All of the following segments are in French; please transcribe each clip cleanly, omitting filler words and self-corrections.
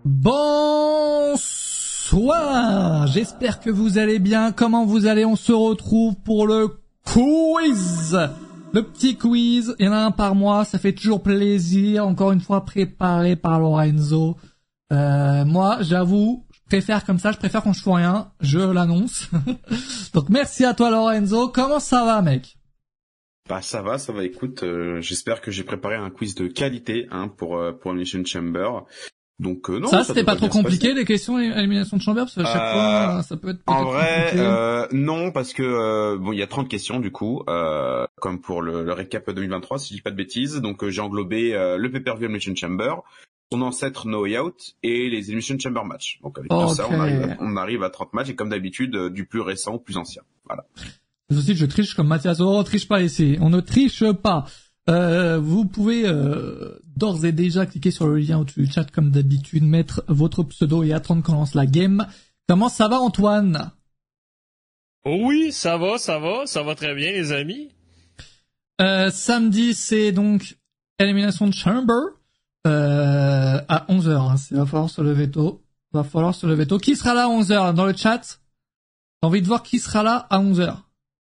Bonsoir, j'espère que vous allez bien. Comment vous allez? On se retrouve pour le quiz. Le petit quiz, il y en a un par mois, ça fait toujours plaisir. Encore une fois préparé par Lorenzo. Moi, j'avoue, je préfère comme ça, je préfère quand je fais rien, je l'annonce. Donc merci à toi Lorenzo. Comment ça va, mec? Bah ça va, écoute, j'espère que j'ai préparé un quiz de qualité pour Elimination Chamber. Donc non, ça c'était pas trop compliqué les questions élimination de Chamber, parce que à chaque fois ça peut être en vrai non, parce que bon, il y a 30 questions du coup, comme pour le récap 2023 si je dis pas de bêtises. Donc j'ai englobé le pay-per-view Elimination Chamber, son ancêtre No Way Out et les Elimination Chamber matchs. Donc avec tout ça, on arrive à 30 matchs, et comme d'habitude du plus récent au plus ancien. Voilà. Aussi, je triche comme Mathias. Oh, on triche pas ici. On ne triche pas. Vous pouvez d'ores et déjà cliquer sur le lien au-dessus du chat comme d'habitude, mettre votre pseudo et attendre qu'on lance la game. Comment ça va, Antoine? Oui, ça va très bien, les amis. Samedi, c'est donc Elimination Chamber à 11h. Hein. Va falloir se lever tôt. Qui sera là à 11h dans le chat? J'ai envie de voir qui sera là à 11h.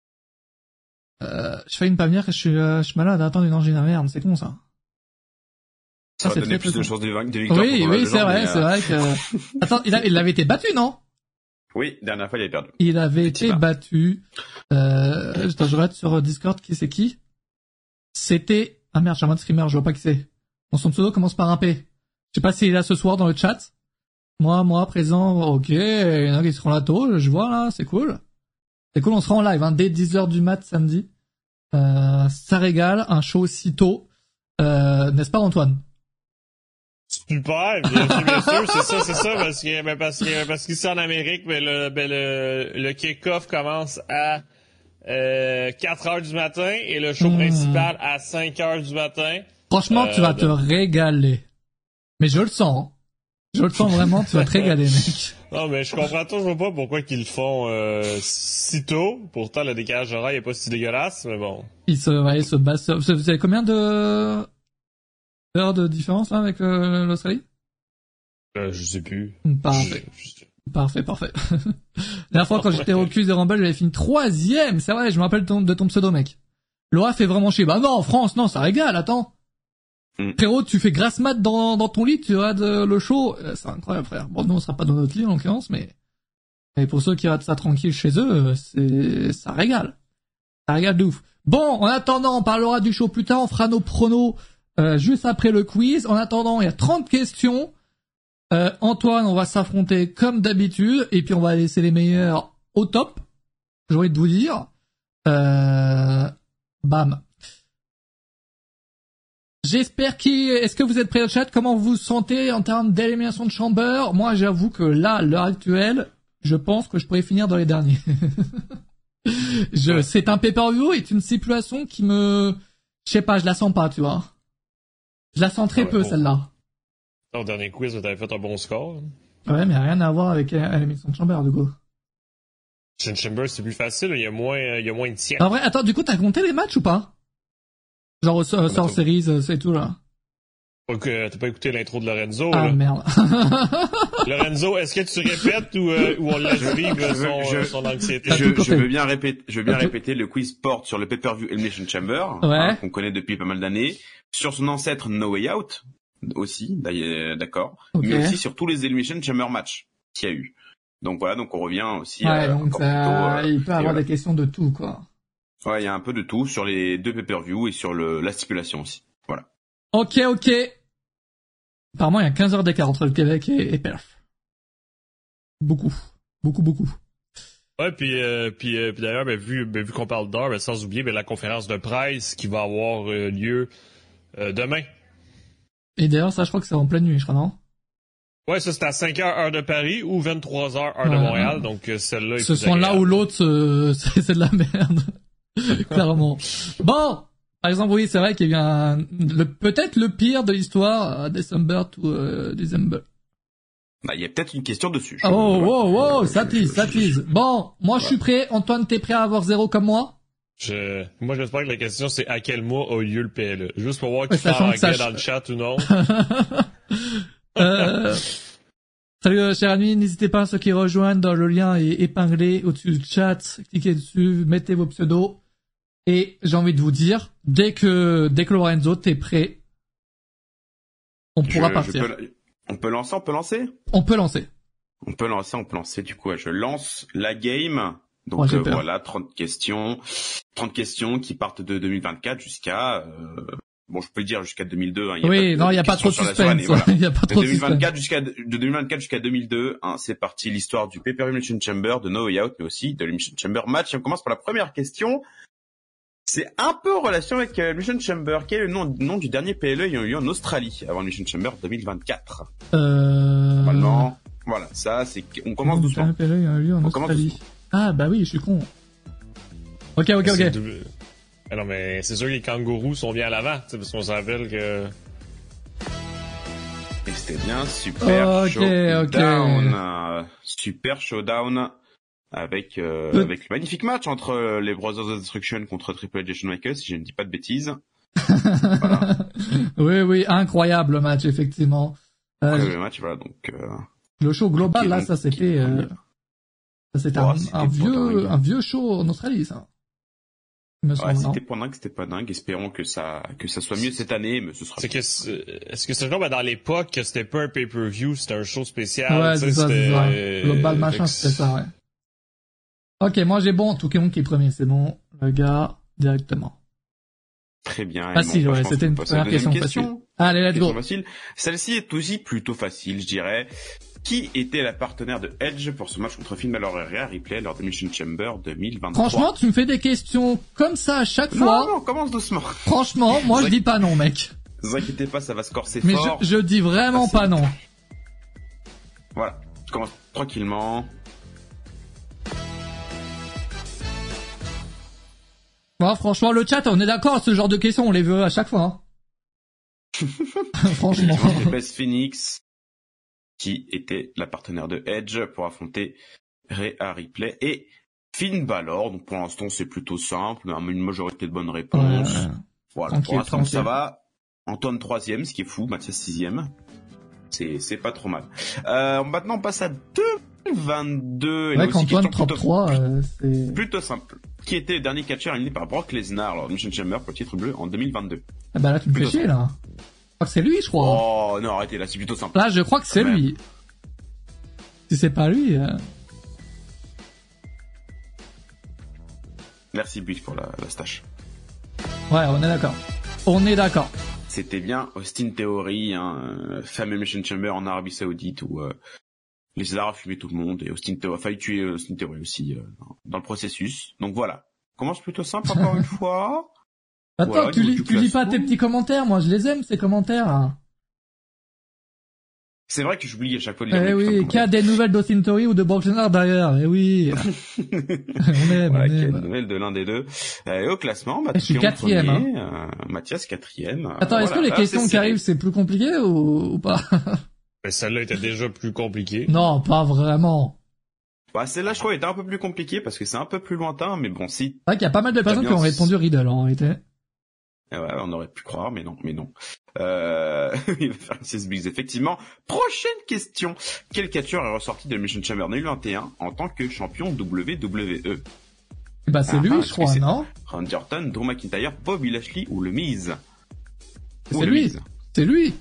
Je fais une pas venir que je suis malade. Attends, une angine à merde, c'est con ça. Ça va donner plus de chances de victoire. Oui, c'est vrai que... Attends, il avait été battu, non? Oui, dernière fois il avait perdu. Il avait été battu. Je regarde sur Discord qui c'est qui. C'était... Ah merde, j'ai un mode streamer, je vois pas qui c'est. Son pseudo commence par un P. Je sais pas s'il est là ce soir dans le chat. Moi, présent, ok, il y en a qui seront là tôt, je vois là, c'est cool. C'est cool, on sera en live, hein, dès 10h du mat samedi. Ça régale, un show si tôt. N'est-ce pas, Antoine? Super, bien sûr, c'est ça, parce qu'ici en Amérique, le kick-off commence à 4h du matin et le show principal à 5h du matin. Franchement, tu vas te régaler. Mais je le sens, hein. Je le sens vraiment, tu vas te régaler, mec. Non, mais je comprends toujours pas pourquoi qu'ils le font si tôt. Pourtant, le décalage horaire est pas si dégueulasse, mais bon. Il se base sur... Vous avez combien d'heures de différence, là, avec l'Australie? Je sais plus. Parfait. Parfait. La dernière fois, quand j'étais au quiz de Rumble, j'avais fini 3e. C'est vrai, je me rappelle de ton pseudo, mec. Laura fait vraiment chier. Bah non, France, non, ça régale, attends. Frérot, tu fais grasse mat dans ton lit, tu regardes le show, c'est incroyable, frère. Bon, nous on sera pas dans notre lit en l'occurrence, mais pour ceux qui regardent ça tranquille chez eux, ça régale de ouf. Bon, en attendant, on parlera du show plus tard, on fera nos pronos juste après le quiz. En attendant, il y a 30 questions. Antoine, on va s'affronter comme d'habitude, et puis on va laisser les meilleurs au top. J'ai envie de vous dire. Bam. J'espère est-ce que vous êtes prêts au chat? Comment vous vous sentez en termes d'élimination de Chamber? Moi, j'avoue que là, à l'heure actuelle, je pense que je pourrais finir dans les derniers. C'est un pay-per-view et une situation qui je sais pas, je la sens pas, tu vois. Je la sens très peu, celle-là. Au dernier quiz, vous avez fait un bon score. Ouais, mais rien à voir avec l'élimination de Chamber, du coup. Chamber, c'est plus facile, il y a moins de tiers. En vrai, attends, du coup, t'as compté les matchs ou pas? Genre, sort series, c'est tout, là. Ok, t'as pas écouté l'intro de Lorenzo, là. Ah, merde. Lorenzo, est-ce que tu répètes ou on laisse vivre son anxiété? Je veux bien répéter, le quiz porte sur le pay-per-view Elimination Chamber, qu'on connaît depuis pas mal d'années, sur son ancêtre No Way Out, aussi, d'accord, mais aussi sur tous les Elimination Chamber matchs qu'il y a eu. Donc voilà, donc on revient aussi donc il peut avoir des questions de tout, quoi. Ouais, il y a un peu de tout sur les deux pay-per-view et sur la stipulation aussi. Voilà. Ok. Apparemment, il y a 15 heures d'écart entre le Québec et Perth. Beaucoup. Ouais, puis d'ailleurs, vu qu'on parle d'heure, sans oublier la conférence de presse qui va avoir lieu demain. Et d'ailleurs, ça, je crois que c'est en pleine nuit, je crois, non? Ouais, ça c'est à 5h heure de Paris ou 23h heure de Montréal, donc celle-là est ce sont là ou l'autre, c'est de la merde. Clairement. Bon, par exemple, oui, c'est vrai qu'il y a eu peut-être le pire de l'histoire, December to December. Bah, il y a peut-être une question dessus. Ça tease. Bon, moi je suis prêt. Antoine, t'es prêt à avoir 0 comme moi? Moi, j'espère que la question, c'est à quel mois a eu lieu le PLE. Juste pour voir qui parle anglais dans le chat ou non. Salut chers amis, n'hésitez pas à ceux qui rejoignent, dans le lien est épinglé au-dessus du chat, cliquez dessus, mettez vos pseudos, et j'ai envie de vous dire, dès que Lorenzo, t'es prêt, on pourra partir. On peut lancer. On peut lancer, du coup, je lance la game. Donc voilà, 30 questions qui partent de 2024 jusqu'à... Bon, je peux le dire jusqu'à 2002. Hein, il n'y a pas trop de suspense. Voilà. Il y a pas trop de 2024 jusqu'à 2002, hein, c'est parti l'histoire du Pay-Per-View Elimination Chamber, de No Way Out, mais aussi de l'Elimination Chamber match. Et on commence par la première question. C'est un peu en relation avec l'Elimination Chamber. Quel est le nom du dernier PLE ayant eu lieu en Australie avant l'Elimination Chamber 2024 Normalement, voilà, ça, c'est... On commence doucement. Le dernier PLE ayant eu lieu en Australie. Ah, bah oui, je suis con. Ok. Alors, mais c'est sûr que les kangourous sont bien à l'avant, parce qu'on se rappelle que... Et c'était bien Super Showdown. Super Showdown avec le magnifique match entre les Brothers of Destruction contre Triple H et Shawn Michaels, si je ne dis pas de bêtises. Voilà. Oui, incroyable match, effectivement. Le match, voilà, donc... Le show global, là, ça c'était un vieux show en Australie, ça. C'était pas dingue. Espérons que ça soit mieux cette année, mais ce sera. Est-ce que c'est genre, dans l'époque, que c'était pas un pay-per-view, c'était un show spécial? Ouais, c'est ça. Global machin, c'était ça, ouais. Ok, moi j'ai bon, Toukéon qui est premier, c'est bon. Le gars, directement. Très bien. Facile, ouais, c'était une première question facile. Allez, let's go. Celle-ci est aussi plutôt facile, je dirais. Qui était la partenaire de Edge pour ce match contre Finn Balor et Rhea Ripley lors de Elimination Chamber 2023? Franchement, tu me fais des questions comme ça à chaque fois. Non, commence doucement. Franchement, moi je dis pas non, mec. Ne vous inquiétez pas, ça va se corser mais fort. Mais je dis vraiment pas non. Voilà, je commence tranquillement. Bon, franchement, le chat, on est d'accord, ce genre de questions, on les veut à chaque fois. Hein. Franchement. Beth Phoenix, qui était la partenaire de Edge pour affronter Rhea Ripley et Finn Balor. Donc pour l'instant, c'est plutôt simple, on a une majorité de bonnes réponses. Ouais. Voilà, pour l'instant, ça va. Antoine 3e, ce qui est fou, Mathias 6e. C'est pas trop mal. Maintenant, on passe à 2022. Ouais, qu'Antoine 33, c'est... plutôt simple. Qui était le dernier catcheur éliminé par Brock Lesnar lors de Elimination Chamber pour le titre bleu en 2022? Ah bah là, tu me fais chier, là. Je crois que c'est lui, je crois. Oh non, arrêtez, là c'est plutôt simple. Là, je crois que c'est lui. Si c'est pas lui... Merci Buick pour la stache. Ouais, on est d'accord. C'était bien Austin Theory, fameux Elimination Chamber en Arabie Saoudite où les Arabes fumaient tout le monde et Austin Theory a failli tuer Austin Theory aussi dans le processus. Donc voilà, commence plutôt simple encore une fois. Attends, voilà, tu lis pas tes petits commentaires, moi je les aime ces commentaires. Hein. C'est vrai que j'oublie à chaque fois de lire. Eh oui, qu'il y a des nouvelles d'Austin Theory ou de Brock Lesnar d'ailleurs, eh oui. on aime. Qu'il y a des nouvelles de l'un des deux. Et au classement, je suis 4e. Hein. Mathias 4e. Attends, est-ce que les questions qui arrivent c'est plus compliqué ou pas? Mais celle-là était déjà plus compliquée. Non, pas vraiment. Bah, celle-là, je crois, était un peu plus compliquée parce que c'est un peu plus lointain, mais bon, si. C'est vrai qu'il y a pas mal de personnes qui ont répondu Riddle, en réalité. Ouais, on aurait pu croire, mais non. Il va faire une CSBX, effectivement. Prochaine question. Quel catcheur est ressorti de l'Elimination Chamber 2021 en tant que champion WWE? Bah, c'est lui, je crois, non? Randy Orton, Drew McIntyre, Bobby Lashley ou le Miz? C'est lui. C'est lui.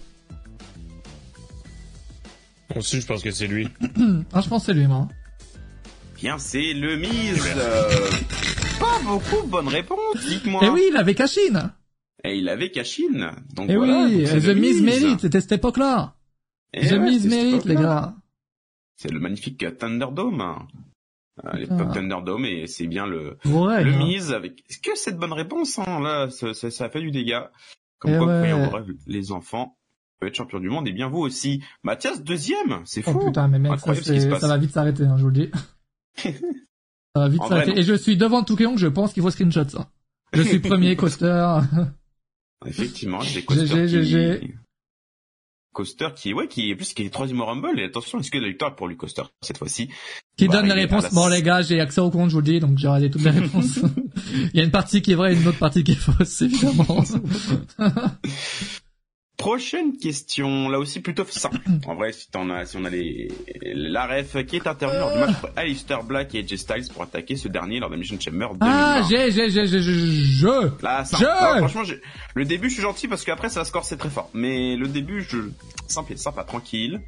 Moi aussi, je pense que c'est lui. Ah, je pense que c'est lui, moi. Bien, c'est le Miz. Pas beaucoup de bonnes réponses, dites-moi. Eh oui, il avait cash-in. Et il avait cash-in. Donc eh voilà. Oui, The Miz mérite, c'était cette époque-là. The Miz mérite, les gars. C'est le magnifique Thunderdome. L'époque Thunderdome, et c'est bien le Miz avec... Est-ce que cette bonne réponse, hein, là, ça a fait du dégât. Comme quoi, vous voyez, les enfants peuvent être champions du monde, et bien vous aussi. Mathias, 2e, c'est fou. Oh putain, mais mec, ça va vite s'arrêter, hein, je vous le dis. Ça va vite s'arrêter. Et je suis devant Toukéon, je pense qu'il faut screenshot ça. Je suis premier coaster. Effectivement, j'ai des Coaster qui est 3e au Rumble, et attention, est-ce que la victoire pour lui Coaster cette fois-ci? Qui donne les réponses? Bon, les gars, j'ai accès au compte, je vous le dis, donc j'ai regardé toutes les réponses. Il y a une partie qui est vraie et une autre partie qui est fausse, évidemment. Prochaine question, là aussi plutôt simple. En vrai, si on a la ref qui est intervenu lors du match entre Aleister Black et AJ Styles pour attaquer ce dernier lors de Mission Chamber 2020. Ah, Là, simple. Alors, franchement, le début, je suis gentil parce qu'après, ça score, c'est très fort. Mais le début, simple, tranquille.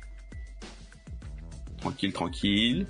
Tranquille.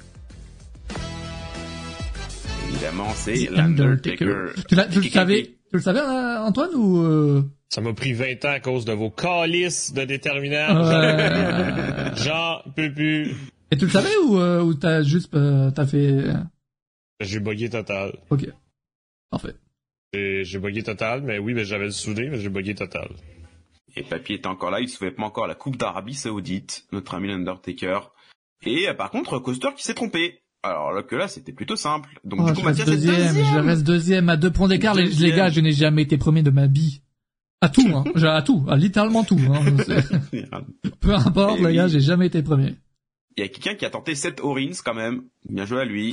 Évidemment, c'est l'Undertaker. Tu le savais, Antoine, ou Ça m'a pris 20 ans à cause de vos calices de déterminants. J'en peux plus. Et tu le savais ou t'as juste t'as fait... J'ai bugué total. Ok. Parfait. J'ai bugué total, mais oui, mais j'avais le soudé, mais j'ai bugué total. Et Papy est encore là, il se souvient pas encore la Coupe d'Arabie Saoudite, notre ami l'Undertaker. Et par contre, Coaster qui s'est trompé. Alors là, c'était plutôt simple. Donc du coup, Mathias est deuxième. Je reste deuxième à 2 points d'écart. Les gars, je n'ai jamais été premier de ma vie. À tout, hein. À tout. À littéralement tout, hein. Peu importe, les gars, j'ai jamais été premier. Il y a quelqu'un qui a tenté Seth Rollins quand même. Bien joué à lui.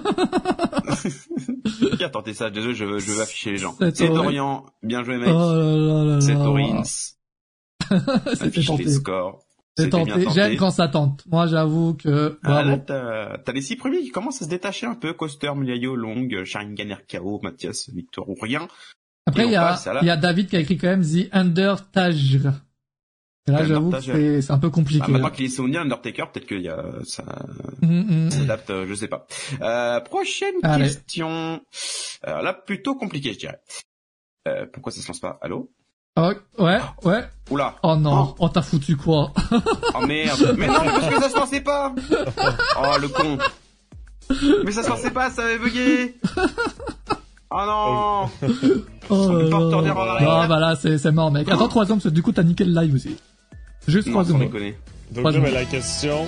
Qui a tenté ça? Désolé, je veux afficher les gens. C'est Dorian. Bien joué, mec. Seth Rollins. Affiche les scores. C'est tenté. J'aime quand ça tente. Moi, j'avoue que... Là, t'as les 6 premiers qui commencent à se détacher un peu. Coaster, Muliayo, Long, Sharingan, RKO, Mathias, Victor ou rien. Après, il y a David qui a écrit quand même The Undertaker. Et là, j'avoue que c'est un peu compliqué. Maintenant qu'il est saoudien, Undertaker, peut-être qu'il y a ça s'adapte, je sais pas. Prochaine question. Alors là, plutôt compliqué, je dirais. Pourquoi ça se lance pas? Allô? Ouais. Oula. Oh non. Oh, t'as foutu quoi? Oh merde. Mais non, mais parce que ça se lançait pas. Oh, le con. Mais ça se lançait pas, ça avait bugué. Oh non. On peut pas retourner en arrière. Non, bah là, c'est mort, mec. Attends 3 secondes, parce que du coup, t'as niqué le live aussi. Juste 3 secondes. Donc là, la question,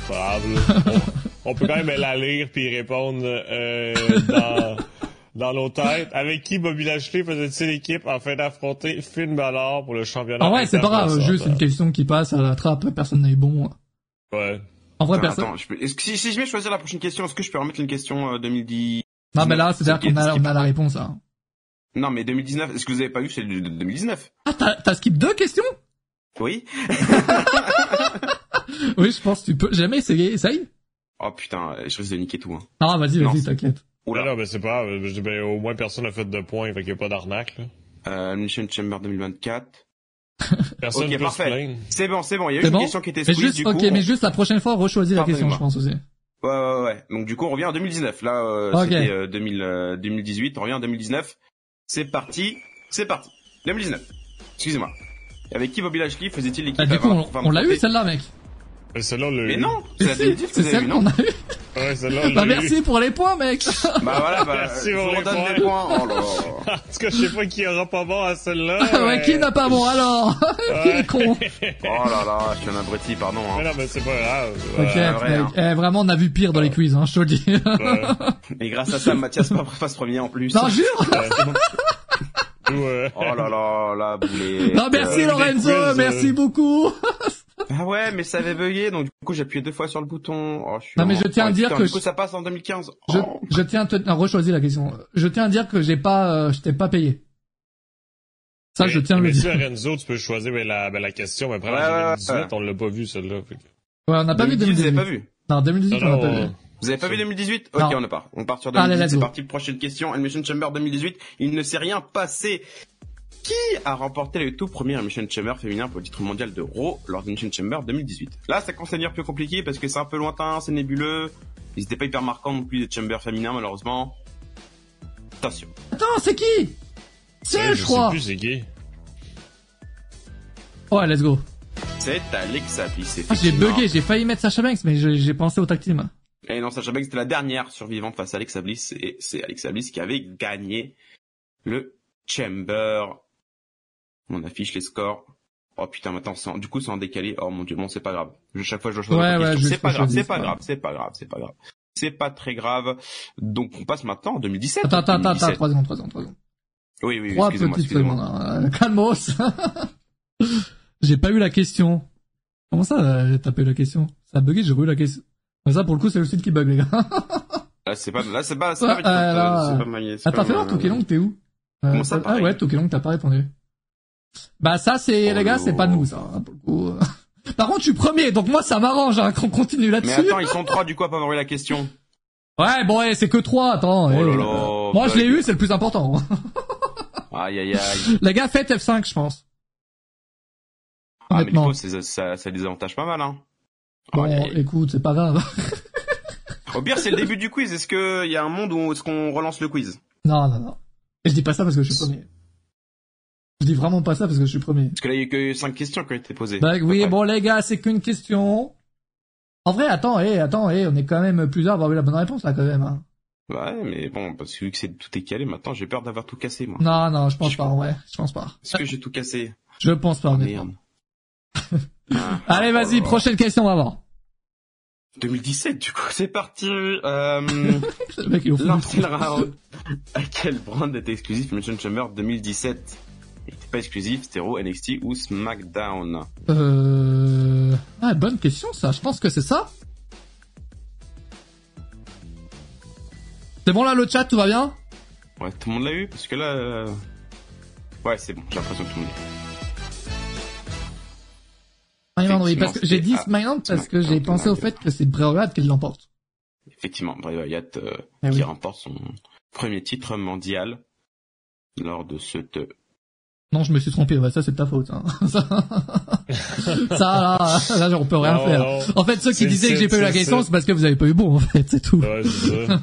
on peut quand même la lire puis y répondre dans nos têtes. Avec qui Bobby Lashley faisait-il l'équipe afin d'affronter Finn Balor pour le championnat? Ah ouais, c'est pas grave, juste une question qui passe à la trappe, personne n'est bon. Ouais. En vrai, personne. Attends, si je vais choisir la prochaine question, est-ce que je peux remettre une question 2010? Non, mais là, c'est-à-dire qu'on a la réponse, hein. Non, mais 2019, est-ce que vous avez pas vu celle de 2019? Ah, t'as skip 2 questions? Oui. Oui, je pense que tu peux jamais essayer, essaye. Oh putain, je risque de niquer tout, hein. Non, vas-y, t'inquiète. Oula. Non, mais c'est pas grave, au moins personne n'a fait de points, fait qu'il y a pas d'arnaque, là. Mission Chamber 2024. Personne ok, peut parfait. se plaindre. C'est bon, il y a eu une question qui était squeeze, du coup. Ok, mais juste la prochaine fois, rechoisis la question, je pense aussi. Ouais. Donc du coup, on revient en 2019. Là, c'était 2018, on revient en 2019. C'est parti. 2019. Excusez-moi. Avec qui Bobby Lashley faisait-il l'équipe? Du coup, on l'a eu celle-là, mec. Celle-là, on l'a eu. Mais non, c'est celle qu'on a eu. Ouais, celle-là, on l'a eu. Bah merci pour les points, mec. Merci pour les points. Les points. Oh là là. En tout cas, je sais pas qui aura pas bon à celle-là. Ouais, qui n'a pas bon alors? Qui est con? Oh là là, je suis un abruti, pardon. Mais non, mais c'est pas grave. Ok, mec. Vraiment, on a vu pire dans les quiz, hein, je te le dis. Et grâce à ça, Mathias passe premier en plus. Non, jure. Oh là là, la boulée. Non, merci Lorenzo, merci beaucoup. Ah ouais, mais ça avait bugué, donc du coup j'ai appuyé 2 fois sur le bouton. Oh, non mais je tiens à dire que du coup ça passe en 2015. Je tiens à rechoisir la question. Je tiens à dire que je t'ai pas payé. Ça, je tiens à le dire. Mais Lorenzo, tu peux choisir la question, mais après en 2018, on l'a pas vu celle-là. Ouais, on n'a pas vu 2018. Vous avez pas vu? Non, 2018 on n'a pas vu. Vous avez pas vu 2018? Ok, on part sur 2018. C'est parti, prochaine question. Elimination Chamber 2018. Il ne s'est rien passé. Qui a remporté le tout premier Elimination Chamber féminin pour le titre mondial de Raw lors de Elimination Chamber 2018? Là, ça commence à devenir plus compliqué parce que c'est un peu lointain, c'est nébuleux. Ils étaient pas hyper marquants non plus des Chambers féminins, malheureusement. Attention. Attends, c'est qui? C'est je crois. Je sais plus c'est qui. Ouais, let's go. C'est Alexa Bliss, j'ai bugué, j'ai failli mettre Sasha Banks, mais j'ai pensé au tag team. Et non, Sasha Banks c'était la dernière survivante face à Alexa Bliss, et c'est Alexa Bliss qui avait gagné le Chamber. On affiche les scores. Oh putain, maintenant, du coup, c'est en décalé. Oh mon dieu, bon, c'est pas grave. Chaque fois, je dois choisir. C'est pas grave. C'est pas très grave. Donc, on passe maintenant en 2017. Attends, 3 secondes. Oui, 3 petites secondes. Calmos. J'ai pas eu la question. Comment ça, t'as pas eu la question? Ça a bugué, j'ai eu la question. Mais ça, pour le coup, c'est le site qui bug, les gars. Là, c'est pas Attends, fais voir, Tokelong, t'es où? Comment ça, ah ouais, Tokelong, t'as pas répondu. Bah ça c'est les gars, c'est pas nous ça. Hein, pour le coup. Par contre, je suis premier, donc moi ça m'arrange hein, qu'on continue là-dessus. Mais attends, ils sont 3 du coup à pas avoir eu la question. Ouais, bon, c'est que 3, attends. Moi je l'ai eu, c'est le plus important. Aïe aïe aïe. Les gars, faites F5, je pense. Ah mais du coup, ça désavantage pas mal hein. Bon, écoute, c'est pas grave. Au pire, c'est le début du quiz. Est-ce que il y a un monde où est-ce qu'on relance le quiz? Non. Et je dis pas ça parce que je suis premier. Je dis vraiment pas ça parce que je suis premier. Parce que là, il y a que 5 questions qui ont été posées. Bah oui, bon les gars, c'est qu'une question. En vrai, attends, on est quand même plusieurs à avoir eu la bonne réponse là quand même. Hein. Ouais, mais bon, parce que vu que tout est calé, maintenant j'ai peur d'avoir tout cassé moi. Non, je pense pas, ouais, je pense pas. Est-ce que j'ai tout cassé? Je pense pas, merde. Allez, vas-y, prochaine question, on va voir. 2017, du coup, c'est parti. Le mec, il est au fond Lancez le round. À quel brand était exclusif Elimination Chamber 2017? Il n'était pas exclusif, c'était Raw, NXT ou SmackDown? Ah, bonne question, ça. Je pense que c'est ça. C'est bon, là, le chat, tout va bien? Ouais, tout le monde l'a eu, parce que là... Ouais, c'est bon, j'ai l'impression que tout le monde l'a eu. Oui, parce que j'ai dit SmackDown parce que j'ai pensé au fait que c'est Bray Wyatt qui l'emporte. Effectivement, Bray Wyatt qui remporte son premier titre mondial lors de cette... Non, je me suis trompé. Ouais, ça c'est de ta faute. Hein. Là, on peut rien faire. Non. En fait, ceux qui disaient que j'ai pas eu la question, c'est parce que vous avez pas eu bon. En fait, c'est tout. Ouais, c'est ça.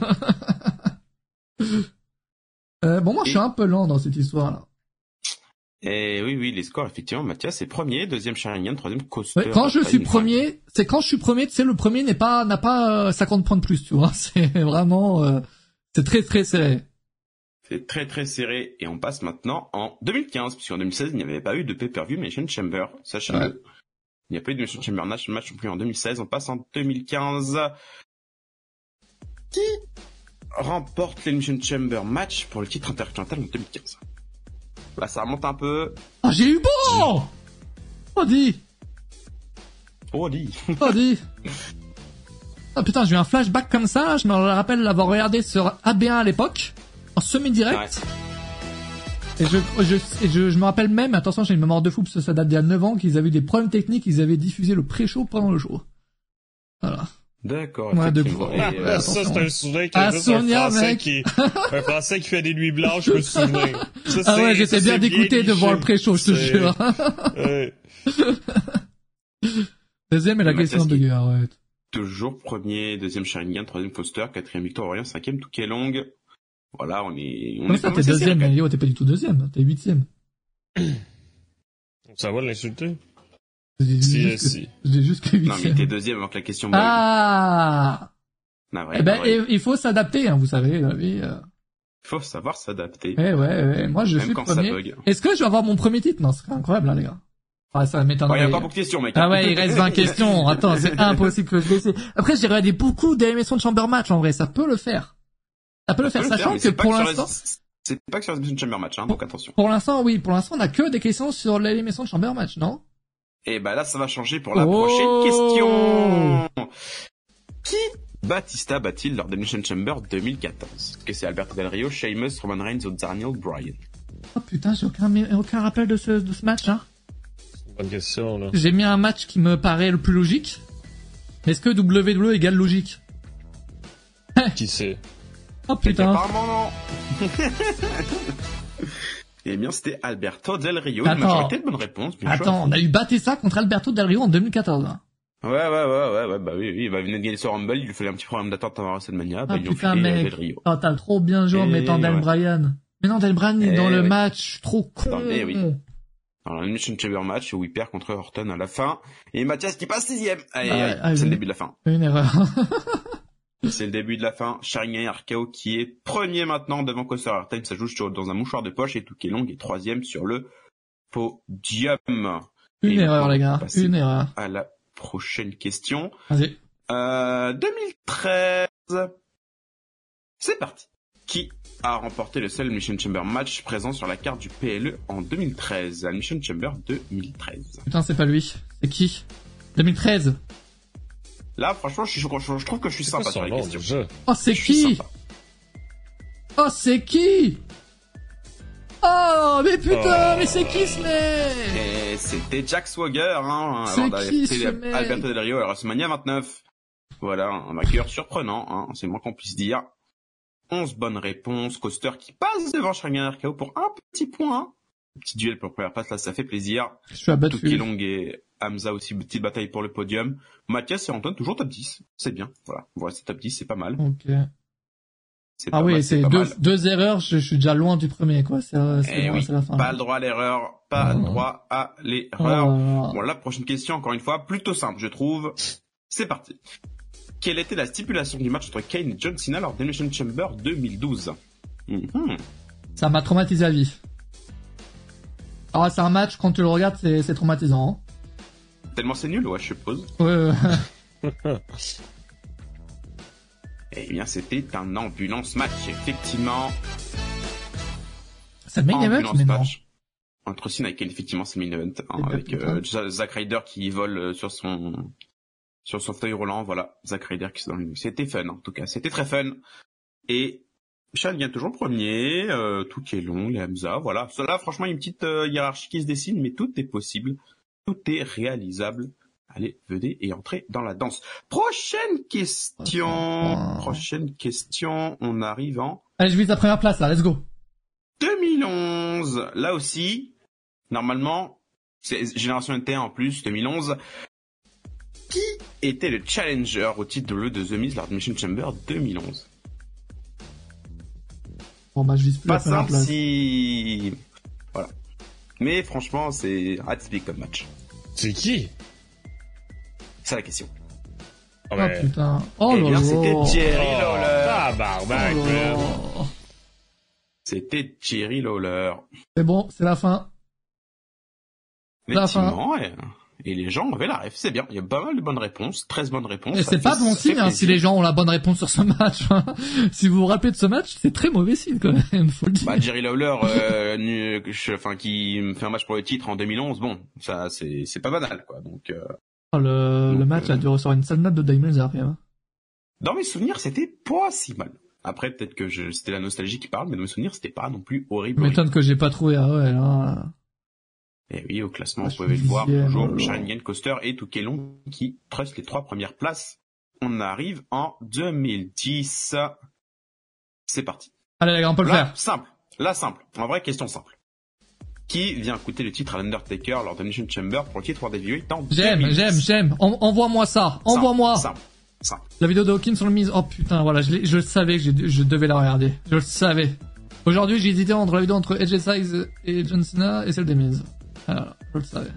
Bon, moi, je suis un peu lent dans cette histoire-là. Et oui, les scores, effectivement, Mathias est premier, deuxième Sharingan, troisième Coaster. Ouais, quand je suis premier, tu sais, le premier n'a pas 50 points de plus, tu vois. C'est vraiment, c'est très, très serré. C'est très, très serré. Et on passe maintenant en 2015, puisqu'en 2016, il n'y avait pas eu de pay-per-view Elimination Chamber. Sachez-le. Ouais. Il n'y a pas eu de Elimination Chamber match non plus en 2016. On passe en 2015. Qui remporte l'Elimination Chamber match pour le titre intercontinental en 2015? Là, ça remonte un peu. Ah, j'ai eu bon! Dis. Ah putain, j'ai eu un flashback comme ça, je me rappelle l'avoir regardé sur AB1 à l'époque, en semi-direct. Ouais. Et je me rappelle même, attention, j'ai une mémoire de fou parce que ça date d'il y a 9 ans, qu'ils avaient eu des problèmes techniques, ils avaient diffusé le pré-show pendant le show. Voilà. D'accord. Ouais, ça, c'est un souvenir qui est un Français qui fait des nuits blanches, je me souviens. Ah ouais, j'étais bien dégoûté de voir le pré-show, je te jure. Deuxième est la question de guerre, ouais. Toujours premier, deuxième Sharingan, troisième Foster, quatrième Victor Orient, cinquième Touquet Long. Voilà, on est ça, t'es deuxième, mais yo, t'es pas du tout deuxième, t'es huitième. Ça va l'insulter? Si. J'ai juste que 8. Non, mais t'es deuxième avant que la question bug. Ah! Il faut s'adapter, hein, vous savez, la vie. Faut savoir s'adapter. Ouais. Moi, je suis premier. Est-ce que je vais avoir mon premier titre? Non, ce serait incroyable, hein, les gars. Ah, ça m'étonnerait. Il y a pas beaucoup de questions, mec. Ah ouais, il reste 20 questions. Attends, c'est impossible que je laisse. Après, j'ai regardé beaucoup d'émissions de Chamber Match, en vrai. Ça peut le faire. Sachant que pour l'instant... C'est pas que sur l'émission de Chamber Match, hein, donc attention. Pour l'instant, oui. Pour l'instant, on a que des questions sur l'émission de Chamber Match, non? Et bah là, ça va changer pour la prochaine question. Qui Batista bat-il lors de l'Elimination Chamber 2014? Est-ce que c'est Alberto Del Rio, Sheamus, Roman Reigns ou Daniel Bryan? Oh putain, j'ai aucun rappel de ce match, hein. C'est une bonne question, là. J'ai mis un match qui me paraît le plus logique. Mais est-ce que WWE égale logique? Qui sait? Oh putain. Apparemment non. Eh bien, c'était Alberto Del Rio. Une majorité de bonnes réponses. On a eu Batista contre Alberto Del Rio en 2014. Ouais, bah oui, il venait de gagner sur Rumble, il lui fallait un petit problème d'attente avant WrestleMania, ils ont fait Del Rio. Oh, t'as trop bien joué en mettant Del Bryan. Mais non, Del Bryan est dans le match, trop con. Dans l'Elimination Chamber match où il perd contre Orton à la fin, et Mathias qui passe 6ème. C'est le début de la fin. Une erreur. C'est le début de la fin. Sharingan RKO qui est premier maintenant devant Coaster Time. Ça joue dans un mouchoir de poche et Touquet Long est troisième sur le podium. Une erreur, les gars. Une erreur. À la prochaine question. Vas-y. 2013. C'est parti. Qui a remporté le seul Elimination Chamber match présent sur la carte du PLE en 2013? Elimination Chamber 2013. Putain, c'est pas lui. C'est qui? 2013. Là, franchement, je trouve que je suis sympa sur la question. Oh, c'est qui? Oh, c'est qui? Oh, mais putain, mais c'est qui ce mec? Et c'était Jack Swagger, hein, C'est avant qui, ce d'affronter mec Alberto Del Rio à WrestleMania 29. Voilà, un vainqueur surprenant, hein, c'est le moins qu'on puisse dire. 11 bonnes réponses, Coaster qui passe devant Shangan RKO pour un petit point. Petit duel pour la première place, là, ça fait plaisir. Je suis abattu. Toukelong et Hamza aussi, petite bataille pour le podium. Mathias et Antoine, toujours top 10. C'est bien, voilà. Voilà, c'est top 10, c'est pas mal. Ok. C'est Ah pas oui, mal, c'est pas mal. deux erreurs, je suis déjà loin du premier, quoi. C'est Oui, c'est la fin. pas le droit à l'erreur, pas le droit à l'erreur. Oh. Bon, la prochaine question, encore une fois, plutôt simple, je trouve. C'est parti. Quelle était la stipulation du match entre Kane et John Cena lors d'Elimination Chamber 2012? Ça m'a traumatisé à vie. Alors, c'est un match, quand tu le regardes, c'est traumatisant. Hein. Tellement c'est nul, ouais, je suppose. Ouais. Eh bien, c'était un ambulance match, effectivement. C'est le main event, mais non. Entre Cena et Kane, effectivement, c'est le main event. Hein, avec Zack Ryder qui vole sur son fauteuil roulant, voilà. Zack Ryder qui est dans le... C'était fun, en tout cas. C'était très fun. Et Charles vient toujours premier, tout qui est long, les Hamza, voilà. Là, franchement, il y a une petite hiérarchie qui se dessine, mais tout est possible. Tout est réalisable. Allez, venez et entrez dans la danse. Prochaine question. On arrive en... Allez, je vise la première place, là. Let's go. 2011. Là aussi, normalement, c'est Génération NT1 en plus, 2011. Qui était le challenger au titre de The Miz lors de Mission Chamber 2011? Bon, bah, je vise plus pas la première simple place. si... Voilà. Mais franchement, c'est atypique comme match. C'est qui? C'est la question. Oh, Ah, putain. Oh Eh là bien, là. c'était Jerry Lawler. Tabarnak, Oh là man. là. C'était Jerry Lawler. C'est bon, c'est la fin. Effectivement, ouais. Et les gens avaient la ref, c'est bien. Il y a pas mal de bonnes réponses, 13 bonnes réponses. Et c'est pas bon signe, hein, si les gens ont la bonne réponse sur ce match. Hein. Si vous vous rappelez de ce match, c'est très mauvais signe, quand même, faut le dire. Bah, Jerry Lawler, qui me fait un match pour le titre en 2011, bon, ça, c'est pas banal, quoi. Donc, Le match a dû ressortir une sale note de Diamonds après. Hein. Dans mes souvenirs, c'était pas si mal. Après, peut-être que c'était la nostalgie qui parle, mais dans mes souvenirs, c'était pas non plus horrible. M'étonne que j'ai pas trouvé AOL, là. Et oui, au classement, Ah, vous pouvez le voir, dixième, toujours, alors. Sharingan, Coaster et Toukelong qui trust les 3 premières places. On arrive en 2010. C'est parti. Allez, les gars, on peut le Là, faire. simple. En vrai, question simple. Qui vient coûter le titre à l'Undertaker lors de Mission Chamber pour le titre World Heavyweight en 2010? J'aime. Envoie-moi ça. Envoie-moi. Simple. La vidéo de Hawkins sur le mise. Oh putain, voilà, je savais que je devais la regarder. Je le savais. Aujourd'hui, j'ai hésité entre la vidéo entre AJ Styles et John Cena et celle des Miz. Alors, je le savais.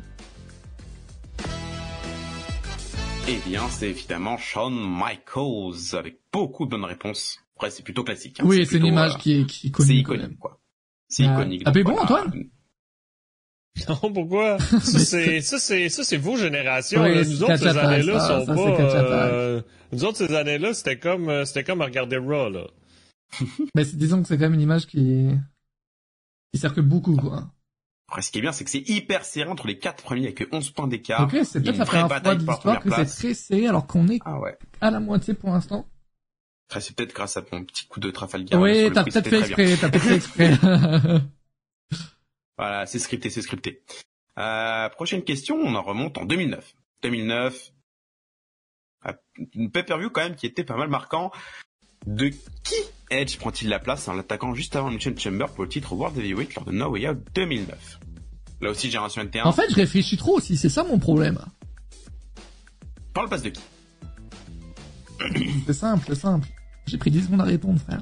Eh bien, c'est évidemment Shawn Michaels avec beaucoup de bonnes réponses. Après, c'est plutôt classique. Hein. Oui, c'est une plutôt, image qui est iconique. C'est quand iconique, même. quoi. C'est iconique. Ah, mais bon, voilà. Antoine? Non, pourquoi? Ça, c'est vos générations. Oui, là. Nous autres, ces catch-attack, années-là, ça, sont c'est pas, catch-attack. nous autres, ces années-là, c'était comme à regarder Raw, là. Mais disons que c'est quand même une image qui circule beaucoup, quoi. Après, ce qui est bien, c'est que c'est hyper serré entre les 4 premiers avec 11 points d'écart. Ok, c'est Il y a peut-être une la vraie première fois bataille de pour la l'histoire première que c'est place. très serré alors qu'on est Ah ouais. à la moitié pour l'instant. Après, c'est peut-être grâce à mon petit coup de Trafalgar. Oui, sur le t'as quiz, peut-être c'était fait très bien. exprès, Voilà, c'est scripté. Prochaine question, on en remonte en 2009. 2009, une pay-per-view quand même qui était pas mal marquant. De qui Edge prend-il la place en l'attaquant juste avant Mission Chamber pour le titre World Heavyweight lors de No Way Out 2009? Là aussi, Génération NT1. En fait, je réfléchis trop aussi, c'est ça mon problème. Par le passe de qui? C'est simple. J'ai pris 10 secondes à répondre, frère.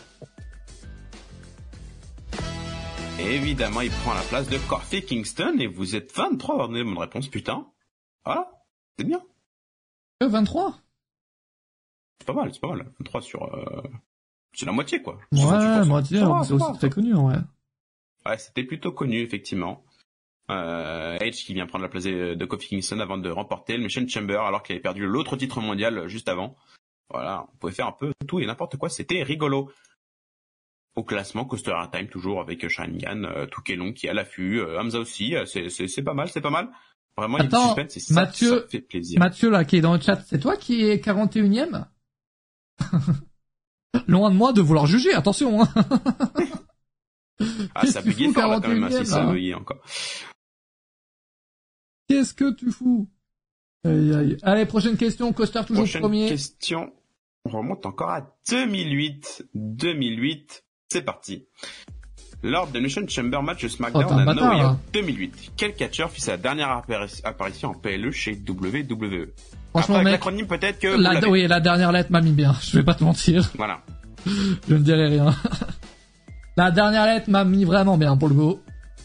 Évidemment, il prend la place de Kofi Kingston et vous êtes 23 à avoir donné bonne réponse, putain. Voilà, c'est bien. 23? C'est pas mal. 23 sur... C'est la moitié, quoi. Ouais, moitié, Ça va, c'est aussi très connu, en vrai. Ouais, c'était plutôt connu, effectivement. Edge qui vient prendre la place de Kofi Kingston avant de remporter le Mission Chamber alors qu'il avait perdu l'autre titre mondial juste avant. Voilà, on pouvait faire un peu tout et n'importe quoi, c'était rigolo. Au classement, Coaster at Time toujours avec Sharingan, Toukelong qui est à l'affût, Hamza aussi, c'est pas mal. Vraiment, il y a du Attends, suspense et ça, Mathieu, ça fait plaisir. Mathieu, là, qui est dans le chat, c'est toi qui est 41ème? Loin de moi de vouloir juger, attention, hein. Ah, ça buguait fort, là, quand même, si ça buguait encore. Qu'est-ce que tu fous? Aïe, aïe. Allez, prochaine question, Coaster toujours premier. Prochaine question. On remonte encore à 2008. 2008, c'est parti. Lors de Elimination Chamber match de SmackDown à No Way Out 2008, quel catcheur fit sa dernière apparition en PLE chez WWE? Franchement, avec mec, l'acronyme, peut-être que oui, la dernière lettre m'a mis bien. Je vais pas te mentir. Voilà. Je ne dirai rien. La dernière lettre m'a mis vraiment bien pour le go.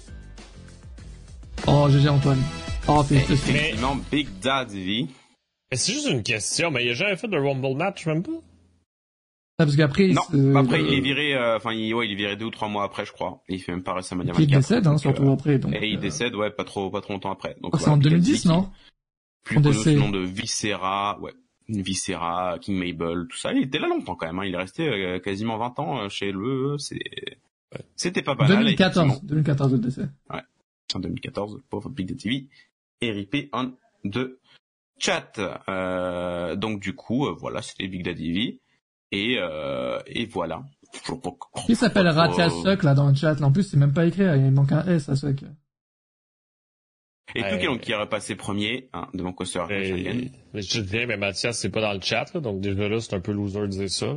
Oh, GG Antoine. Oh, effectivement, Big Daddy V. Mais c'est juste une question, mais il a jamais fait de Rumble match, même pas? Ah, parce qu'après, non, après, il est viré, il est viré 2 ou 3 mois après, je crois. Et il fait même pas WrestleMania 24. Il décède, hein, surtout après, donc. Et il décède, ouais, pas trop longtemps après. Donc, c'est en 2010, non? Plus connu sous le nom de Viscera, ouais. Viscera, King Mabel, tout ça. Il était là longtemps, quand même, hein. Il est resté, quasiment 20 ans chez c'était pas banal. 2014, le décès. Ouais. En 2014, pauvre Big Daddy TV. Et RIP on the chat. Donc, du coup, voilà, c'était Big Daddy V. Et voilà. Qui s'appelle Ratia Suck, là, dans le chat? Là, en plus, c'est même pas écrit, il manque un S à Suck. Et tout quelqu'un qui est repassé premier, hein, devant Coaster et mais je te dis, mais Mathias, c'est pas dans le chat, là, donc déjà là, c'est un peu loser de dire ça.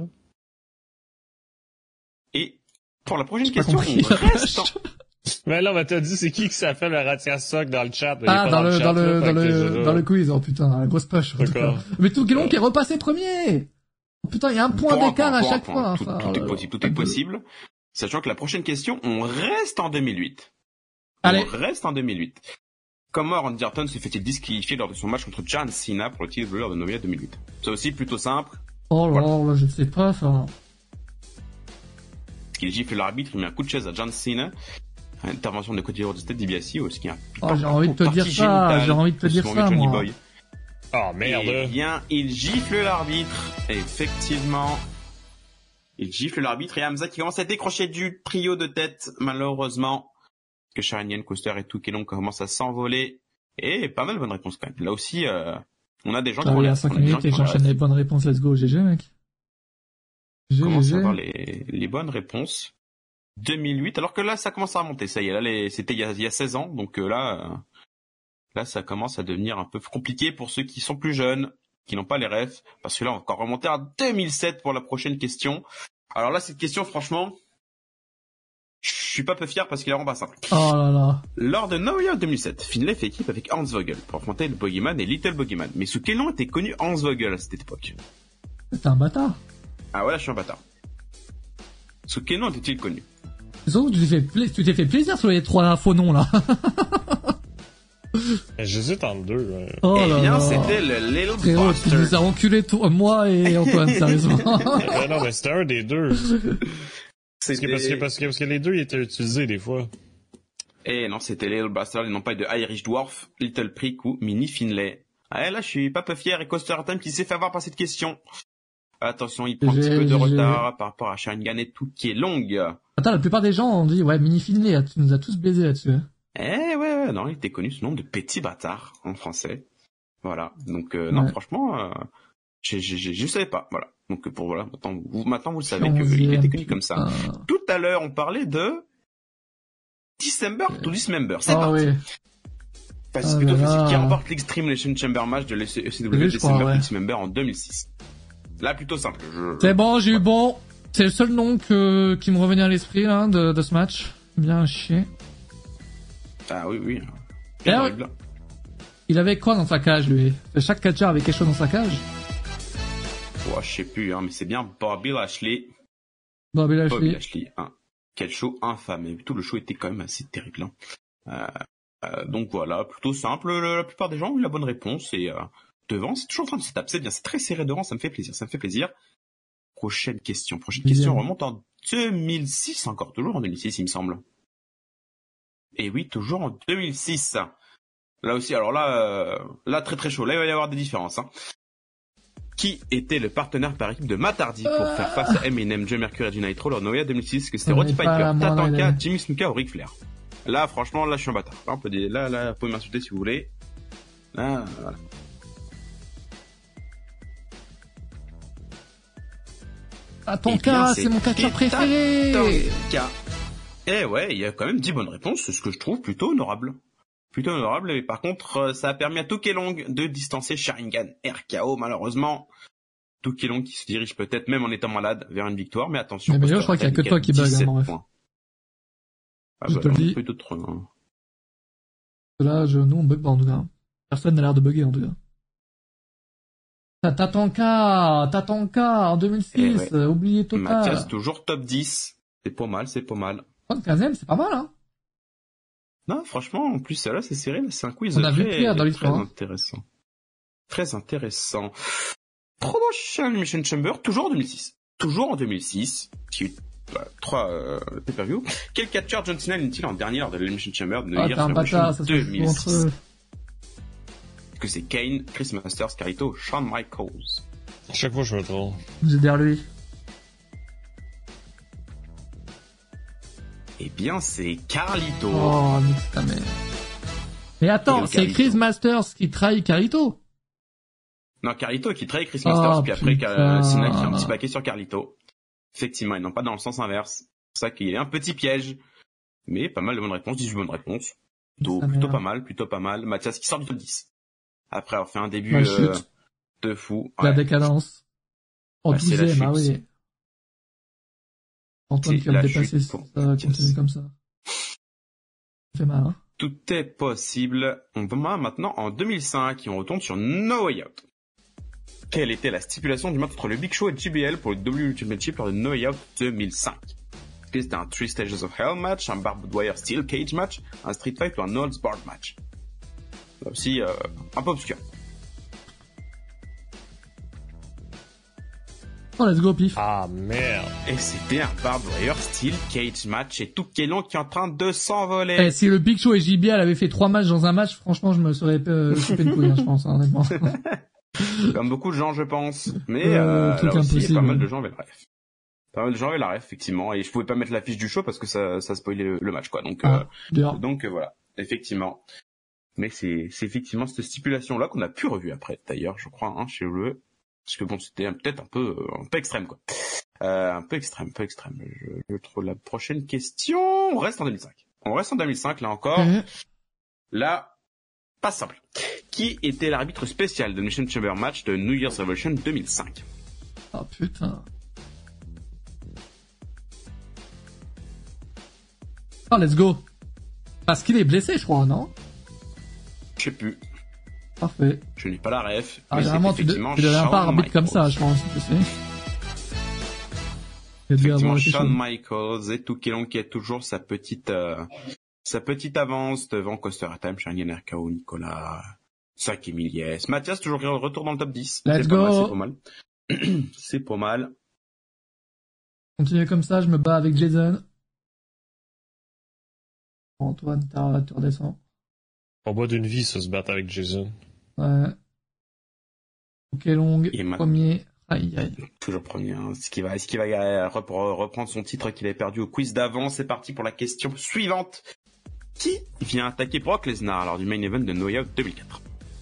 Et pour la prochaine question, on reste en... Mais là, mais t'as dit, c'est qui s'appelle le Ratia Sock dans le chat? Ah, dans le quiz, oh putain, la grosse poche. Mais tout quelqu'un qui est repassé premier! Oh, putain, il y a un point d'écart à chaque fois. Tout est possible. Sachant que la prochaine question, on reste en 2008. Allez. On reste en 2008. Comment Randy Orton se fait-il disqualifier lors de son match contre John Cena pour le titre lors de No Way Out 2008? C'est aussi plutôt simple. Oh là là, je ne sais pas ça. Il gifle l'arbitre, il met un coup de chaise à John Cena. Intervention de côté de Ted DiBiase, ce qui est un j'ai envie de te dire ça, moi. Oh merde. Eh bien, il gifle l'arbitre. Effectivement. Il gifle l'arbitre et Hamza qui commence à décrocher du trio de tête, malheureusement. Que Sharon Coaster et tout Kelong commencent à s'envoler. Et pas mal de bonnes réponses quand même. Là aussi, on a des gens qui il y a 5 minutes et j'enchaîne les bonnes réponses. Let's go, GG, mec. On commence à avoir les bonnes réponses. 2008, alors que là, ça commence à remonter. Ça y est, là, c'était il y a 16 ans. Donc là, ça commence à devenir un peu compliqué pour ceux qui sont plus jeunes, qui n'ont pas les refs. Parce que là, on va encore remonter à 2007 pour la prochaine question. Alors là, cette question, franchement... Je suis pas peu fier parce qu'il est en bas simple. Oh là là. Lors de No Way Out 2007, Finlay fait équipe avec Hans Vogel pour affronter le Boogeyman et Little Boogeyman. Mais sous quel nom était connu Hans Vogel à cette époque? T'es un bâtard. Ah ouais, là, je suis un bâtard. Sous quel nom était-il connu? Sauf que tu t'es fait plaisir sur les 3 faux noms là. J'hésite entre deux. Oh là là. C'était le Little Frérot, Bastard. tu nous as enculé moi et Antoine, sérieusement. Non, mais c'était un des deux. Parce que les deux, ils étaient utilisés des fois. Eh non, c'était Little Bastard, et non pas de Irish Dwarf, Little Prick ou Mini Finlay. Ah, là, je suis pas peu fier et Coaster Time qui s'est fait avoir par cette question. Attention, il prend un petit peu de retard par rapport à Sharingan et tout qui est longue. Attends, la plupart des gens ont dit, ouais, Mini Finlay, tu nous as tous baisé là-dessus. Eh ouais, non, il était connu sous le nom de Petit Bâtard en français. Voilà. Donc, non, franchement, je savais pas. Voilà. Donc, maintenant, vous le savez qu'il était connu comme ça. Tout à l'heure, on parlait de December to Dismember. C'est parti. Oui. Parce que c'est qui remporte l'Extreme Elimination Chamber match de l'ECW December to Dismember en 2006. Là, plutôt simple. C'est bon, j'ai eu bon. C'est le seul nom qui me revenait à l'esprit, là, de ce match. Bien chier. Ah oui. Il avait quoi dans sa cage, lui? Chaque catcheur avait quelque chose dans sa cage? Ouais, je sais plus, hein, mais c'est bien Bobby Lashley. Bobby Lashley, hein. Quel show infâme. Et tout le show était quand même assez terrible. Hein. Donc voilà, plutôt simple. La plupart des gens ont eu la bonne réponse. Et devant, c'est toujours en train de se taper. C'est bien, c'est très serré devant, ça me fait plaisir. Prochaine question, on remonte en 2006, encore toujours en 2006, il me semble. Et oui, toujours en 2006. Là aussi, alors là, très très chaud. Là, il va y avoir des différences. Hein. Qui était le partenaire par équipe de Matt Hardy pour faire face à Eminem, Joe Mercury et du Nitro lors de No Way Out 2006? Que c'était Roddy Piper, Tatanka, Jimmy Snuka ou Ric Flair? Là, franchement, là, je suis un bâtard. Là, vous pouvez m'insulter si vous voulez. Là, voilà. Tatanka, c'est mon catcheur préféré. Tatanka. Eh ouais, il y a quand même 10 bonnes réponses, c'est ce que je trouve plutôt honorable. Plutôt honorable, et par contre, ça a permis à Tokelong de distancer Sharingan RKO, malheureusement. Tokelong qui se dirige peut-être, même en étant malade, vers une victoire, mais attention. Mais je crois qu'il y a que toi qui bug, hein, bref. Ah je bah te le là, dis. on peut d'autres, hein. Là, nous, on bug pas, en tout cas. Personne n'a l'air de bugger, en tout cas. Tatanka, en 2006, ouais. oublié total. Mathias, toujours top 10. C'est pas mal. 15ème, c'est pas mal, hein. Non, franchement, en plus, là, c'est serré, c'est un quiz On a vu très, pire dans très l'histoire. intéressant. Très intéressant. Prochain Elimination Chamber, toujours en 2006. Toujours en 2006. 3 pay-per-view. Quel catcheur John Cena est-il en dernier lors de l'Elimination Chamber de New Year's Revolution 2006? Est-ce que c'est Kane, Chris Masters, Carlito, Shawn Michaels? À chaque fois, je me trompe. J'ai derrière lui. Eh bien, c'est Carlito. Oh, nique ta mère. Mais attends, c'est Carlito. Chris Masters qui trahit Carlito. Non, Carlito qui trahit Chris Masters, puis après putain. Cena qui a un petit paquet sur Carlito. Effectivement, ils n'ont pas dans le sens inverse. C'est pour ça qu'il est un petit piège. Mais pas mal de bonnes réponses, 18 bonnes réponses. Plutôt pas mal. Mathias qui sort du top 10. Après avoir fait un début de fou. La Ouais. décadence. En c'est la 12ème, ah chute. oui. Antoine C'est qui va me la dépasser chute si pour ça Mathias. continue comme ça. Ça fait mal, hein. Tout est possible. On va maintenant en 2005 et on retourne sur No Way Out. Quelle était la stipulation du match entre le Big Show et JBL pour le WWE Championship lors de No Way Out 2005? Est-ce que c'était un 3 Stages of Hell match, un Barbed Wire Steel Cage match, un Street Fight ou un No Holds Barred match? Là aussi, un peu obscur. Oh, let's go, pif. Ah, merde. Et c'était un Barbed Wire Steel Cage match et tout Kelon qui est en train de s'envoler. Si le Big Show et JBL avaient fait 3 matchs dans un match, franchement, je me serais coupé une couille, hein, je pense, hein, honnêtement. Comme beaucoup de gens, je pense. Mais truc là aussi, impossible. pas mal de gens avaient le ref. Pas mal de gens avaient la ref, effectivement. Et je pouvais pas mettre la fiche du show parce que ça spoilait le match, quoi. Donc, voilà, effectivement. Mais c'est effectivement cette stipulation-là qu'on a pu revu après, d'ailleurs, je crois, hein, chez le... Parce que bon, c'était peut-être un peu extrême, quoi. Un peu extrême. Je trouve la prochaine question. On reste en 2005, là encore. Là, pas simple. Qui était l'arbitre spécial de l'Elimination Chamber match de New Year's Revolution 2005? Oh putain. Oh, let's go. Parce qu'il est blessé, je crois, non? Je sais plus. Parfait. Je n'ai pas la ref. Ah, mais généralement, tu deviens pas arbitre comme ça, je pense, tu sais. Effectivement, Shawn Michaels et Tokelong qui a toujours sa petite avance devant Coaster Time, Sharingan RKO, Nicolas, Sak Emiliès. Mathias, toujours retour dans le top 10. Let's go. C'est pas mal. C'est pas mal. Continuez comme ça, je me bats avec Jason. Antoine, tu redescends. Au bout d'une vie, ça se battre avec Jason. Ouais. Ok, long, premier. Aïe, aïe. Toujours premier. Hein. Est-ce qu'il va reprendre son titre qu'il avait perdu au quiz d'avant? C'est parti pour la question suivante. Qui vient attaquer Brock Lesnar lors du main event de No Way Out 2004?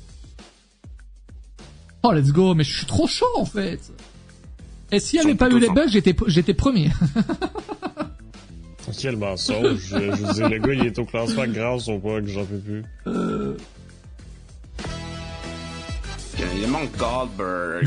Oh, let's go, mais je suis trop chaud, en fait. Et s'il n'y avait pas eu les bugs, j'étais premier. Quel mensonge. Je vous dis, le gars, il est au classement grâce au bug, j'en peux plus. Évidemment, Goldberg,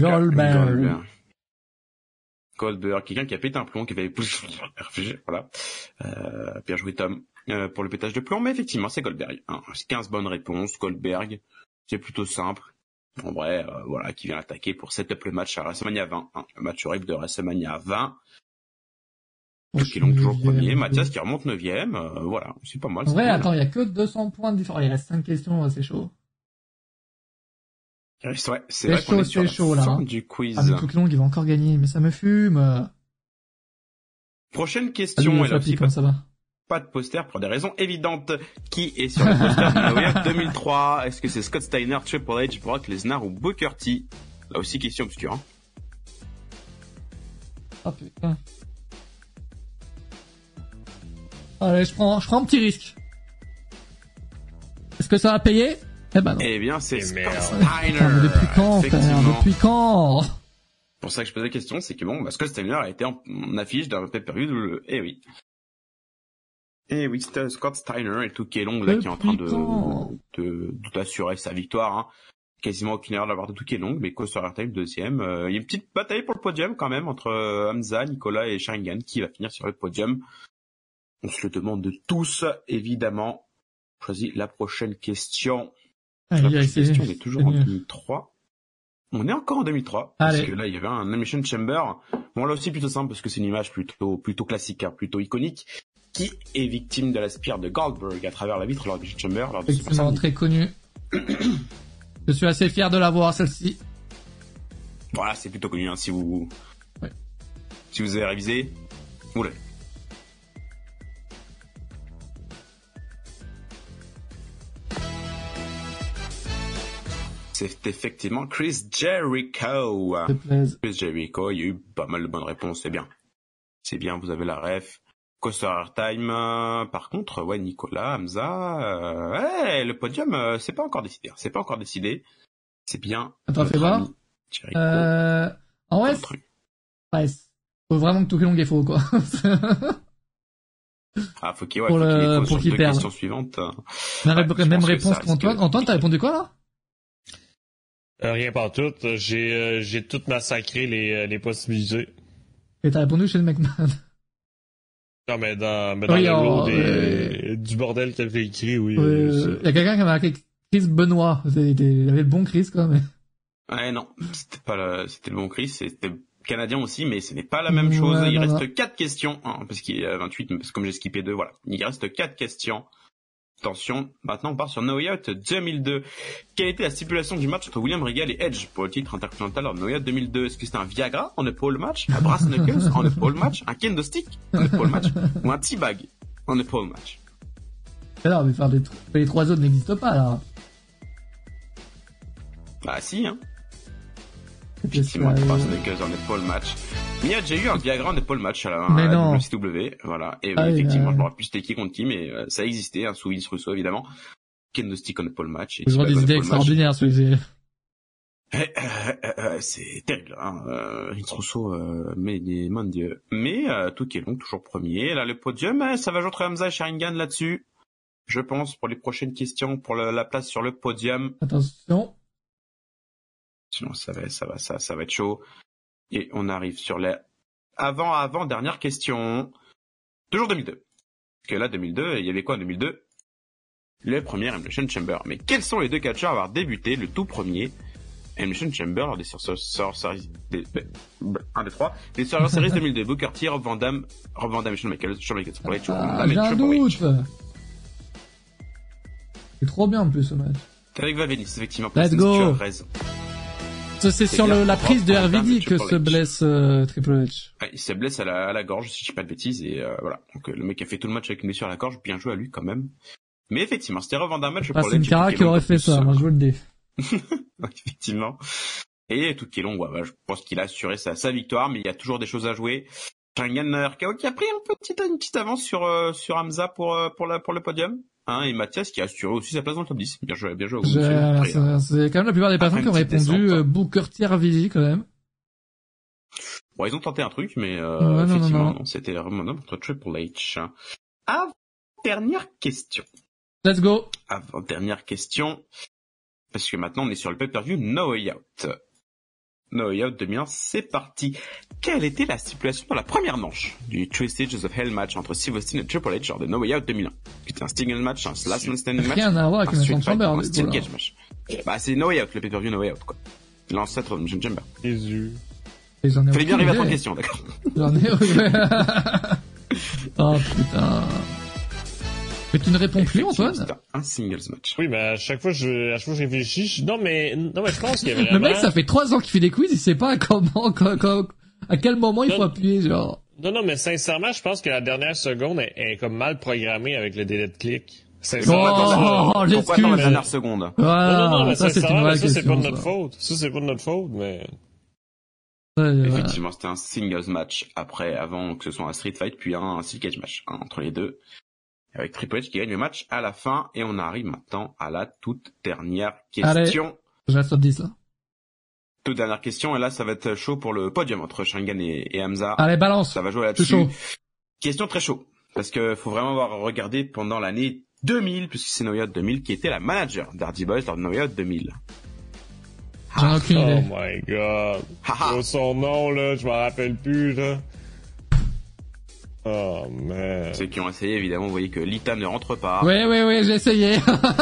quelqu'un qui a pété un plomb, qui avait réfugié, voilà. Bien joué Tom, pour le pétage de plomb, mais effectivement, c'est Goldberg. Hein. 15 bonnes réponses, Goldberg, c'est plutôt simple. En vrai, voilà, qui vient attaquer pour setup le match à WrestleMania 20, hein, le match horrible de WrestleMania 20. Qui l'ont toujours premier, Mathias qui remonte 9ème, voilà, c'est pas mal. En vrai, attends, il y a que 200 points de différence. Il reste 5 questions, c'est chaud. Ouais, c'est vrai qu'on est sur chaud, la là, fin hein. du quiz. Ah, mais Tokelong, il va encore gagner, mais ça me fume. Prochaine question, elle a aussi pas de poster pour des raisons évidentes. Qui est sur le poster de No Way Out 2003? Est-ce que c'est Scott Steiner, Triple H, Brock Lesnar ou Booker T? Là aussi, question obscure. Hein. Oh putain. Allez, je prends un petit risque. Est-ce que ça va payer? Eh ben non. Eh bien, c'est Scott Steiner. Putain, depuis quand, frère? Depuis quand? Pour ça que je pose la question, c'est que bon, Scott Steiner a été en affiche d'un pay-per-view, eh oui. Et oui, c'était Scott Steiner et tout qui est long là qui est en train d'assurer sa victoire. Hein. Quasiment aucune erreur de la part de tout qui est long, mais Coaster Airtime deuxième. Il y a une petite bataille pour le podium quand même entre Hamza, Nicolas et Sharingan qui va finir sur le podium. On se le demande de tous, évidemment. Choisis la prochaine question. La prochaine question, on est toujours en 2003. On est encore en 2003. Parce que là, il y avait un Elimination Chamber. Bon, là aussi, plutôt simple, parce que c'est une image plutôt classique, hein, plutôt iconique, qui est victime de la spire de Goldberg à travers la vitre lors du Chamber. Effectivement, très connu. Je suis assez fier de l'avoir, celle-ci. Voilà, c'est plutôt connu, hein, si vous avez révisé, vous l'avez. C'est effectivement Chris Jericho. Chris Jericho, il y a eu pas mal de bonnes réponses, c'est bien. C'est bien, vous avez la ref. Coaster Airtime, par contre, ouais, Nicolas, Hamza, le podium, c'est pas encore décidé. C'est pas encore décidé. C'est bien. Attends, fais voir. En vrai, faut vraiment que Toukelong est faux, quoi. Faut qu'il ait pour qu'il perde. Question suivante. Même réponse qu'Antoine. Antoine, t'as répondu quoi, là? Rien pas tout. J'ai tout massacré les possibilités. Et t'as répondu chez le McMahon. Non, mais dans le lot du bordel qu'elle fait écrit, oui. Il y a quelqu'un qui a marqué Chris Benoît. Il avait le bon Chris, quand même. Ouais, non. C'était le bon Chris. C'était canadien aussi, mais ce n'est pas la même chose. Il reste 4 questions, hein, parce qu'il y a 28, parce que comme j'ai skippé 2, voilà. Il reste 4 questions. Attention, maintenant on part sur No Way Out 2002. Quelle était la stipulation du match entre William Regal et Edge pour le titre intercontinental en No Way Out 2002? Est-ce que c'était un Viagra en pole match, un Brass Knuckles en pole match, un Kendo Stick en pole match, ou un T-Bag en pole match? Alors, mais les 3 autres n'existent pas, là. Bah si, hein. Effectivement, le Brass Knuckles en pole match. Mais il y a déjà eu un Viagra en pole match à la WCW, voilà. Et effectivement, je me rappelle plus c'était qui contre qui, mais ça existait, sous Vince Russo, évidemment. Kendo Stick en pole match. Ils ont des idées extraordinaires, celui-ci. C'est terrible, hein. Vince Russo, mais mon Dieu. Mais tout qui est long, toujours premier. Là, le podium, ça va jouer entre Hamza et Sharingan là-dessus. Je pense, pour les prochaines questions, pour la place sur le podium. Attention. Sinon, ça va être chaud. Et on arrive sur les avant dernière question. Toujours 2002. Parce que là, 2002, il y avait quoi en 2002? Le premier Elimination Chamber. Mais quels sont les deux catcheurs à avoir débuté le tout premier Elimination Chamber lors des Survivor Series des Survivor Series 2002? Booker T, Rob Van Dam, Shawn Michaels, Triple H, j'ai un doute. C'est trop bien en plus ce match. Avec Vavenis, effectivement. Let's go. Tu as raison. C'est sur la prise de RVD que se blesse Triple H. Ouais, il se blesse à la gorge, si je dis pas de bêtises, et voilà. Donc le mec a fait tout le match avec une blessure à la gorge, bien joué à lui quand même. Mais effectivement, c'était Rob Van Dam match pour c'est une Cara qui aurait fait ça, moi je vous le dis. Effectivement. Et tout qui est long, je pense qu'il a assuré sa victoire, mais il y a toujours des choses à jouer. Sharingan RKO qui a pris une petite avance sur Hamza pour le podium. Hein, et Mathias qui a assuré aussi sa place dans le top 10. Bien joué. C'est quand même la plupart des personnes qui ont répondu Booker T, RVD quand même. Bon, ils ont tenté un truc, mais effectivement, non, c'était vraiment contre Triple H. Avant-dernière question. Let's go. Avant-dernière question. Parce que maintenant, on est sur le pay-per-view No Way Out. No Way Out 2001, c'est parti. Quelle était la stipulation dans la première manche du Three Stages of Hell match entre Steve Austin et Triple H lors de No Way Out 2001? C'était un single match, un last man standing match, rien à voir avec un Chamber, un steel cage match. C'est No Way Out, le pay-per-view No Way Out, quoi. L'ancêtre de Elimination Chamber. Jésus. Fallait bien arriver à 30 questions, d'accord. J'en ai oh putain. Mais tu ne réponds plus, Antoine? C'était un singles match. Oui, mais à chaque fois je réfléchis, non mais je pense qu'il y a vraiment... Le mec, ça fait 3 ans qu'il fait des quiz, il sait pas à quel moment il faut appuyer, genre. Non, mais sincèrement, je pense que la dernière seconde est comme mal programmée avec le délai de clic. Sincèrement. Pourquoi attendre la dernière seconde? Non, mais ça c'est une vraie question. Ça, c'est pas de notre faute. Ça, c'est pas de notre faute, mais... Effectivement, c'était un singles match avant que ce soit un street fight, puis un steel cage match, entre les deux. Avec Triple H qui gagne le match à la fin, et on arrive maintenant à la toute dernière question. Allez, je reste sur 10, là. Toute dernière question, et là, ça va être chaud pour le podium entre Sharingan et Hamza. Allez, balance. Ça va jouer là-dessus. Chaud. Question très chaud. Parce que faut vraiment avoir regardé pendant l'année 2000, puisque c'est No Way Out 2000 qui était la manager d'Hardy Boys lors de No Way Out 2000. J'en ai aucune idée. Oh my god. Son nom, là, je m'en rappelle plus, là. Oh, man. Ceux qui ont essayé, évidemment, vous voyez que Lita ne rentre pas. Oui, j'ai essayé.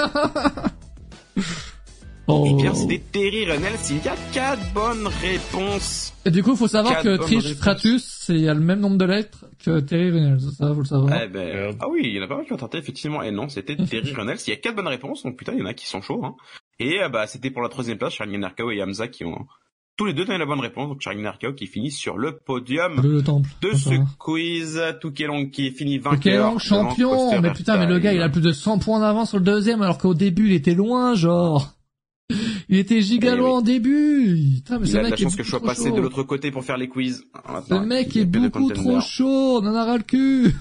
Et bien, c'était Terry Runnels. Il y a 4 bonnes réponses. Et du coup, faut savoir que Trish Stratus, il y a le même nombre de lettres que Terry Runnels. Ça, faut le savoir. Ah oui, il y en a pas mal qui ont tenté, effectivement. Et non, c'était Terry Runnels. Il y a 4 bonnes réponses. Donc, putain, il y en a qui sont chauds, hein. Et, c'était pour la 3e place, Charlie Arcao et Hamza qui ont tous les deux donné la bonne réponse. Donc, Charlie Arcao qui finit sur le podium de ce quiz. Toukelong qui finit vainqueur. Toukelong champion. Mais putain, mais le gars, il a plus de 100 points d'avance sur le deuxième, alors qu'au début, il était loin, genre. Il était giga loin au début. Putain, mais il a de la chance que je sois passé de l'autre côté pour faire les quiz. Ce mec est beaucoup trop chaud, on en a ras le cul.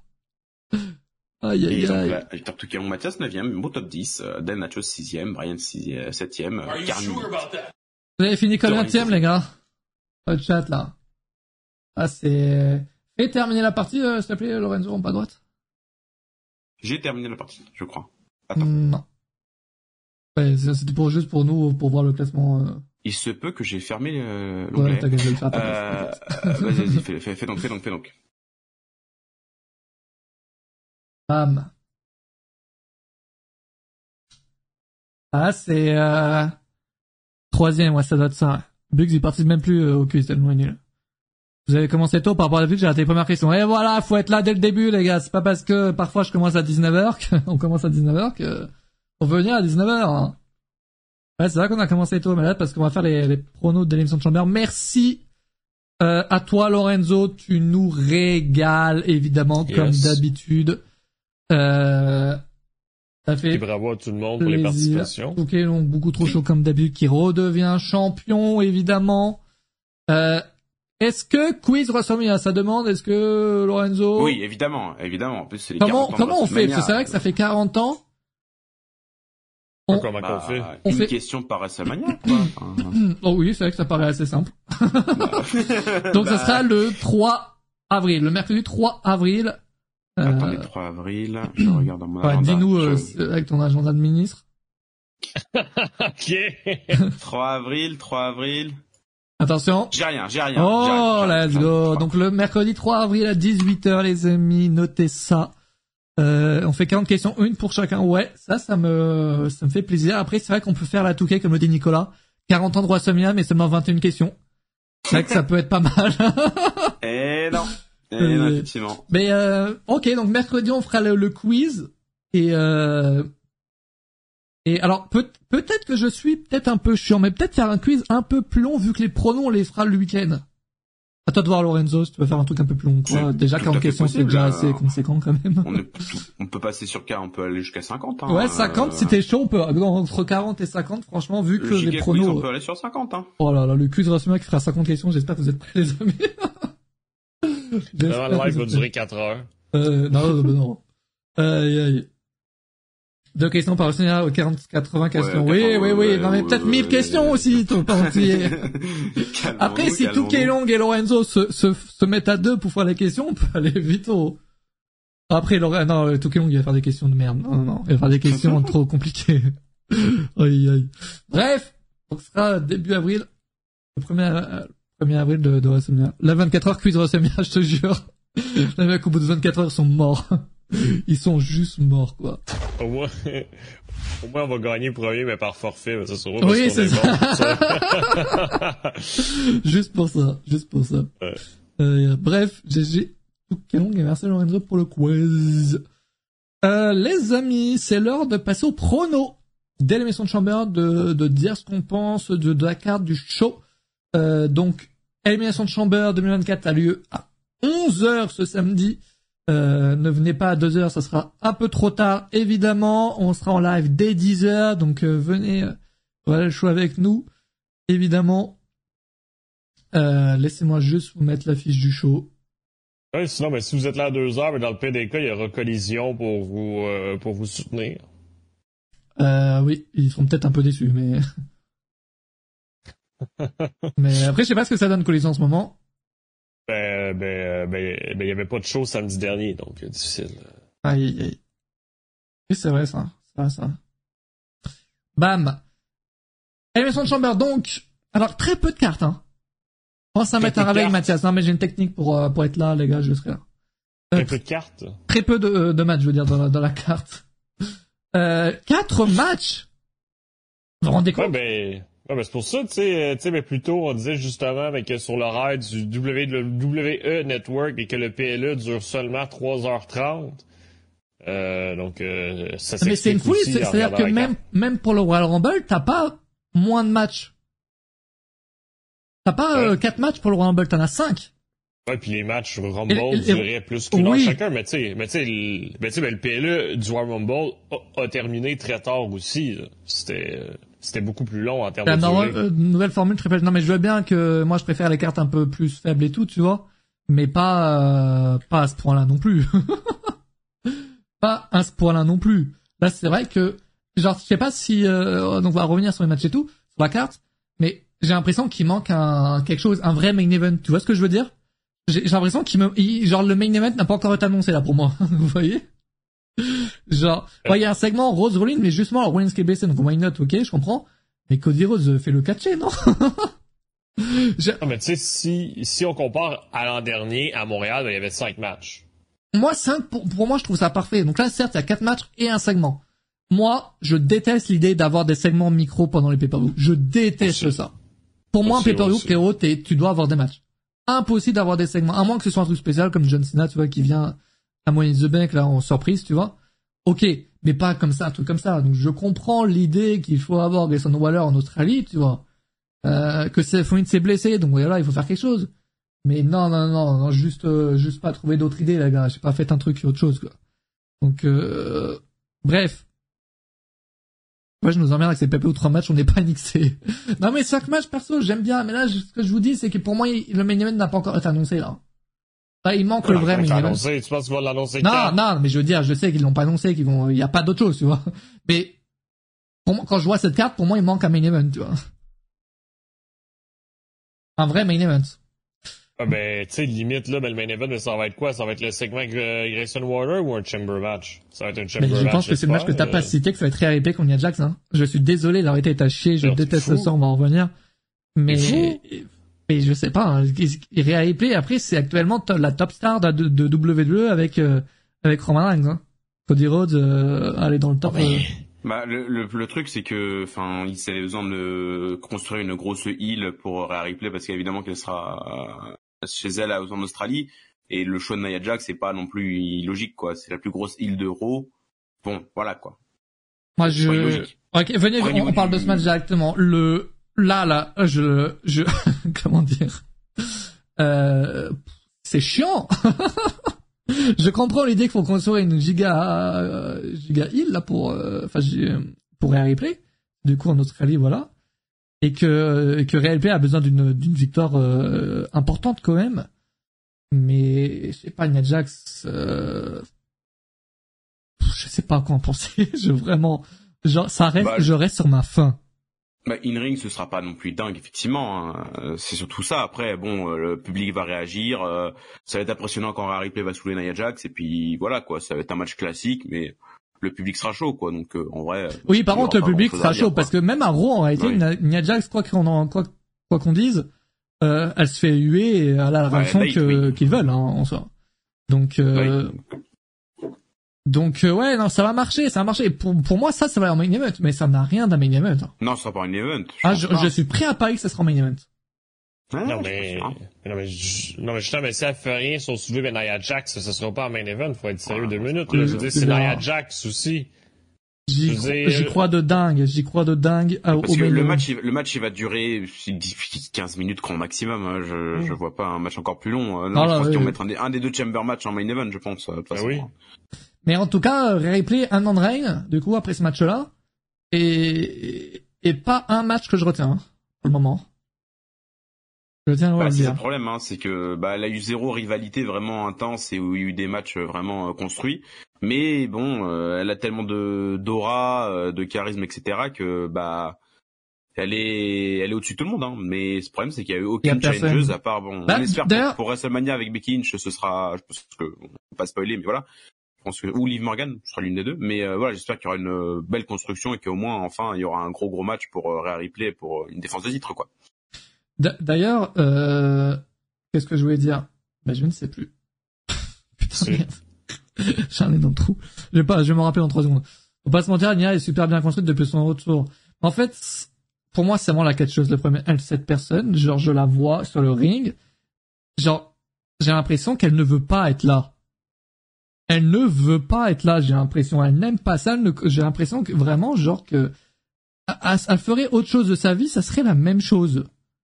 Aïe, aïe, aïe. Victor Toukelong, Mathias 9e, beau top 10, Dan Nachos 6e, Brian 7e, Carmi. Vous avez fini combien de les gars? Pas de chat, là. Ah, c'est... Et terminer la partie, s'il te plaît, Lorenzo, en bas à droite? J'ai terminé la partie, je crois. Attends. Non. Ouais, c'était juste pour nous, pour voir le classement. Il se peut que j'ai fermé l'onglet. Ouais, t'as gagné le faire. Vas-y, fais donc. Bam. Ah, c'est 3e, ouais, ça doit être ça. Bugs, il participe même plus au quiz, tellement nul. Vous avez commencé tôt par rapport à l'habitude, j'ai raté les premières questions. Et voilà, faut être là dès le début, les gars. C'est pas parce que parfois je commence à 19h qu'on commence à 19h que on veut venir à 19h, hein. Ouais, c'est vrai qu'on a commencé tôt, mais là, parce qu'on va faire les pronos de l'émission de Chamber. Merci, à toi, Lorenzo. Tu nous régales, évidemment, comme d'habitude. Ça fait et bravo à tout le monde pour les participations. Ok, donc beaucoup trop chaud comme d'habitude, qui redevient champion, évidemment. Est-ce que quiz WrestleMania, ça demande, est-ce que Lorenzo? Oui, évidemment. En plus, c'est les comment on fait? Parce que c'est vrai que ça fait 40 ans. Comment on fait? Une question par WrestleMania, quoi. Oh oui, c'est vrai que ça paraît assez simple. Donc ça sera le 3 avril, le mercredi 3 avril. Attendez, 3 avril, je regarde dans mon agenda. Dis-nous avec ton agenda de ministre. Ok. 3 avril. Attention. J'ai rien. Oh, let's go. Donc le mercredi 3 avril à 18h, les amis, notez ça. On fait 40 questions, une pour chacun. Ouais, ça me fait plaisir. Après, c'est vrai qu'on peut faire la touquet, comme le dit Nicolas. 40 ans de WrestleMania, mais seulement 21 questions. C'est vrai que ça peut être pas mal. Eh non, effectivement. Mais ok, donc mercredi on fera le quiz et alors peut-être que je suis peut-être un peu chiant, mais peut-être faire un quiz un peu plus long vu que les pronoms on les fera le week-end. À toi de voir, Lorenzo, si tu veux faire un truc un peu plus long, quoi. Déjà 40 questions c'est déjà assez conséquent quand même. On peut passer sur 40, on peut aller jusqu'à 50. Hein. Ouais, 50 si t'es chaud, on peut entre 40 et 50 franchement vu que les pronos. On peut aller sur 50 hein. Oh là là, le quiz WrestleMania qui fera 50 questions, j'espère que vous êtes prêts les amis. Le live va durer 4 heures. Non. Aïe. 2 questions par WrestleMania, 80 questions. Ouais, oui. Non, mais peut-être 1000 questions aussi, ton entier. Après, si Toukelong et Lorenzo se mettent à 2 pour faire les questions, on peut aller vite Après, Toukelong, il va faire des questions de merde. Non. Il va faire des questions trop compliquées. Aïe. Bref. Donc, ce sera début avril. Le 1er avril de WrestleMania. La 24 heures quiz WrestleMania, je te jure. Les mecs, au bout de 24 heures, ils sont morts. Ils sont juste morts, quoi. Au moins, on va gagner premier, mais par forfait, ça sera oui, c'est ça. Juste pour ça. Ouais. Bref, GG. Toukelong et merci Lorenzo pour le quiz. Les amis, c'est l'heure de passer au prono. Dès l'émission de Chamber, de dire ce qu'on pense de la carte du show. Donc, élimination de Chamber 2024 a lieu à 11h ce samedi. Ne venez pas à 2h, ça sera un peu trop tard, évidemment. On sera en live dès 10h, donc venez voilà le show avec nous, évidemment. Laissez-moi juste vous mettre la fiche du show. Ouais, sinon, mais si vous êtes là à 2h, mais dans le PDK, il y aura collision pour vous soutenir. Oui, ils seront peut-être un peu déçus, mais... mais après, je sais pas ce que ça donne collision en ce moment. Il y avait pas de show samedi dernier, donc difficile. Aïe. Oui, c'est vrai, ça. Bam. Elimination Chamber, donc. Alors, très peu de cartes, hein. Pense à mettre un réveil, Mathias. Non, mais j'ai une technique pour être là, les gars, je serai là. Très peu de cartes? Très peu de matchs, je veux dire, dans la carte. 4 matchs? Vous vous rendez compte? Ouais, c'est pour ça, tu sais, mais plus tôt, on disait justement, avec sur l'horaire du WWE Network et que le PLE dure seulement 3h30. Ça mais c'est une folie, c'est-à-dire que même pour le Royal Rumble, t'as pas moins de matchs. T'as pas 4 matchs pour le Royal Rumble, t'en as 5. Ouais, puis les matchs Rumble duraient plus qu'une heure chacun, mais tu sais, le PLE du Royal Rumble a terminé très tard aussi, là. C'était beaucoup plus long en termes de durée. Nouvelle formule triple. Non, mais je veux bien que moi je préfère les cartes un peu plus faibles et tout, tu vois, mais pas à ce point-là non plus. Pas à ce point-là non plus. Là, c'est vrai que genre je sais pas si donc on va revenir sur les matchs et tout, sur la carte, mais j'ai l'impression qu'il manque quelque chose, un vrai main event. Tu vois ce que je veux dire? J'ai l'impression genre le main event n'a pas encore été annoncé là pour moi. Vous voyez? Genre, il y a un segment Rose Rollins, mais justement, Rollins qui est blessé, donc why not, ok, je comprends. Mais Cody Rhodes fait le catcher, non? Non, mais tu sais, si on compare à l'an dernier, à Montréal, il y avait 5 matchs. Moi, 5, pour moi, je trouve ça parfait. Donc là, certes, il y a 4 matchs et un segment. Moi, je déteste l'idée d'avoir des segments micro pendant les pay-per-view. Je déteste ça. Pour moi, un pay-per-view, frérot, tu dois avoir des matchs. Impossible d'avoir des segments. À moins que ce soit un truc spécial comme John Cena, tu vois, qui vient à Money in the Bank, là, en surprise, tu vois. Ok, mais pas comme ça, un truc comme ça. Donc je comprends l'idée qu'il faut avoir Grayson Waller en Australie, tu vois. Que Rollins s'est blessé, donc voilà, il faut faire quelque chose. Mais non, juste pas trouver d'autres idées, les gars. J'ai pas fait un truc autre chose, quoi. Donc, bref. Moi, je nous emmerde avec ces PP ou 3 matchs, on n'est pas nixé. Non, mais 5 matchs, perso, j'aime bien. Mais là, ce que je vous dis, c'est que pour moi, le main event n'a pas encore été annoncé, là. Là, il manque le vrai main event. Tu penses qu'ils vont l'annoncer? Non, mais je veux dire, je sais qu'ils l'ont pas annoncé, il y a pas d'autre chose, tu vois. Mais, pour moi, quand je vois cette carte, pour moi, il manque un main event, tu vois. Un vrai main event. Ah ben, tu sais, limite, là, le main event, ça va être quoi? Ça va être le segment Grayson Waller ou un Chamber match? Ça va être un Chamber match. Mais je pense que c'est le match que t'as pas cité, que ça va être Rhea Ripley contre Nia Jax, hein. Je suis désolé, la réalité est à chier, je déteste ça, on va en revenir. Mais je sais pas, hein. Rhea Ripley, après, c'est actuellement la top star de WWE avec Roman Reigns, hein. Cody Rhodes, elle est dans le top. Bah, le truc, c'est que, ils avaient besoin de construire une grosse île pour Rhea Ripley parce qu'évidemment qu'elle sera chez elle en Australie, et le show de Nia Jax, c'est pas non plus illogique, quoi. C'est la plus grosse île d'Euro. Bon, voilà, quoi. Moi, ok, venez, on parle de ce match directement. Là, comment dire? C'est chiant. Je comprends l'idée qu'il faut construire une giga île, là, pour Rhea Ripley. Du coup, en Australie, voilà. Et que Rhea Ripley a besoin d'une victoire importante quand même, mais je sais pas, Nia Jax, je sais pas quoi en penser. Je reste sur ma faim. Bah, in-ring, ce sera pas non plus dingue, effectivement, hein. C'est surtout ça. Après, bon, le public va réagir, ça va être impressionnant quand Rhea Ripley va saouler Nia Jax, et puis voilà, quoi, ça va être un match classique, mais le public sera chaud, quoi. Donc, en vrai. Oui, par contre, le public sera chaud, parce que même à Raw, en réalité, Nia Jax, quoi qu'on dise, elle se fait huer et elle a la réaction qu'ils veulent, hein, en soi. Donc, ouais, non, ça va marcher. Pour moi, ça va être un main event, mais ça n'a rien d'un main event. Hein. Non, ça sera pas un event. Je suis prêt à parier que ça sera un main event. Non, mais justement, mais si elle fait rien sur soulever Nia Jax, ce sera pas un main event. Faut être sérieux 2 minutes, là. Je veux dire, c'est Nia Jax aussi. J'y crois de dingue. Parce que le match, il va durer 15 minutes grand maximum, hein. Je vois pas un match encore plus long. Non, je pense qu'ils vont mettre un des 2 chamber match en main event, je pense, de toute façon. Oui. Mais en tout cas, Rhea Ripley, un an de règne, du coup, après ce match-là, et pas un match que je retiens, hein, pour le moment. Je tiens à le dire. C'est le problème, hein, c'est que, elle a eu 0 rivalité vraiment intense et où il y a eu des matchs vraiment construits. Mais bon, elle a tellement d'aura, de charisme, etc., que, elle est au-dessus de tout le monde, hein. Mais le problème, c'est qu'il y a eu aucune challengeuse à part, bon, on espère pour WrestleMania avec Becky Lynch, ce sera, je pense que, on peut pas spoiler, mais voilà. Je pense que, ou Liv Morgan, ce sera l'une des deux. Mais, voilà, j'espère qu'il y aura une belle construction et qu'au moins, enfin, il y aura un gros match pour Rhea Ripley pour une défense de titre, quoi. D'ailleurs, qu'est-ce que je voulais dire? Je ne sais plus. Putain, merde. J'en ai dans le trou. Je vais me rappeler en 3 secondes. Faut pas se mentir, Nia est super bien construite depuis son retour. En fait, pour moi, c'est vraiment la catcheuse, le premier, cette personne. Genre, je la vois sur le ring. Genre, j'ai l'impression qu'elle ne veut pas être là. Elle ne veut pas être là, j'ai l'impression. Elle n'aime pas ça. J'ai l'impression que vraiment, genre que, elle ferait autre chose de sa vie, ça serait la même chose.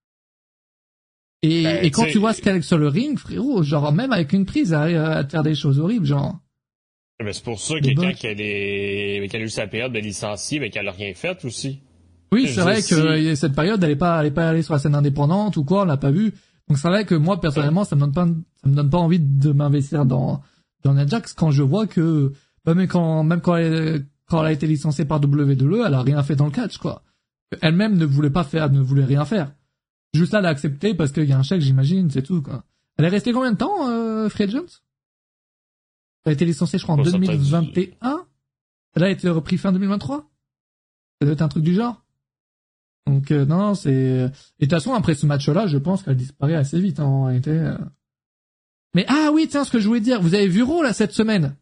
Et quand tu vois ce qu'elle est sur le ring, frérot, genre, même avec une prise, elle arrive à te faire des choses horribles, genre. Mais c'est pour ça que quand qu'elle a eu sa période de licencié, mais qu'elle a rien fait aussi. Oui, c'est vrai que cette période, elle est pas allée sur la scène indépendante ou quoi, on l'a pas vu. Donc c'est vrai que moi, personnellement, ça me donne pas envie de m'investir dans Nia Jax quand je vois que, même quand elle a été licenciée par WWE, elle a rien fait dans le catch, quoi. Elle-même ne voulait rien faire. Juste là, elle a accepté parce qu'il y a un chèque, j'imagine, c'est tout, quoi. Elle est restée combien de temps, Free Agent? Elle a été licenciée, je crois, en 2021. Elle a été reprise fin 2023. Ça doit être un truc du genre. Donc, non, c'est... Et de toute façon, après ce match-là, je pense qu'elle disparaît assez vite, hein, en réalité. Mais, ah oui, tiens, ce que je voulais dire. Vous avez vu Raw, là, cette semaine?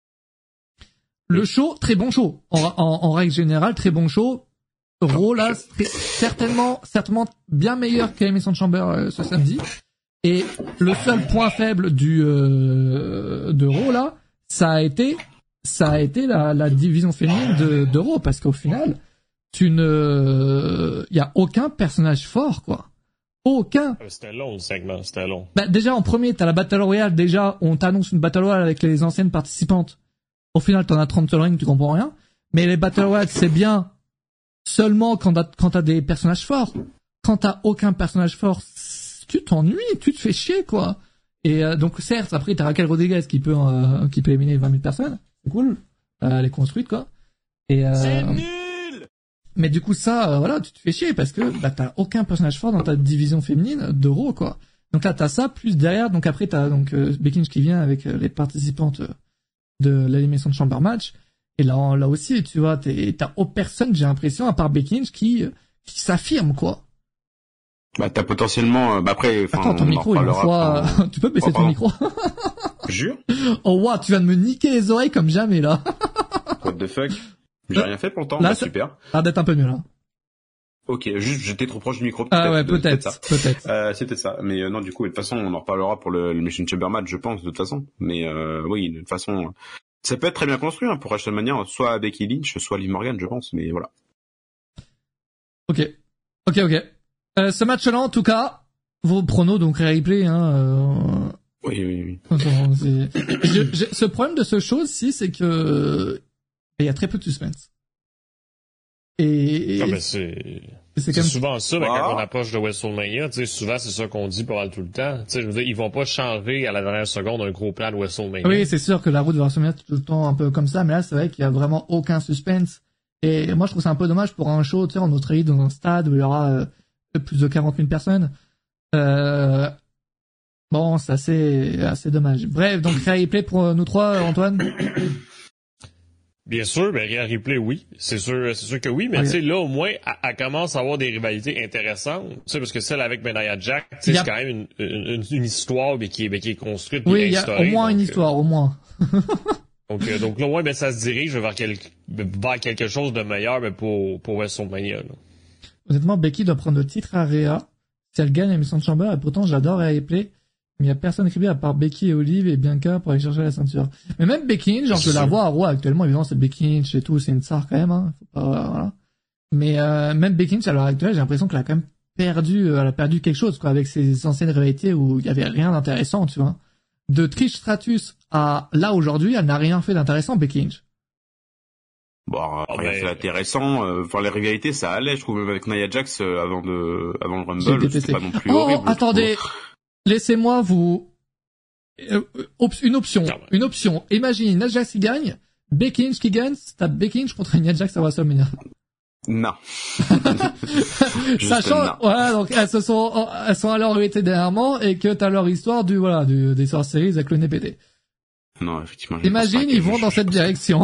Le show, très bon show. En règle générale, très bon show. Raw, là, certainement bien meilleur que l'émission de Chamber ce samedi. Et le seul point faible de Raw, là, ça a été la division féminine de Raw, parce qu'au final, y a aucun personnage fort, quoi. Aucun. C'était long, le segment, c'était long. Déjà, en premier, t'as la Battle Royale. Déjà, on t'annonce une Battle Royale avec les anciennes participantes. Au final, t'en as 30 sur le ring, tu comprends rien. Mais les Battle Royale, c'est bien seulement quand t'as des personnages forts. Quand t'as aucun personnage fort, tu t'ennuies, tu te fais chier, quoi. Et donc, certes, après, t'as Raquel Rodriguez qui peut éliminer 20 000 personnes. C'est cool. Elle est construite, quoi. Et c'est nul! Mais du coup, ça, voilà, tu te fais chier parce que t'as aucun personnage fort dans ta division féminine de Raw, quoi. Donc là, t'as ça, plus derrière, donc après, t'as donc Becky Lynch qui vient avec les participantes de l'élimination de Chamber Match. Et là aussi, tu vois, t'as aucune personne, j'ai l'impression, à part Becky Lynch, qui s'affirme, quoi. T'as potentiellement, après, attends, ton micro, tu peux baisser ton micro? Jure? Oh, wow, tu viens de me niquer les oreilles comme jamais, là. What the fuck? J'ai rien fait pour le temps, là, super. Ah, d'être un peu mieux, là. Ok, juste, j'étais trop proche du micro. Ah ouais, peut-être. C'était ça. Mais non, du coup, de toute façon, on en reparlera pour le Mission Chamber match, je pense, de toute façon. Mais oui, de toute façon, ça peut être très bien construit, hein, pour WrestleMania, soit Becky Lynch, soit Liv Morgan, je pense, mais voilà. Ok. Ce match-là, en tout cas, vos pronos, donc replay, hein. Oui. Attends, ce problème de ce show aussi, c'est que il y a très peu de suspense. Et c'est souvent ça, quand on approche de WrestleMania, tu sais, souvent c'est ça qu'on dit pas mal tout le temps. Tu sais, je veux dire, ils vont pas changer à la dernière seconde un gros plan de WrestleMania. Oui, c'est sûr que la route de WrestleMania est tout le temps un peu comme ça, mais là c'est vrai qu'il y a vraiment aucun suspense. Et moi je trouve ça un peu dommage pour un show, tu sais, en Australie, dans un stade où il y aura plus de 40 000 personnes. Bon, c'est assez dommage. Bref, donc replay pour nous trois, Antoine. Bien sûr, Rhea Ripley, oui. C'est sûr que oui, mais tu sais, là, au moins, elle commence à avoir des rivalités intéressantes. Tu sais, parce que celle avec Nia Jax, c'est quand même une histoire, mais qui est construite. Oui, il y a au moins une histoire, au moins. donc là, au moins, ça se dirige vers quelque chose de meilleur, mais pour WrestleMania, là. Honnêtement, Becky doit prendre le titre à Rhea. Si elle gagne la mission de Chamber, et pourtant, j'adore Rhea Ripley. Mais il y a personne qui à part Becky et Olive et Bianca pour aller chercher la ceinture. Mais même Becky Lynch, genre, je la vois à Raw actuellement, évidemment, c'est Becky Lynch et tout, c'est une star quand même, hein. Faut pas, voilà. Mais, même Becky Lynch, à l'heure actuelle, j'ai l'impression qu'elle a quand même elle a perdu quelque chose, quoi, avec ses anciennes rivalités où il y avait rien d'intéressant, tu vois. De Trish Stratus à là, aujourd'hui, elle n'a rien fait d'intéressant, Becky Lynch. Bon, rien fait intéressant. Les rivalités, ça allait, je trouve, même avec Nia Jax, avant le Rumble, c'était pas non plus horrible. Oh, attendez. Laissez-moi une option. Imagine Nia Jax qui gagne, Becky Lynch qui gagne, t'as Becky Lynch contre Nia Jax à WrestleMania. Non. Sachant, non. voilà, donc elles sont à leur vérité dernièrement et que t'as leur histoire des sorceries avec le nez pété. Non, effectivement. Imagine, ils vont dans cette direction.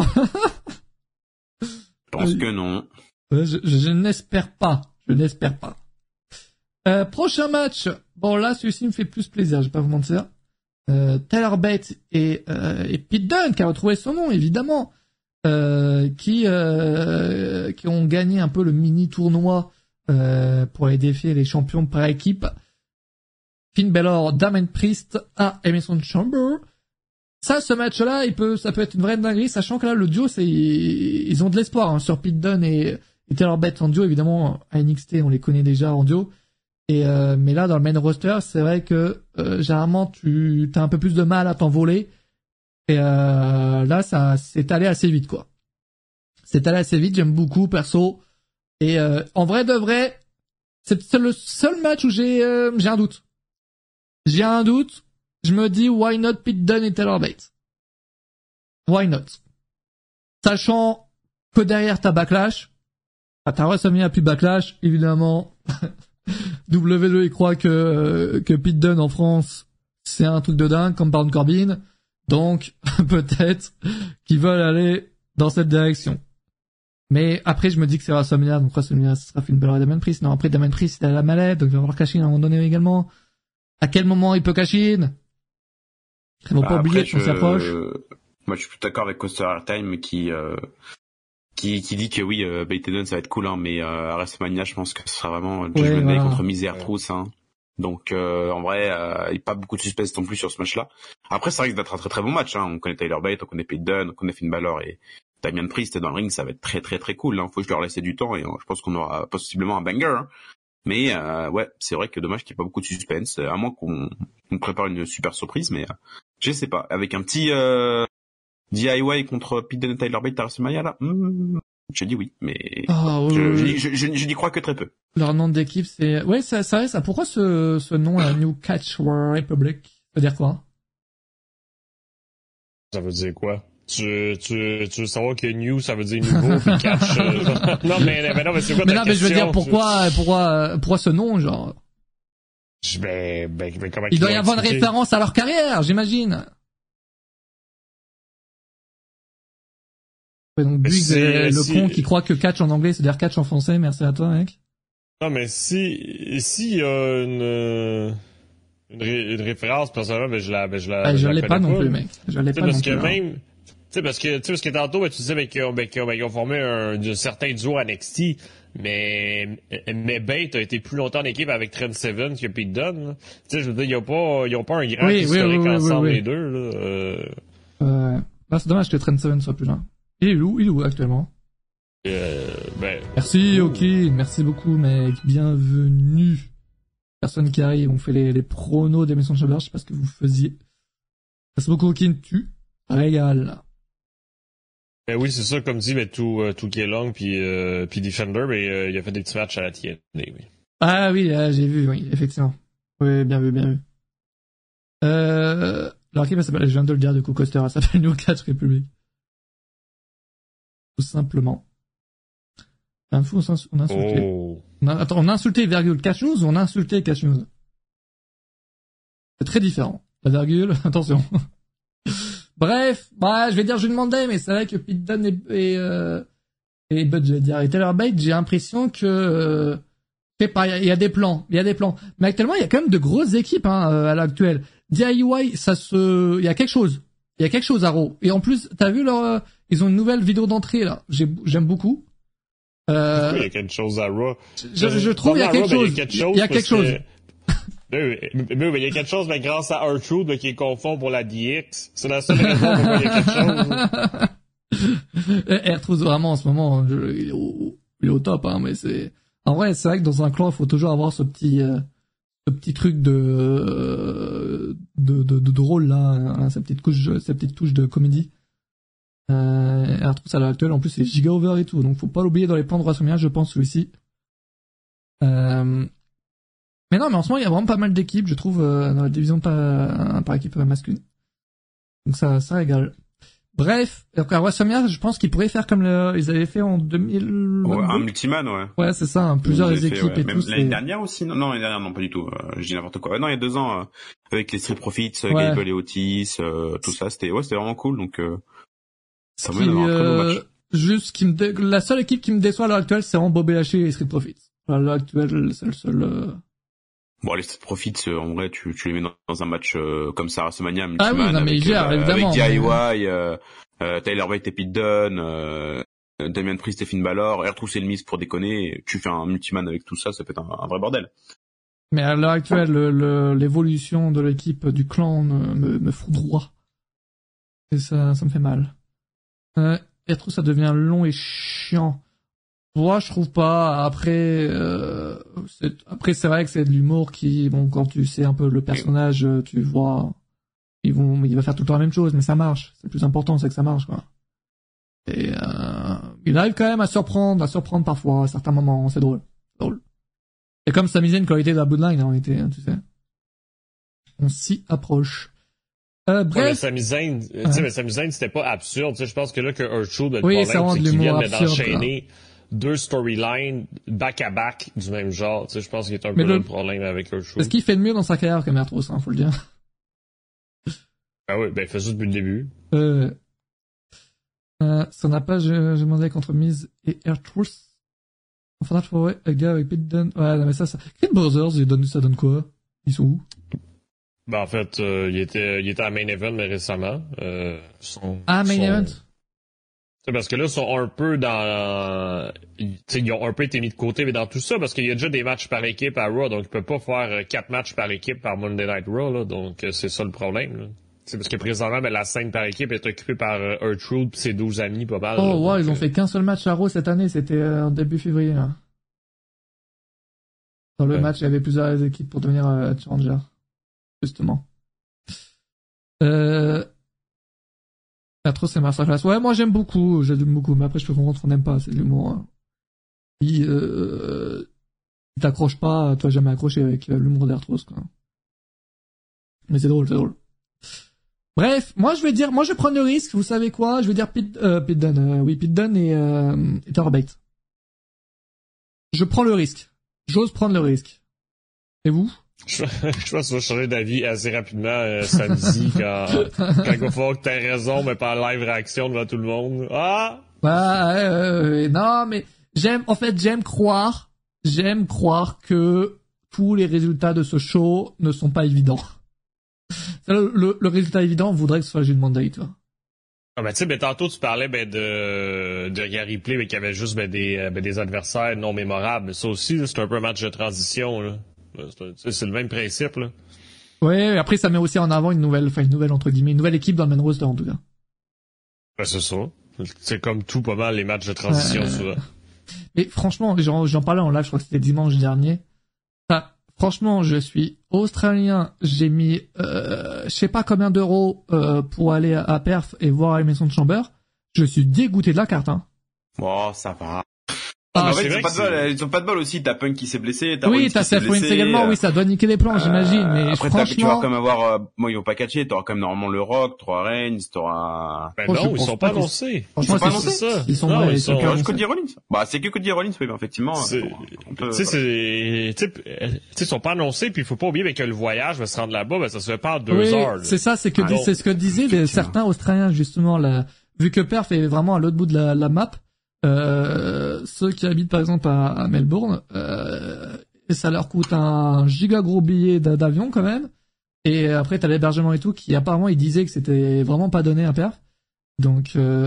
Je pense que non. Je n'espère pas. Je n'espère pas. Prochain match. Bon, là, celui-ci me fait plus plaisir, je vais pas vous mentir. Tyler Bate et Pete Dunne, qui a retrouvé son nom, évidemment. Qui ont gagné un peu le mini tournoi pour aller défier les champions par équipe. Finn Balor, Damien Priest à Elimination Chamber. Ça, ce match-là, ça peut être une vraie dinguerie, sachant que là, le duo, ils ont de l'espoir, hein, sur Pete Dunne et Tyler Bate en duo, évidemment, à NXT, on les connaît déjà en duo. Mais là, dans le main roster, c'est vrai que, généralement, t'as un peu plus de mal à t'envoler. Et là, ça c'est allé assez vite, quoi. C'est allé assez vite, j'aime beaucoup, perso. Et en vrai de vrai, c'est le seul match où j'ai un doute. J'ai un doute. Je me dis, why not Pete Dunne et Tyler Bate? Why not? Sachant que derrière t'as Backlash. T'as WrestleMania plus Backlash, évidemment. WWE croit que Pete Dunne en France, c'est un truc de dingue, comme Baron Corbin. Donc, peut-être qu'ils veulent aller dans cette direction. Mais après, je me dis que c'est WrestleMania, donc WrestleMania, ce sera Finn Balor et Damien Priest. Non, après, Damien Priest, il a la mallette, donc il va falloir cash in à un moment donné également. À quel moment il peut cash in? Ils vont pas oublier qu'on s'approche. Moi, je suis plus d'accord avec Coaster Time qui dit que oui, Bate et Dunne, ça va être cool, hein, mais à WrestleMania, je pense que ce sera vraiment Judgment Day contre Miz et R-Truth, hein. Donc en vrai, il n'y a pas beaucoup de suspense non plus sur ce match-là. Après, ça risque d'être un très très bon match, hein. On connaît Tyler Bate, on connaît Pete Dunne, on connaît Finn Balor et Damien Priest dans le ring, ça va être très très très cool, hein. Faut que je leur laisse du temps et je pense qu'on aura possiblement un banger, hein. Mais ouais, c'est vrai que dommage qu'il n'y ait pas beaucoup de suspense, à moins qu'on prépare une super surprise, mais je sais pas. Avec un petit DIY contre Pete Dunne et Tyler Bate à WrestleMania là, je dis oui, mais je n'y crois que très peu. Leur nom d'équipe, c'est... Ouais, ça. Pourquoi ce nom, la New Catch Republic? Ça veut dire quoi? Ça veut dire quoi? Tu veux savoir que new, ça veut dire nouveau, puis catch, non, mais c'est quoi ta question? Mais je veux dire, pourquoi ce nom, genre? Comment il doit y avoir une référence à leur carrière, j'imagine. Ouais, donc, Buggs, le con qui croit que catch en anglais, c'est-à-dire catch en français, merci à toi, mec. Non, mais si y a une référence, personnellement, je l'ai pas non plus, mec. Je l'ai pas non plus. Parce que même, parce que tantôt, tu disais, qu'ils ont formé un certain duo à NXT, mais Bate a été plus longtemps en équipe avec Trent Seven que Pete Dunne, tu sais, je veux dire, ils ont pas un grand historique ensemble, les deux, là, Là, c'est dommage que Trent Seven soit plus là. Il est où actuellement? Merci, Oki, merci beaucoup, mec. Bienvenue. Personne qui arrive, on fait les pronos des Maisons de Chamber, je sais pas ce que vous faisiez. Merci beaucoup, Oki, tu régales. Oui, c'est ça, comme dit, mais tout qui est long, puis Defender, mais il a fait des petits matchs à la TNT, oui. Ah oui, j'ai vu, oui, effectivement. Oui, bien vu. Alors, qui s'appelle, je viens de le dire, du coup, Coaster, elle s'appelle New Catch Republic. Tout simplement. C'est un fou, on a insulté. Oh. On a insulté virgule Catch News ou on a insulté Catch News? C'est très différent. La virgule, attention. Bref, je vais dire je demandais, mais c'est vrai que Pete Dunne et Bud, je vais dire, et Tyler Bate, j'ai l'impression que il y a des plans. Mais actuellement, il y a quand même de grosses équipes, hein, à l'heure actuelle. DIY, il y a quelque chose. Il y a quelque chose à Raw. Et en plus, t'as vu ils ont une nouvelle vidéo d'entrée, là. J'aime beaucoup. Il y a quelque chose à Raw. Je trouve il y a quelque chose. Il y a quelque chose. Mais il y a quelque chose, mais grâce à R-Truth, qui est confond pour la DX. C'est la seule raison pourquoi il y a quelque chose. R-Truth, vraiment, en ce moment, il est au top, hein, mais en vrai, c'est vrai que dans un clan, il faut toujours avoir ce petit truc de drôle, là, hein, cette petite touche de comédie. R-Truth à l'heure actuelle, en plus, c'est giga over et tout, donc faut pas l'oublier dans les plans de WrestleMania, je pense, celui-ci. Mais non, mais en ce moment, il y a vraiment pas mal d'équipes, je trouve, dans la division par équipe masculine. Donc ça régale. Bref, donc à WrestleMania, je pense qu'ils pourraient faire comme ils avaient fait en 2000. Ouais, un multiman, ouais. Ouais, c'est ça, plusieurs équipes fait, ouais. et Même tout. L'année dernière aussi, non, l'année dernière, non, pas du tout. Je dis n'importe quoi. Non, il y a 2 ans, avec les Street Profits, Gable et Otis, tout ça, c'était vraiment cool, donc, ça mène à un très beau match. Juste la seule équipe qui me déçoit à l'heure actuelle, c'est vraiment Bobby Lashley et Street Profits. À l'heure actuelle, c'est le seul, Bon, les Street Profits, en vrai, tu les mets dans un match, comme ça, WrestleMania, ah oui, non, mais il gère, évidemment. Avec DIY, Tyler Bate et Pete Dunne, Damien Priest et Finn Balor, R-Truth et le Miz pour déconner, tu fais un multiman avec tout ça, ça peut être un vrai bordel. Mais à l'heure actuelle, l'évolution de l'équipe du clan me foudroie. Et ça me fait mal. R-Truth, ça devient long et chiant. Moi, je trouve pas. Après, c'est vrai que c'est de l'humour qui, bon, quand tu sais un peu le personnage, tu vois, il va faire tout le temps la même chose, mais ça marche. C'est le plus important, c'est que ça marche, quoi. Et il arrive quand même à surprendre parfois à certains moments. C'est drôle. Et comme Sami Zayn quand il était dans la Bloodline, on était, tu sais, on s'y approche. Bref. Ouais, mais Sami Zayn, mais Sami Zayn, c'était pas absurde. Tu sais, je pense que là, que R-Truth, le oui, problème, c'est qu'il vient d'enchaîner 2 storylines back-à-back du même genre. Tu sais, je pense qu'il est un peu le problème avec R-Truth. C'est ce qu'il fait de mieux dans sa carrière comme R-Truth, faut le dire. Ah oui, ben il fait ça depuis le début. Ça n'a pas, je demandais contre Miz et R-Truth. Enfin, ouais, un gars avec Pete Dunne. Ouais, non, mais ça. Creed Brothers, ça donne quoi? Ils sont où? Ben, en fait, il était à Main Event, mais récemment. Main Event? C'est parce que là, ils sont un peu ils ont un peu été mis de côté, mais dans tout ça, parce qu'il y a déjà des matchs par équipe à Raw, donc ils peuvent pas faire 4 matchs par équipe par Monday Night Raw, là, donc c'est ça le problème, là. C'est parce que présentement, ben, la scène par équipe est occupée par R-Truth pis ses 12 amis, pas mal. Oh, ouais, ils ont fait qu'un seul match à Raw cette année, c'était en début février, là. Dans le match, il y avait plusieurs équipes pour devenir Challenger. Justement. Trop, c'est Masterclass. Ouais, moi j'aime beaucoup, mais après je peux comprendre qu'on n'aime pas, c'est de l'humour. Hein. Il t'accroche pas, toi jamais accroché avec l'humour d'R-Truth, quoi. Mais c'est drôle. Bref, moi je vais prendre le risque, vous savez quoi, je vais dire Pete Dunne et Tyler Bate. Je prends le risque. J'ose prendre le risque. Et vous? Je pense que tu vas changer d'avis assez rapidement samedi quand il va falloir que t'aies raison, mais pas en live réaction devant tout le monde. Ah! Non, mais j'aime croire que tous les résultats de ce show ne sont pas évidents. Le résultat évident voudrait que ce soit Jude Monday, tu vois. Ah ben tu sais, tantôt tu parlais de Gary Play, mais qu'il y avait juste des adversaires non mémorables. Ça aussi, c'est un peu un match de transition, là. C'est le même principe, là. Ouais, après ça met aussi en avant une nouvelle entre guillemets, une nouvelle équipe dans le main roster en tout cas. Ben c'est ça. C'est comme tout pas mal les matchs de transition souvent. Mais franchement, j'en parlais en live, je crois que c'était dimanche dernier. Franchement, je suis australien, j'ai mis je sais pas combien d'euros pour aller à Perth et voir Elimination Chamber. Je suis dégoûté de la carte, hein. Oh, ça va. Ah, en fait, ils ont pas de bol aussi. T'as Punk qui s'est blessé, t'as oui, t'as Seth Rollins également, oui, ça doit niquer les plans, j'imagine, mais après, franchement... tu vas quand même avoir, ils vont pas catcher, t'auras quand même normalement le Rock, t'auras Reigns, t'auras... Ben non, ils sont pas annoncés. Ils sont pas annoncés? Ça. Ils sont Cody Rollins. Bah, c'est que Cody Rollins, oui, effectivement. Tu sais, ils sont pas annoncés, puis il faut pas oublier que le voyage va se rendre là-bas, ben ça se fait pas en 2 heures. C'est ça, c'est ce que disaient certains Australiens, justement, là, vu que Perth est vraiment à l'autre bout de la map, ceux qui habitent par exemple à Melbourne, et ça leur coûte un giga gros billet d'avion quand même. Et après t'as l'hébergement et tout qui apparemment ils disaient que c'était vraiment pas donné à Perth. Donc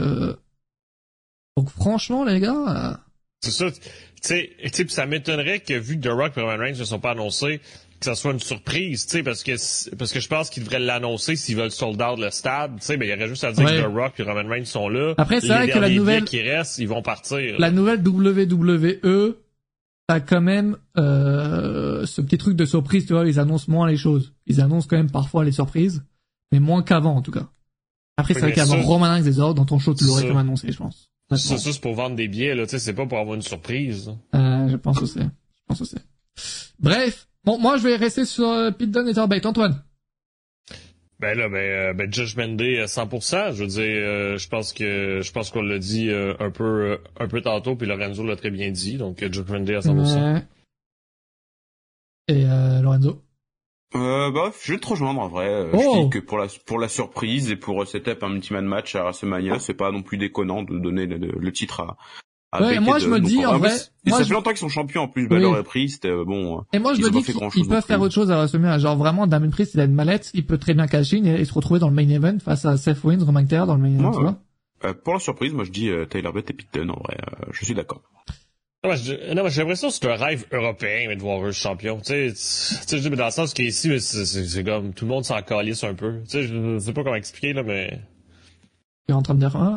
franchement les gars. C'est ça. Tu sais, ça m'étonnerait que vu que The Rock et Roman Reigns ne sont pas annoncés, que ça soit une surprise, tu sais, parce que je pense qu'ils devraient l'annoncer s'ils veulent sold out le stade, tu sais, ben il y aurait juste à dire que The Rock et Roman Reigns sont là. Après c'est vrai que la nouvelle qui restent, ils vont partir. La nouvelle WWE a quand même ce petit truc de surprise, tu vois, ils annoncent moins les choses. Ils annoncent quand même parfois les surprises, mais moins qu'avant en tout cas. Après c'est vrai qu'avant Roman Reigns des ordres dans ton show tu l'aurais comme annoncé, je pense. Ça c'est pour vendre des billets là, tu sais, c'est pas pour avoir une surprise. Je pense aussi. Bref. Bon, moi, je vais rester sur Pete Dunne et Tyler Bate. Antoine. Judgment Day 100%. Je veux dire, je pense qu'on l'a dit un peu tantôt, puis Lorenzo l'a très bien dit. Donc Judgment Day à 100%. Ouais. Et Lorenzo. Je vais te rejoindre en vrai. Je dis que pour la surprise et pour setup un multi-man match à WrestleMania, c'est pas non plus déconnant de donner le titre à ouais, moi je me dis en vrai, ça fait longtemps qu'ils sont champions en plus, Balor et Priest, bon. Et moi je me dis qu'ils peuvent faire autre chose à WrestleMania, genre vraiment Damien Priest il a une mallette, il peut très bien cash in et se retrouver dans le main event face à Seth Rollins, Roman Reigns dans le main event, tu vois. Pour la surprise, moi je dis Tyler Bate et Pete Dunne en vrai, je suis d'accord. Non, mais j'ai l'impression que c'est un rêve européen, mais de voir eux champion. Tu sais, dans le sens qu'ici, c'est comme, tout le monde s'en calisse un peu. Tu sais, je sais pas comment expliquer, là, mais. Tu es en train de dire,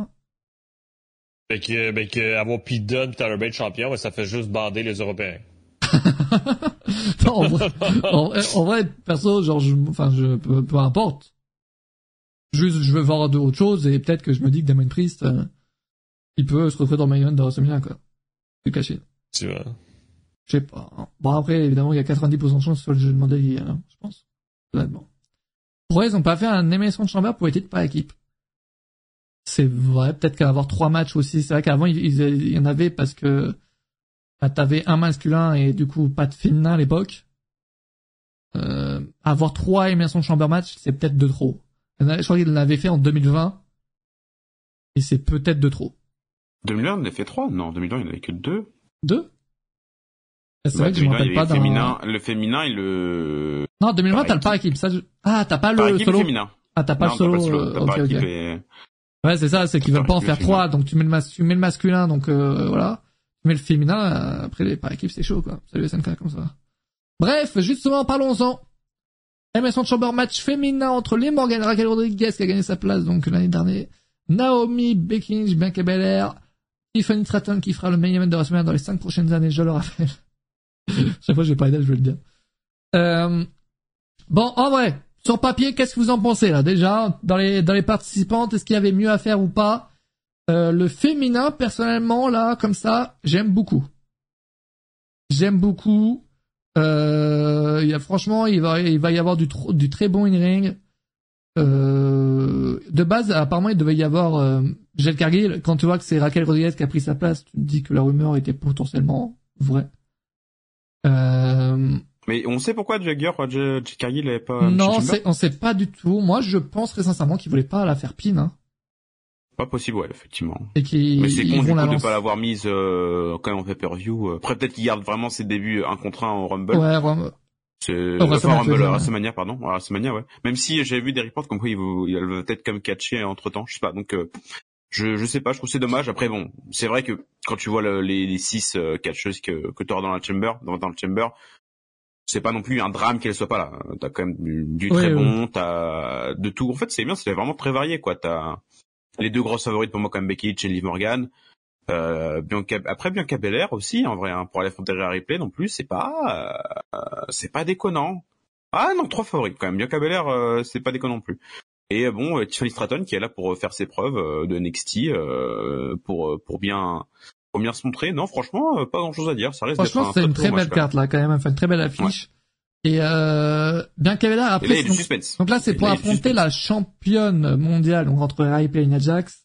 que avoir Pete Dunne et Tyler Bate champion, ça fait juste bander les Européens. Non, en vrai, perso, genre, peu importe. Juste, je veux voir d'autres choses et peut-être que je me dis que Damien Priest, il peut se retrouver dans le main event de WrestleMania, quoi. C'est caché. Tu vois. Je sais pas. Bon, après, évidemment, il y a 90% de chance sur le jeu de Monday, je pense. Honnêtement. Pourquoi ils ont pas fait un Elimination Chamber pour les titres par équipe? C'est vrai, peut-être qu'avoir 3 matchs aussi, c'est vrai qu'avant, il y en avait parce que, t'avais un masculin et du coup, pas de féminin à l'époque. Avoir 3 Elimination Chamber matchs, c'est peut-être de trop. Je crois qu'il l'avait fait en 2020. Et c'est peut-être de trop. 2020, on en a fait 3? Non, 2020, il n'y en avait que 2. 2? C'est vrai que je me rappelle pas le féminin et le... Non, 2020, t'as le par équipe. T'as pas le solo. Féminin. Ah, t'as pas le solo. Ok. Ouais, c'est ça, c'est qu'ils veulent pas en faire 3. Donc tu mets le masculin, donc voilà. Tu mets le féminin, après les par équipe, c'est chaud, quoi. Salut SNK, comme ça. Bref, justement, parlons-en. Elimination Chamber match féminin entre Liv Morgan et Raquel Rodriguez qui a gagné sa place, donc, l'année dernière. Naomi, Becky Lynch, Bianca Belair, Tiffany Stratton qui fera le main event de WrestleMania dans les 5 prochaines années, je le rappelle. Chaque fois que j'ai parlé d'elle, je vais le dire. Bon, en vrai, sur papier, qu'est-ce que vous en pensez, là? Déjà, dans les participantes, est-ce qu'il y avait mieux à faire ou pas? Le féminin, personnellement, là, comme ça, j'aime beaucoup. Franchement, il va y avoir du très bon in-ring. De base, apparemment, il devait y avoir Jade Cargill. Quand tu vois que c'est Raquel Rodriguez qui a pris sa place, tu te dis que la rumeur était potentiellement vraie. Mais on sait pourquoi Jade Cargill n'avait pas... Non, on sait pas du tout. Moi, je pense très sincèrement qu'il voulait pas la faire pin. Hein. Pas possible, ouais, effectivement. Mais c'est con du coup de pas l'avoir mise quand même en pay-per-view. Après, peut-être qu'il garde vraiment ses débuts 1 contre 1 au Rumble. Ouais, WrestleMania, pardon. WrestleMania, ouais. Même si j'avais vu des reports comme quoi il va peut-être comme catcher entre temps, je sais pas. Donc, je sais pas, je trouve c'est dommage. Après, bon, c'est vrai que quand tu vois les 6 catcheuses que tu auras dans le chamber, c'est pas non plus un drame qu'elles soient pas là. T'as quand même du très bon, t'as de tout. En fait, c'est bien, c'est vraiment très varié, quoi. T'as les 2 grosses favorites pour moi quand même, Becky Lynch et Liv Morgan. Bianca Belair aussi, en vrai, hein, pour aller affronter Rhea Ripley non plus, c'est pas déconnant. Ah non, 3 favoris quand même. Bianca Belair, c'est pas déconnant non plus. Et bon, Tiffany Stratton qui est là pour faire ses preuves de NXT, pour bien se montrer. Non, franchement, pas grand chose à dire. Ça reste franchement, c'est une très belle carte là, quand même. Enfin, une très belle affiche. Ouais. Et Bianca Belair après. Et là, il y a du suspense. Donc là, c'est pour affronter la championne mondiale, donc entre Rhea Ripley et Nia Jax.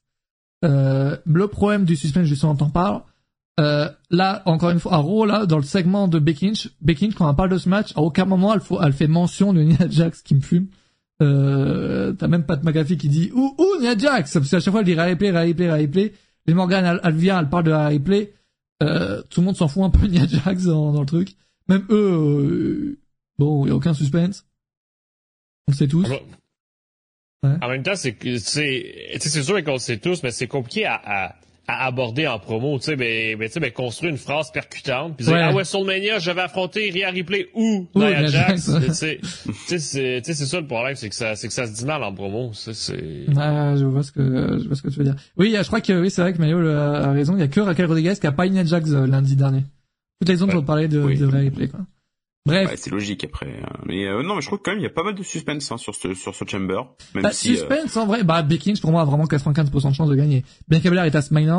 Le problème du suspense, justement, t'en parle. Là, encore une fois, à Raw, là, dans le segment de Becky Lynch, quand on parle de ce match, à aucun moment, elle fait mention de Nia Jax qui me fume. T'as même Pat McAfee qui dit, où Nia Jax? Parce qu'à chaque fois, elle dit Rhea Ripley. Les Morgan, elle vient, elle parle de Rhea Ripley. Tout le monde s'en fout un peu de Nia Jax dans le truc. Même eux, bon, il y a aucun suspense. On le sait tous. Ouais. En même temps, c'est sûr qu'on le sait tous, mais c'est compliqué à aborder en promo, tu sais, construire une phrase percutante, puis dire, à WrestleMania, je vais affronter Rhea Ripley ou Nia Jax. C'est ça le problème, c'est que ça se dit mal en promo. Je vois ce que tu veux dire. Oui, je crois que oui, c'est vrai que Mario a raison. Il y a que Raquel Rodriguez qui a pas Nia Jax lundi dernier. Toutes les autres ont parlé de Rhea Ripley, quoi. Bref. Ouais, c'est logique après. Mais non, mais je trouve que quand même il y a pas mal de suspense sur ce chamber. Même si, suspense en vrai, Becky Lynch pour moi a vraiment 95% de chance de gagner. Bianca Belair est à SmackDown.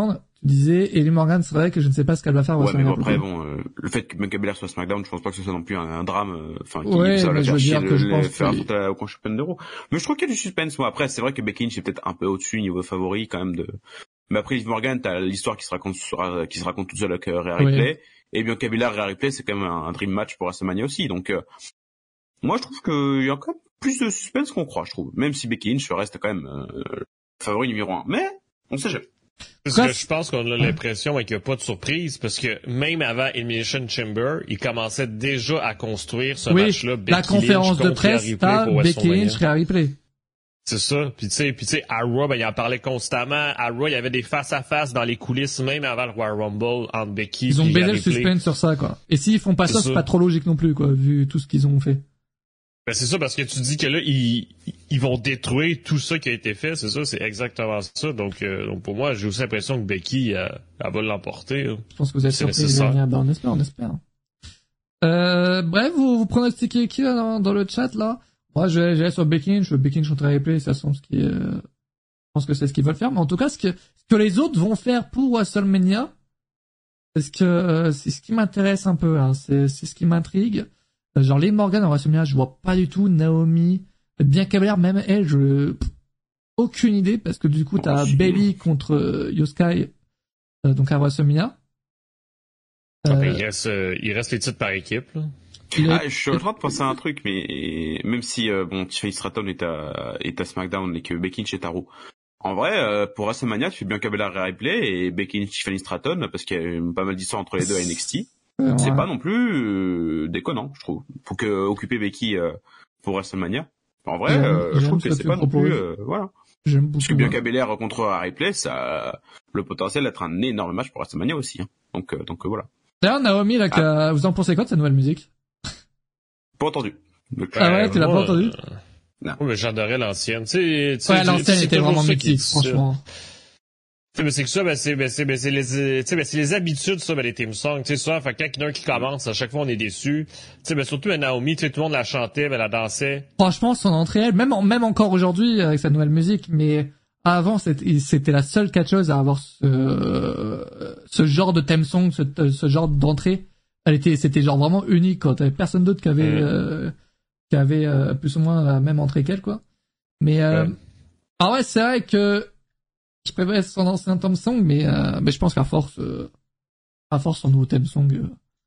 tu disais, Ellie Morgan, c'est vrai que je ne sais pas ce qu'elle va faire. Ouais, mais bon, après, le fait que Bianca Belair soit SmackDown, je pense pas que ce soit non plus un drame, ça va je veux dire que je pense faire affronter au champion d'Euro. Mais je trouve qu'il y a du suspense. Moi, après, c'est vrai que Becky Lynch est peut-être un peu au-dessus niveau favori, quand même mais après, Liv Morgan, t'as l'histoire qui se raconte toute seule avec Rhea Ripley. Et Bianca Belair, Rhea Ripley, c'est quand même un dream match pour WrestleMania aussi. Donc, moi, je trouve qu'il y a quand même plus de suspense qu'on croit, je trouve. Même si Becky Lynch reste quand même favori numéro 1. Mais, on sait jamais. Parce que je pense qu'on a l'impression qu'il n'y a pas de surprise, parce que même avant Elimination Chamber, il commençait déjà à construire ce match-là. La conférence de presse, Becky Lynch, Rhea Ripley. C'est ça. Puis tu sais, à Raw, il en parlait constamment. À Raw, il y avait des face-à-face dans les coulisses, même avant le Royal Rumble, entre Becky et Rhea Ripley. Ils ont baisé le suspense sur ça, quoi. Et s'ils font pas ça, c'est pas trop logique non plus, quoi, vu tout ce qu'ils ont fait. Ben c'est ça, parce que tu dis que là, ils vont détruire tout ça qui a été fait, c'est ça, c'est exactement ça. Donc pour moi, j'ai aussi l'impression que Becky, elle va l'emporter. Là. Je pense que vous êtes surpris. On espère. Bref, vous pronostiquez qui là, dans le chat, là? Moi, j'allais sur Becky Lynch contre Replay, ça semble je pense que c'est ce qu'ils veulent faire. Mais en tout cas, ce que les autres vont faire pour WrestleMania, c'est ce qui m'intéresse un peu, hein. C'est ce qui m'intrigue. Genre, Liv Morgan en WrestleMania, je vois pas du tout. Naomi, Bianca Belair, même elle, aucune idée, parce que du coup, t'as Bayley contre Io Sky, donc à WrestleMania. Il reste les titres par équipe, là. Je suis en train de penser à un truc, mais même si Tiffany Stratton est à SmackDown et que Becky Lynch est à Raw. En vrai, pour WrestleMania, tu fais Bianca Belair Rhea Ripley et Becky Lynch Tiffany Stratton, parce qu'il y a pas mal d'histoires entre les deux à NXT. C'est pas non plus déconnant, je trouve. Faut que occuper Becky pour WrestleMania. En vrai, je trouve que c'est pas non plus voilà. J'aime beaucoup. Parce que Bianca Belair contre Rhea Ripley, ça le potentiel d'être un énorme match pour WrestleMania aussi. Hein. Donc voilà. D'ailleurs, Naomi, là, vous en pensez quoi de cette nouvelle musique? Pas entendu. Ah ouais, tu l'as pas entendu? Non. Oui, mais j'adorais l'ancienne. Ouais, l'ancienne était vraiment mythique, franchement. Mais c'est que ça, c'est les habitudes, ça, les team songs, tu sais, ça, fait quand il y en a un qui commence, à chaque fois on est déçu. Tu sais, surtout Naomi, tu sais, tout le monde la chantait, elle la dansait. Franchement, son entrée, elle, même encore aujourd'hui, avec sa nouvelle musique, mais avant, c'était la seule catcheuse à avoir ce genre de theme song, ce genre d'entrée. C'était genre vraiment unique, quoi. T'avais personne d'autre qui avait plus ou moins la même entrée qu'elle, quoi. Mais, ah ouais, c'est vrai que, je préfère son ancien theme song, mais je pense qu'à force, son nouveau theme song,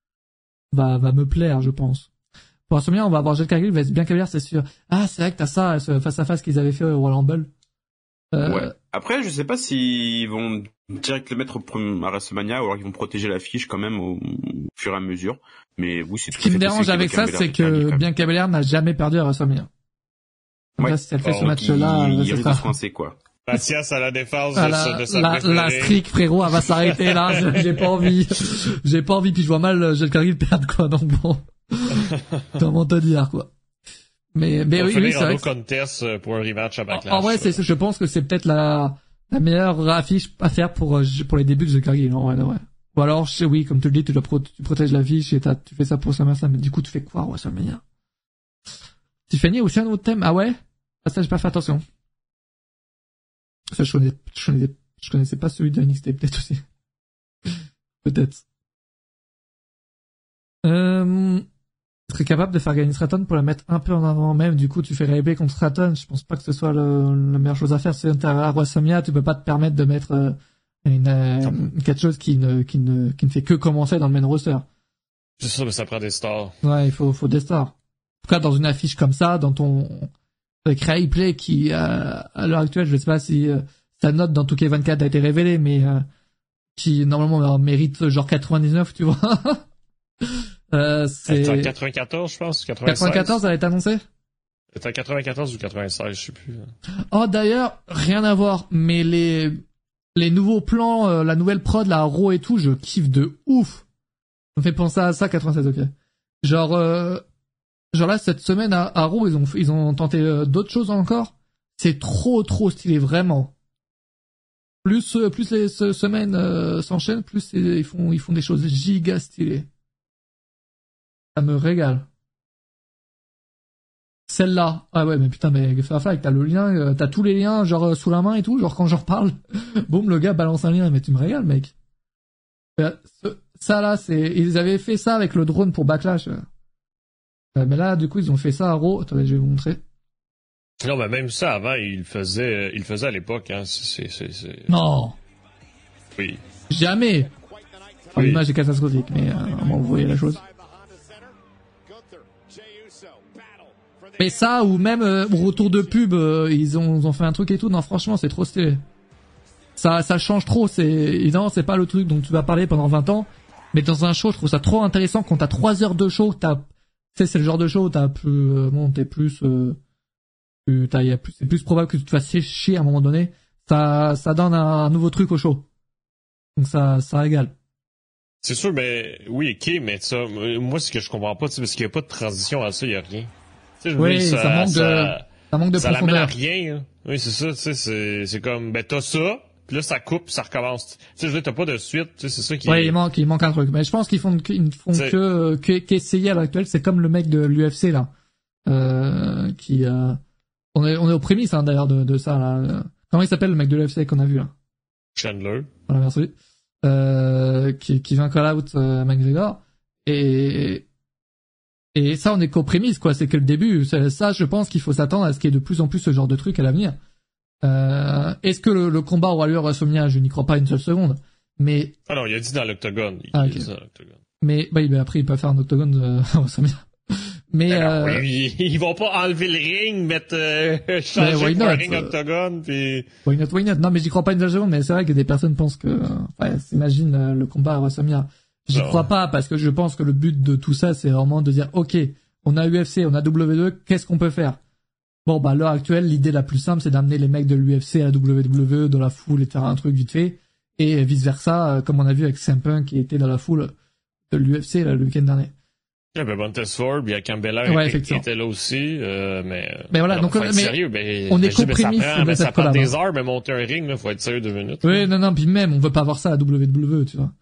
va me plaire, je pense. Pour WrestleMania, on va avoir Jade Cargill, va être bien Belair, c'est sûr. Ah, c'est vrai que t'as ça, ce face-à-face qu'ils avaient fait au Royal Rumble. Ouais. Après, je sais pas s'ils vont direct le mettre à WrestleMania ou alors ils vont protéger l'affiche quand même au fur et à mesure. Mais oui, c'est tout. Ce qui me dérange avec ça, c'est que Bianca Belair n'a jamais perdu à WrestleMania. Ouais. Là, si elle fait ce match-là, il risque de se coincer, quoi. Mathias à la défense de sa la streak, frérot, elle va s'arrêter là. J'ai pas envie, puis je vois mal Jade Cargill perdre, quoi. Donc bon, comment te dire, quoi. Mais oui, c'est vrai. Contest pour un rematch à Backlash. En vrai, je pense que c'est peut-être la meilleure affiche à faire pour les débuts de Jade Cargill. Ouais. Ou alors, oui, comme tu le dis, tu protèges l'affiche et tu fais ça pour SummerSlam. Mais du coup, tu fais quoi, WrestleMania? Tiffany, aussi un autre thème. Ah ouais? Ah, ça, j'ai pas fait attention. Ça, je connaissais pas celui de NXT, peut-être aussi. Peut-être. Serais capable de faire gagner Stratton pour la mettre un peu en avant même. Du coup, tu fais Ripley contre Stratton. Je pense pas que ce soit la meilleure chose à faire. C'est à WrestleMania, tu peux pas te permettre de mettre quelque chose qui ne fait que commencer dans le main roster. C'est sûr, mais ça prend des stars. Ouais, il faut des stars. En tout cas, dans une affiche comme ça, avec Ripley qui, à l'heure actuelle, je sais pas si sa note dans 2K24 a été révélée, mais qui normalement mérite genre 99, tu vois. C'est 94, je pense. 94, elle a été annoncée? C'était 94 ou 96, je sais plus. Oh, d'ailleurs, rien à voir, mais les nouveaux plans, la nouvelle prod, la Raw et tout, je kiffe de ouf. Ça me fait penser à ça, 96, ok. Genre là, cette semaine à Raw, ils ont tenté d'autres choses encore. C'est trop stylé, vraiment. Plus les semaines s'enchaînent, plus ils font des choses giga stylées. Ça me régale. celle-là. Ah ouais, mais putain, mais Firefly, t'as le lien, t'as tous les liens, genre, sous la main et tout, genre, quand j'en reparle, boum, le gars balance un lien, mais tu me régales, mec. Ça, là, ils avaient fait ça avec le drone pour Backlash. Mais là, du coup, ils ont fait ça à Raw. Attendez, je vais vous montrer. Non, mais même ça, avant, il le faisait à l'époque, hein. Non. Oui. Jamais. Oui. L'image est catastrophique, mais vous voyez la chose. Mais ça, ou même au retour de pub, ils ont fait un truc et tout. Non, franchement, c'est trop stylé. Ça change trop. Évidemment, c'est pas le truc dont tu vas parler pendant 20 ans. Mais dans un show, je trouve ça trop intéressant. Quand t'as 3 heures de show, c'est le genre de show où t'as plus, t'es plus, c'est plus probable que tu te fasses chier à un moment donné. Ça donne un nouveau truc au show. Donc ça régale. C'est sûr, mais oui, ok, mais ça, moi, ce que je comprends pas, c'est parce qu'il y a pas de transition à ça, il y a rien. Tu sais, oui, ça manque de ça profondeur. l'amène à rien, hein. Oui, c'est ça, tu sais, c'est comme, ben, t'as ça, puis là, ça coupe, ça recommence. Tu sais, je veux dire, t'as pas de suite, tu sais, c'est ça qui... Ouais, il manque un truc. Mais je pense qu'ils font qu'essayer à l'heure actuelle. C'est comme le mec de l'UFC, là. On est aux prémices, hein, d'ailleurs, de ça, là. Comment il s'appelle, le mec de l'UFC qu'on a vu, là? Chandler. Voilà, merci. Qui vient call out McGregor. Et ça, on est qu'aux prémices, quoi. C'est que le début. Ça, je pense qu'il faut s'attendre à ce qu'il y ait de plus en plus ce genre de truc à l'avenir. Est-ce que le combat aura lieu à WrestleMania? Je n'y crois pas une seule seconde. Mais... Ah non, il a dit dans l'octogone. Mais, après, il peut faire un octogone à WrestleMania. Mais ils vont pas enlever le ring, changer pour un ring octogone, puis... Why not? Non, mais j'y crois pas une seule seconde, mais c'est vrai que des personnes pensent que, s'imagine le combat à WrestleMania. J'y crois pas, parce que je pense que le but de tout ça, c'est vraiment de dire, ok, on a UFC, on a WWE, qu'est-ce qu'on peut faire? Bon, à l'heure actuelle, l'idée la plus simple, c'est d'amener les mecs de l'UFC à la WWE dans la foule et de faire un truc vite fait, et vice versa, comme on a vu avec CM Punk qui était dans la foule de l'UFC, là, le week-end dernier. Il y avait Montesford, il y a Campbell qui était là aussi, mais voilà, alors, donc, faut être sérieux, on est compris. Ça prend des heures, mais monter un ring, là, faut être sérieux 2 minutes. Oui, non, puis même, on veut pas voir ça à WWE, tu vois.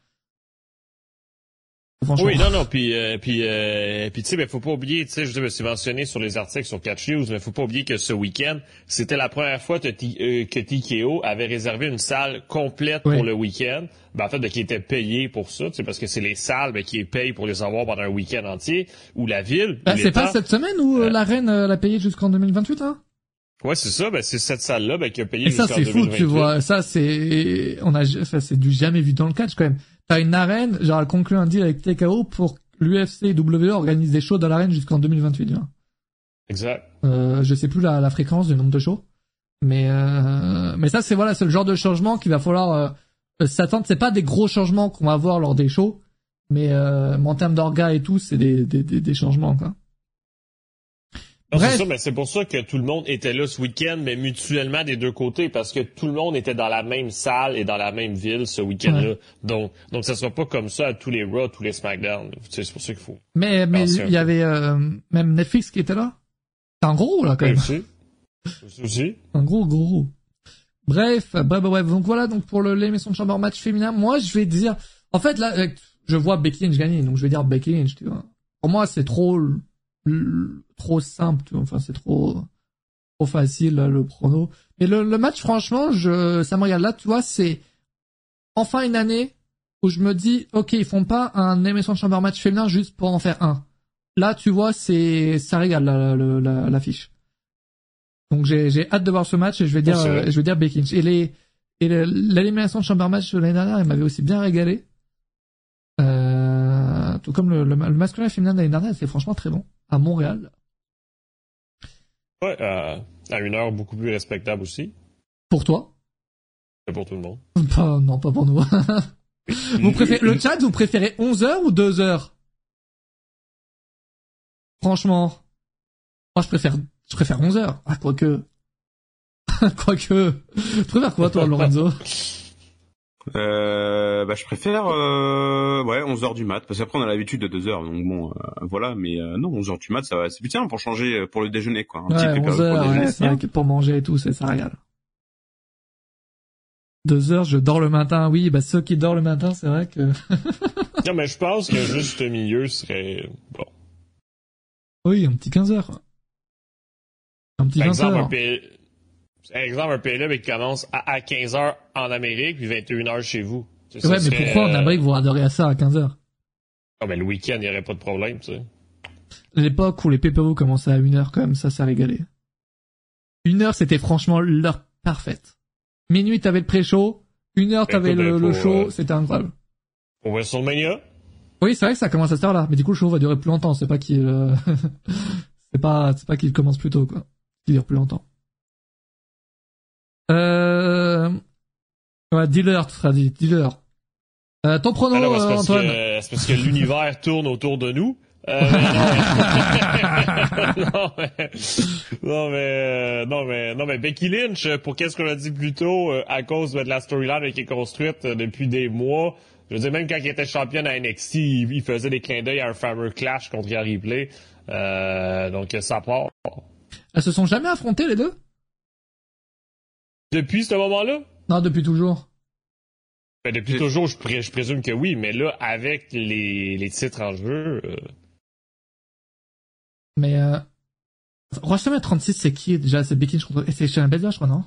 Oui, non, puis tu sais, mais faut pas oublier, tu sais, je c'est mentionné sur les articles sur Catch News, mais faut pas oublier que ce week-end, c'était la première fois que TKO avait réservé une salle complète pour le week-end. En fait, qui était payé pour ça, tu sais, parce que c'est les salles qui payent pour les avoir pendant un week-end entier, ou la ville. C'est pas cette semaine où l'arène l'a payé jusqu'en 2028, hein? Ouais, c'est ça, c'est cette salle-là qui a payé jusqu'en 2028. Et ça, c'est fou, tu vois. Ça, c'est du jamais vu dans le catch, quand même. T'as une arène, genre, elle conclut un deal avec TKO pour l'UFC et WWE organise des shows dans l'arène jusqu'en 2028, hein. Exact. Je sais plus la fréquence du nombre de shows. Mais ça, c'est le genre de changement qu'il va falloir, s'attendre. C'est pas des gros changements qu'on va voir lors des shows, mais en termes d'orga et tout, c'est des changements, quoi. Non, c'est ça, mais c'est pour ça que tout le monde était là ce week-end, mais mutuellement des deux côtés, parce que tout le monde était dans la même salle et dans la même ville ce week-end-là. Ouais. Donc ça sera pas comme ça à tous les Raw, tous les SmackDown. C'est pour ça qu'il faut. Mais il y avait même Netflix qui était là. C'est un gros là quand même. Aussi. Un gros. Bref. Donc voilà, donc pour l'émission de Chamber match féminin, moi je vais dire, en fait là, je vois Becky Lynch gagner, donc je vais dire Becky Lynch, tu vois. Pour moi c'est trop simple, tu vois. Enfin c'est trop facile là, le prono. Mais le match, franchement, ça me regarde là, tu vois, c'est enfin une année où je me dis, ok, ils font pas un émission Chamber match féminin juste pour en faire un. Là, tu vois, ça régale l'affiche. Donc j'ai hâte de voir ce match et je vais dire Becky Lynch. Et l'élimination de Chamber match de l'année dernière, elle m'avait aussi bien régalé. Tout comme le masculin et féminin de l'année dernière, c'est franchement très bon. À Montréal. Ouais, à une heure beaucoup plus respectable aussi. Pour toi? Et pour tout le monde. Non, pas pour nous. Le chat, vous préférez 11h ou 2h? Franchement. Moi, je préfère 11h. Ah, quoique. Tu préfères quoi, toi, Lorenzo? Je préfère 11h du mat, parce qu'après on a l'habitude de 2h, donc bon voilà, mais non, 11h du mat, ça va, c'est bien pour changer pour le déjeuner, quoi. Un petit 11h, c'est vrai que pour manger et tout, ça régale. 2h, je dors le matin, oui, ceux qui dorment le matin, c'est vrai que... Non, mais je pense que juste milieu serait bon. Oui, un petit 15h. Un petit 20h. Exemple, un PLE qui commence à 15h en Amérique, puis 21h chez vous. Ouais, mais pourquoi en Amérique vous adorez à ça à 15h? Ah, ben, le week-end, il n'y aurait pas de problème, tu sais. L'époque où les pay-per-view commençaient à 1h, quand même, ça régalait. 1h, c'était franchement l'heure parfaite. Minuit, t'avais le pré-show. 1h, t'avais le show. C'était incroyable. Pour WrestleMania? Oui, c'est vrai que ça commence à cette heure-là. Mais du coup, le show va durer plus longtemps. C'est pas qu'il, c'est pas qu'il commence plus tôt, quoi. Il dure plus longtemps. Ouais, dealer, tu seras dit. Dealer. Ton prono, Antoine? C'est parce que l'univers tourne autour de nous. Non, mais Becky Lynch, pour qu'est-ce qu'on a dit plus tôt, à cause de la storyline qui est construite depuis des mois. Je veux dire, même quand il était championne à NXT, il faisait des clins d'œil à un fameux clash contre Rhea Ripley. Donc, ça part. Elles se sont jamais affrontées, les deux? Depuis ce moment-là? Non, depuis toujours. Ben, depuis toujours, je présume que oui, mais là, avec les titres en jeu... Mais WrestleMania 36, c'est qui déjà? C'est Becky Lynch contre... c'est Shayna Baszler, je crois, non?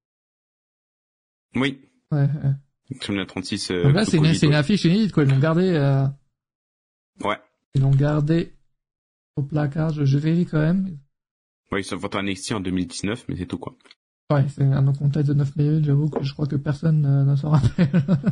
Oui. Ouais. WrestleMania 36... Donc là, c'est une affiche inédite, quoi. Ils l'ont gardé... Ouais. Ils l'ont gardé au placard. Je vérifie quand même. Ouais, ils sont venus à NXT en 2019, mais c'est tout, quoi. Ouais, c'est un contexte de 9 minutes, j'avoue que je crois que personne ne s'en rappelle.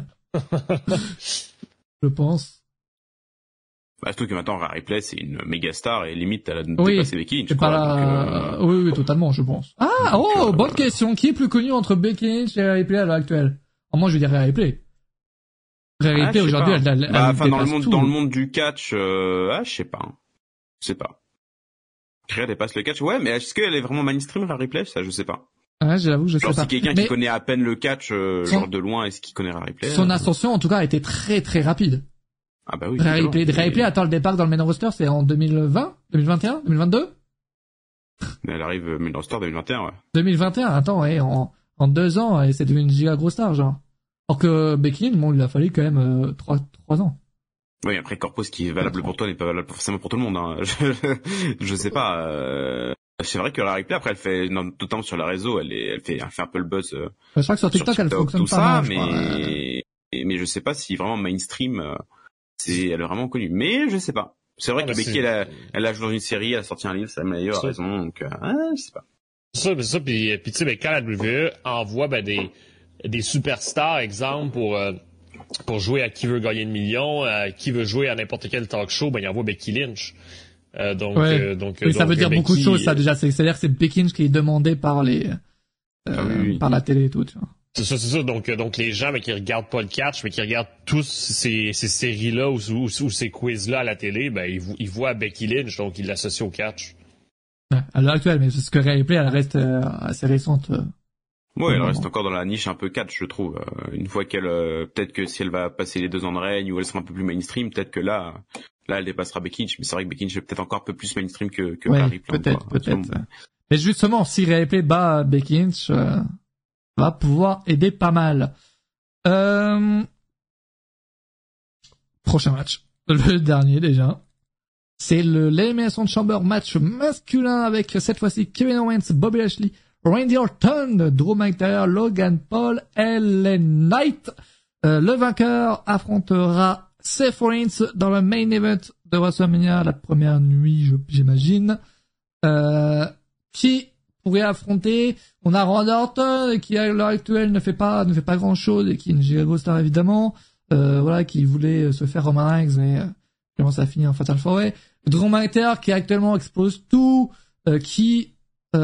Je pense. Bah, surtout que maintenant, Rhea Ripley, c'est une méga star et limite, elle a dépassé Becky Lynch. C'est pas la... Oui, totalement, je pense. Bonne question. Qui est plus connu entre Becky Lynch et Rhea Ripley à l'heure actuelle? Moi, je veux dire Rhea Ripley. Rhea Ripley, aujourd'hui, elle dans le monde du catch, je sais pas. Je sais pas. Rhea dépasse le catch. Ouais, mais est-ce qu'elle est vraiment mainstream, Rhea Ripley? Ça, je sais pas. Ouais, j'avoue que je sais pas. Si quelqu'un qui connaît à peine le catch, genre de loin, est-ce qu'il connaît Rhea Ripley? Son ascension, en tout cas, a été très, très rapide. Ah bah oui. Rhea Ripley attend le départ dans le main roster, c'est en 2020, 2021, 2022? Elle arrive main roster 2021, ouais. 2021, attends, ouais, en 2 ans, et c'est devenu une giga grosse star, genre. Alors que Becky Lynch, bon, il a fallu quand même 3 ans. Oui, après, corpus qui est valable pour toi n'est pas valable forcément pour tout le monde, hein. Je sais pas, c'est vrai que Rhea Ripley, après, elle fait, notamment sur les réseaux, elle fait un peu le buzz, je crois que sur TikTok, elle fonctionne pas mal, mais je sais pas si vraiment mainstream, elle est vraiment connue. Mais je sais pas. C'est vrai que Becky, elle a joué dans une série, elle a sorti un livre, ça m'a raison, donc, je sais pas. Ça, puis tu sais, quand la WWE envoie, des superstars, exemple, pour jouer à qui veut gagner 1 million, qui veut jouer à n'importe quel talk show, il envoie Becky Lynch. Oui, ça veut dire Becky, beaucoup de choses, ça, déjà. C'est-à-dire que c'est Becky Lynch qui est demandé par par la télé et tout, tu vois. C'est ça. Donc les gens, qui regardent pas le catch, mais qui regardent tous ces séries-là ou ces quiz-là à la télé, ils voient Becky Lynch, donc ils l'associent au catch. Ouais, à l'heure actuelle, mais c'est ce que Rhea Ripley, elle reste assez récente. Ouais, elle reste encore dans la niche un peu catch, je trouve. Une fois qu'elle, peut-être que si elle va passer les 2 ans de règne ou elle sera un peu plus mainstream, peut-être que là, elle dépassera Becky Lynch. Mais c'est vrai que Becky Lynch est peut-être encore un peu plus mainstream que Rhea Ripley. Peut-être. Mais justement, si Rhea Ripley bat Becky Lynch, va pouvoir aider pas mal. Prochain match. Le dernier, déjà. C'est l'Elimination Chamber match masculin avec, cette fois-ci, Kevin Owens, Bobby Lashley, Randy Orton, Drew McIntyre, Logan Paul, LA Knight. Le vainqueur affrontera Seth Rollins dans le main event de WrestleMania, la première nuit, j'imagine. Qui pourrait affronter, on a Randy Orton, qui à l'heure actuelle ne fait pas grand chose, et qui est une giga grosse star évidemment, qui voulait se faire Roman Reigns, mais comment ça a fini en Fatal 4-Way. Drew McIntyre, qui actuellement explose tout, qui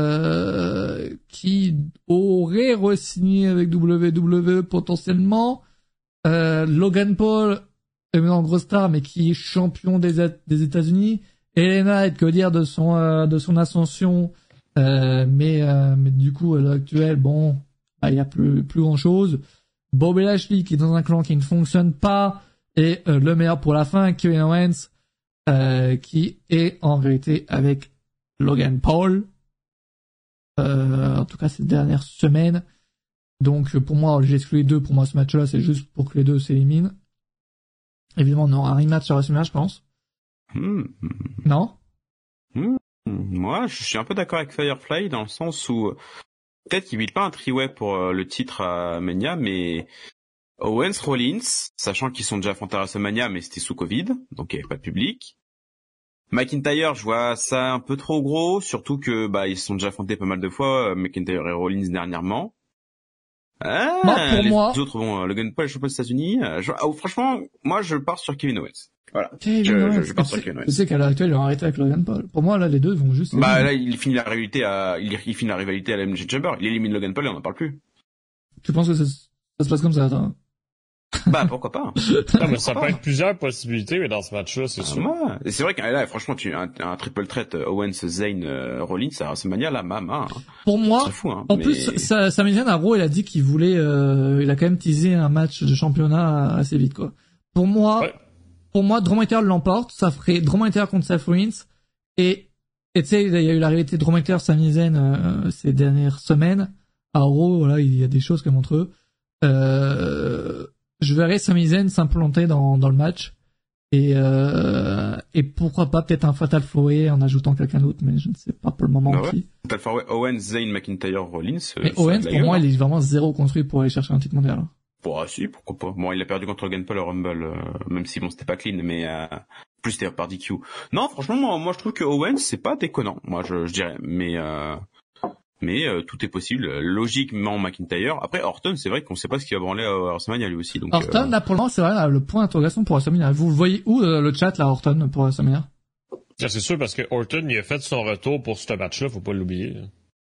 aurait re-signé avec WWE potentiellement. Logan Paul, en grosse star, mais qui est champion des États-Unis. LA Knight, que dire de son ascension, mais du coup, à l'heure actuelle, il y a plus grand chose. Bobby Lashley, qui est dans un clan qui ne fonctionne pas, et le meilleur pour la fin, Kevin Owens, qui est en vérité avec Logan Paul, en tout cas ces dernières semaines. Donc pour moi, j'ai exclu les deux. Pour moi, ce match-là, c'est juste pour que les deux s'éliminent. Évidemment, on aura un rematch sur WrestleMania, je pense. Non? Moi, je suis un peu d'accord avec Firefly dans le sens où peut-être qu'il build pas un three-way pour le titre à Mania, mais Owens, Rollins, sachant qu'ils sont déjà affrontés à WrestleMania, mais c'était sous Covid, donc il n'y avait pas de public. McIntyre, je vois ça un peu trop gros, surtout que ils se sont déjà affrontés pas mal de fois, McIntyre et Rollins dernièrement. Les autres, Logan Paul, champion des États-Unis. Franchement, moi, je pars sur Kevin Owens. Voilà. Je pars sur Kevin Owens. Je sais qu'à l'heure actuelle, ils ont arrêté avec Logan Paul. Pour moi, là, les deux vont juste... là, il finit la rivalité à l'Elimination Chamber. Il élimine Logan Paul et on n'en parle plus. Tu penses que ça se passe comme ça, attends? Pourquoi pas. Non, mais ça peut être plusieurs possibilités, mais dans ce match-là, c'est sûr. Et c'est vrai que là, franchement, tu as un triple threat Owens, Zayn, Rollins, ça WrestleMania, là, maman. Pour moi, fou, plus, Sami Zayn, à Raw, il a dit qu'il voulait, il a quand même teasé un match de championnat assez vite, quoi. Pour moi, Drew McIntyre l'emporte, ça ferait Drew McIntyre contre Seth Rollins, et tu sais, il y a eu la rivalité de Drew McIntyre, Sami Zayn, ces dernières semaines. À Raw, voilà, il y a des choses comme entre eux. Je verrais Sami Zayn s'implanter dans le match et pourquoi pas peut-être un Fatal 4-Way en ajoutant quelqu'un d'autre, mais je ne sais pas pour le moment qui. Fatal 4-Way, Owens, Zayn, McIntyre, Rollins. Mais Owens pour moi il est vraiment zéro construit pour aller chercher un titre mondial. Si, pourquoi pas. Bon, il a perdu contre Logan Paul au Rumble, même si c'était pas clean, mais plus c'était par DQ. Non, franchement moi je trouve que Owens c'est pas déconnant, moi je dirais, mais tout est possible. Logiquement, McIntyre. Après, Orton, c'est vrai qu'on sait pas ce qu'il va branler à WrestleMania lui aussi. Donc, Orton, là, pour le moment, c'est vrai, là, le point d'interrogation pour WrestleMania. Vous le voyez où, le chat, là, Orton, pour WrestleMania? C'est sûr, parce que Orton, il a fait son retour pour ce match-là, faut pas l'oublier.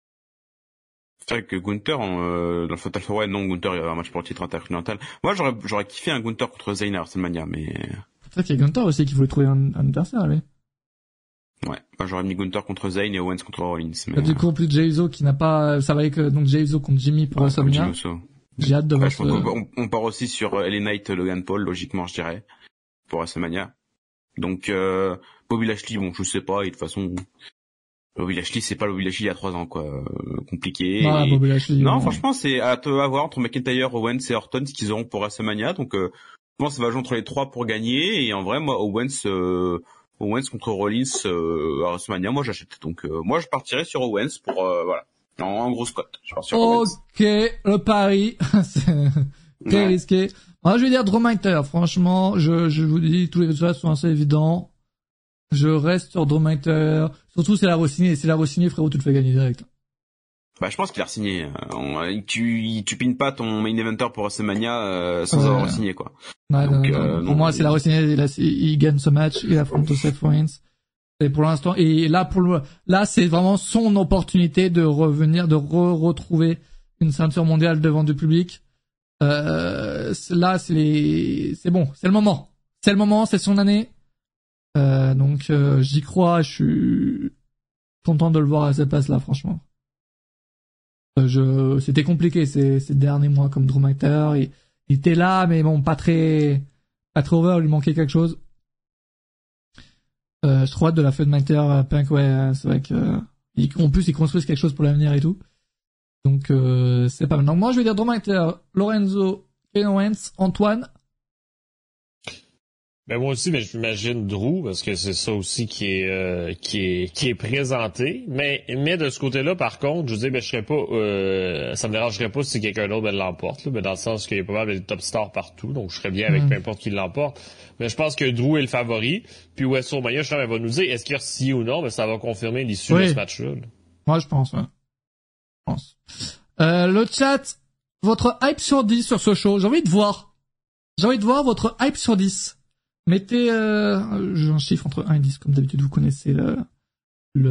C'est vrai que Gunther, dans le Fatal 4-Way, non, Gunther, il y avait un match pour le titre intercontinental. Moi, j'aurais kiffé un Gunther contre Zayn à WrestleMania, mais... Peut-être qu'il y a Gunther aussi qui voulait trouver un adversaire, lui. Ouais, moi j'aurais mis Gunther contre Zayn et Owens contre Rollins. Mais du coup, plus Jey Uso qui n'a pas, ça va avec donc Jey Uso contre Jimmy pour WrestleMania. J'ai hâte de voir ça. On part aussi sur LA Knight, Logan Paul, logiquement, je dirais, pour WrestleMania. Donc, Bobby Lashley, bon, je sais pas, et de toute façon, Bobby Lashley, c'est pas Bobby Lashley il y a 3 ans, quoi, compliqué. Bobby Lashley. Non, franchement, c'est à voir entre McIntyre, Owens et Orton, ce qu'ils auront pour WrestleMania. Donc, je pense que ça va jouer entre les 3 pour gagner, et en vrai, moi, Owens contre Rollins à WrestleMania, moi j'achète. Donc moi je partirais sur Owens pour voilà, en grosse cote. Je pars sur Owens. Ok, le pari, c'est très risqué. Moi je vais dire Drew McIntyre. Franchement, je vous dis, tous les résultats sont assez évidents. Je reste sur Drew McIntyre. Surtout c'est la re-signée. C'est la re-signée, frérot, tu le fais gagner direct. Je pense qu'il a re-signé. Tu pines pas ton main eventer pour WrestleMania sans avoir re-signé, quoi. Donc, pour moi, c'est la re-signée. Il gagne ce match. Il affronte Seth Rollins. Et pour l'instant, et là, là, c'est vraiment son opportunité de revenir, de retrouver une ceinture mondiale devant du public. Là, c'est bon. C'est le moment. C'est son année. Donc, j'y crois. Je suis content de le voir à cette place-là, franchement. C'était compliqué ces derniers mois comme Drew McIntyre. Il était là, mais bon, pas très over, il lui manquait quelque chose. Je trouve hâte de la fête de McIntyre Punk, c'est vrai que, en plus, ils construisent quelque chose pour l'avenir et tout. Donc, c'est pas mal. Donc, moi, je vais dire Drew McIntyre, Lorenzo, Kevin Owens, Antoine. Moi aussi, mais j'imagine Drew, parce que c'est ça aussi qui est présenté. Mais de ce côté-là, par contre, je veux dire, je serais pas, ça me dérangerait pas si quelqu'un d'autre l'emporte, là, mais dans le sens qu'il y a pas mal de top stars partout, donc je serais bien avec peu importe qui l'emporte. Mais je pense que Drew est le favori. Puis WrestleMania, je sais pas, elle va nous dire est-ce qu'il re-signe ou non, mais ça va confirmer l'issue de ce match-là. Moi, je pense, le chat, votre hype sur 10 sur ce show, j'ai envie de voir votre hype sur 10. Mettez un chiffre entre 1 et 10, comme d'habitude, vous connaissez il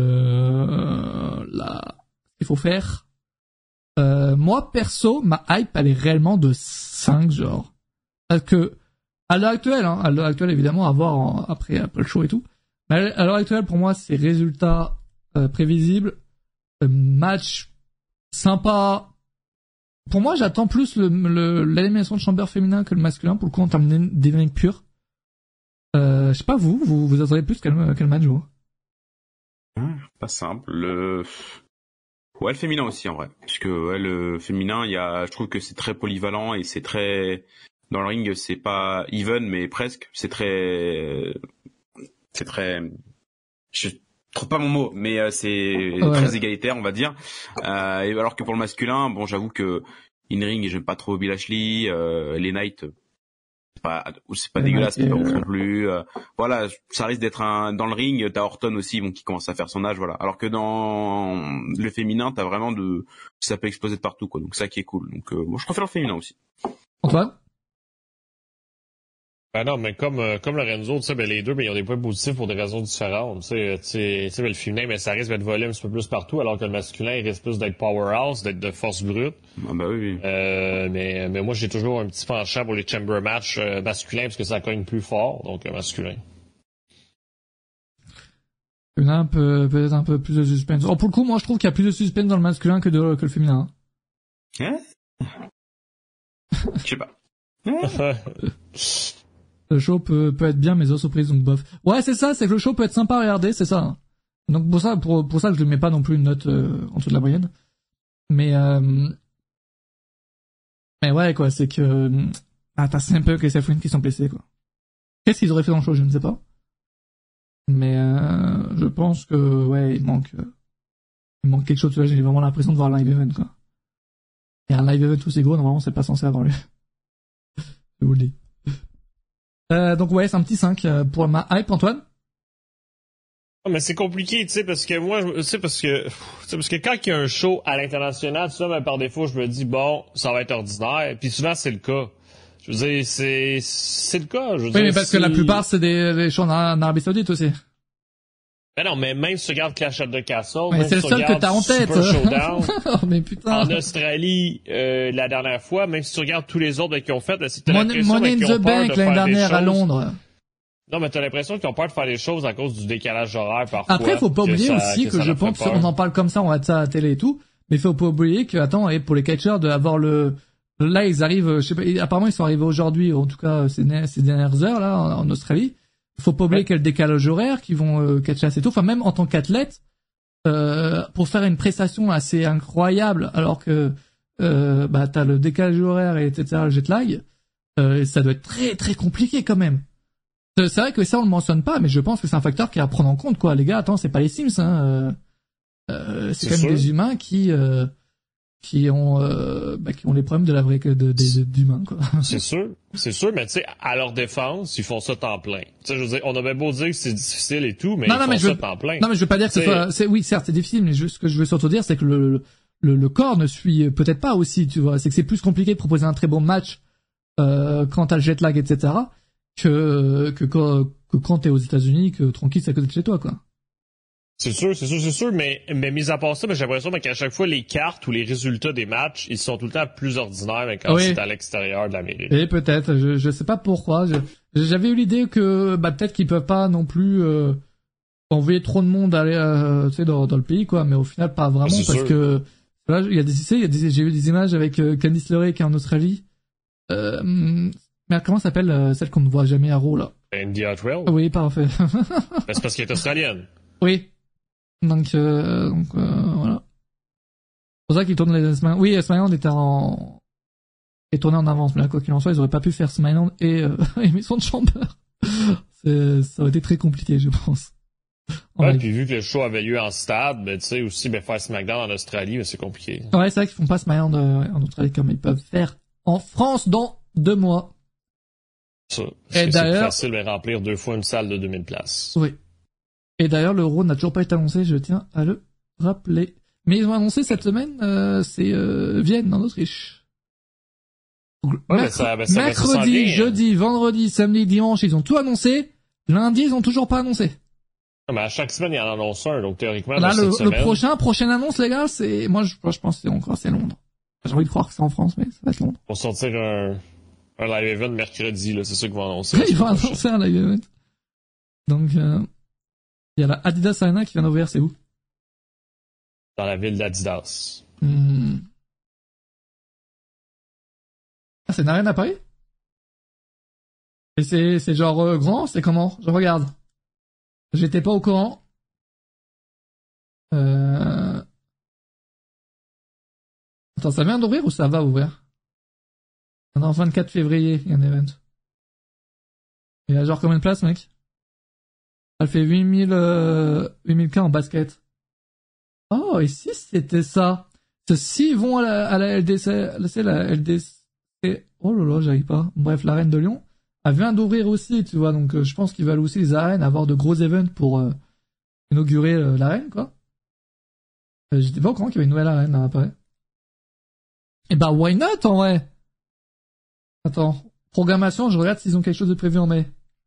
faut faire. Moi, perso, ma hype, elle est réellement de 5, genre. Parce que, à l'heure actuelle, évidemment, à voir après le show et tout. Mais à l'heure actuelle, pour moi, c'est résultat prévisible, match sympa. Pour moi, j'attends plus l'élimination de Chamber féminin que le masculin, pour le coup, en termes de dynamique pure. Je sais pas vous attendez plus quel match, vous? Pas simple. Le féminin aussi, en vrai. Puisque, le féminin, je trouve que c'est très polyvalent et c'est très, dans le ring, c'est pas even, mais presque. C'est très, trop pas mon mot, mais c'est très égalitaire, on va dire. Et alors que pour le masculin, bon, j'avoue que in-ring, j'aime pas trop Bobby Lashley, les Knight, c'est pas dégueulasse, mais pas ouf non plus. Voilà, ça risque d'être dans le ring. T'as Orton aussi, bon, qui commence à faire son âge, voilà. Alors que dans le féminin, t'as vraiment ça peut exploser de partout, quoi. Donc ça qui est cool. Donc moi, je préfère le féminin aussi. Antoine? Ben non, mais comme Lorenzo, tu sais, ben les deux, ben ils ont des points positifs pour des raisons différentes. Tu sais, ben le féminin, ben ça risque d'être volé un petit peu plus partout, alors que le masculin, il risque plus d'être powerhouse, d'être de force brute. Ah bah oui. Mais moi, j'ai toujours un petit penchant pour les chamber match masculins parce que ça cogne plus fort, donc masculin. Il y en a peut-être un peu plus de suspense. Oh, pour le coup, moi, je trouve qu'il y a plus de suspense dans le masculin que le féminin. Hein? Je sais pas. Le show peut être bien, mais aux surprises, donc bof. Ouais, c'est ça, c'est que le show peut être sympa à regarder, c'est ça. Donc pour ça que je lui mets pas non plus une note en dessous de la moyenne. Mais ouais, quoi, c'est que t'as Simple et Seth Rollins qui sont blessés, quoi. Qu'est-ce qu'ils auraient fait dans le show, je ne sais pas. Mais je pense que ouais, il manque quelque chose. Là, j'ai vraiment l'impression de voir un live event, quoi. Et un live event aussi gros, normalement, c'est pas censé avoir lieu. Je vous le dis. Donc ouais, c'est un petit 5 pour ma hype, Antoine. Mais c'est compliqué, tu sais, parce que moi, parce que quand il y a un show à l'international, tu sais, ben, par défaut, je me dis, bon, ça va être ordinaire. Puis souvent, c'est le cas. Je veux dire, c'est le cas. Je veux dire, mais parce que la plupart, c'est des shows en Arabie Saoudite aussi. Ben non, mais même si tu regardes Clash of the Castle, mais c'est le seul que t'as en tête. Oh, mais putain. En Australie, la dernière fois, même si tu regardes tous les autres qui ont fait, c'est Money in the Bank l'année dernière à Londres. Non, mais t'as l'impression qu'ils ont peur de faire les choses à cause du décalage horaire parfois. Après, faut pas oublier aussi que je pense, on en parle comme ça, on va de ça à la télé et tout, mais faut pas oublier que, attends, et pour les catcheurs, de avoir là, ils arrivent, je sais pas, apparemment, ils sont arrivés aujourd'hui, en tout cas, ces dernières heures, là, en Australie. Faut pas oublier qu'il y a le décalage horaire, qu'ils vont catcher assez tôt. Enfin, même en tant qu'athlète, pour faire une prestation assez incroyable, alors que t'as le décalage horaire et etc., le jet lag, ça doit être très très compliqué quand même. C'est vrai que ça on le mentionne pas, mais je pense que c'est un facteur qui est à prendre en compte, quoi. Les gars, attends, c'est pas les Sims, hein. C'est quand même des humains qui ont les problèmes de la vraie d'humains, quoi. C'est sûr, mais tu sais, à leur défense, ils font ça temps plein. Tu sais, je veux dire, on a bien beau dire que c'est difficile et tout, mais ils font ça temps plein. Non, mais je veux pas dire que oui, certes, c'est difficile, mais ce que je veux surtout dire, c'est que le corps ne suit peut-être pas aussi, tu vois. C'est que c'est plus compliqué de proposer un très bon match, quand t'as le jet lag, etc., que quand t'es aux États-Unis, que tranquille, c'est à côté de chez toi, quoi. C'est sûr, mais mis à part ça, j'ai l'impression qu'à chaque fois, les cartes ou les résultats des matchs, ils sont tout le temps plus ordinaires, mais quand c'est à l'extérieur de l'Amérique. Et peut-être, je sais pas pourquoi, j'avais eu l'idée que, peut-être qu'ils peuvent pas non plus, envoyer trop de monde aller, tu sais, dans le pays, quoi, mais au final, pas vraiment, parce sûr. Que, là, j'ai vu des images avec, Candice LeRae qui est en Australie, mais comment s'appelle, celle qu'on ne voit jamais à Raw, là? Indy Hartwell? Oui, parfait. C'est parce qu'elle est australienne. Oui. Donc voilà. C'est pour ça qu'ils tournent les Smiland. Oui, Smiland est tourné en avance, mais là, quoi qu'il en soit, ils auraient pas pu faire Smiland et émission de Chamber. Ça aurait été très compliqué, je pense. Ouais, puis vu que le show avait lieu en stade, tu sais, aussi, faire SmackDown en Australie, mais c'est compliqué. Ouais, c'est vrai qu'ils font pas Smiland en Australie comme ils peuvent faire en France dans 2 mois. Ça. C'est plus facile de remplir 2 fois une salle de 2000 places. Oui. Et d'ailleurs, l'Euro n'a toujours pas été annoncé, je tiens à le rappeler. Mais ils ont annoncé cette semaine, c'est Vienne, en Autriche. Ouais, mercredi, jeudi, vendredi, samedi, dimanche, ils ont tout annoncé. Lundi, ils ont toujours pas annoncé. Mais à chaque semaine, il y en annonce un, donc théoriquement, là, le prochaine annonce, les gars, c'est, moi, je pense que c'est encore, c'est Londres. J'ai envie de croire que c'est en France, mais ça va être Londres. Pour sortir un live event mercredi, là, c'est ça qu'ils vont annoncer. Ils vont annoncer un live event. Donc, il y a la Adidas Arena qui vient d'ouvrir, c'est où? Dans la ville d'Adidas. Ah, c'est une arène à Paris? Et c'est genre grand, c'est comment? Je regarde. J'étais pas au courant. Attends, ça vient d'ouvrir ou ça va ouvrir? Non, 24 février, il y a un event. Il y a genre combien de places, mec? Elle fait 8000K en basket. Oh, et si c'était ça? S'ils vont à la LDC, la LDC, oh là là, j'arrive pas. Bref, l'arène de Lyon, elle vient d'ouvrir aussi, tu vois, donc je pense qu'ils veulent aussi les arènes, avoir de gros events pour inaugurer l'arène, quoi. J'étais pas au courant qu'il y avait une nouvelle arène, là, après. Et bah, why not, en vrai? Attends. Programmation, je regarde s'ils ont quelque chose de prévu en mai.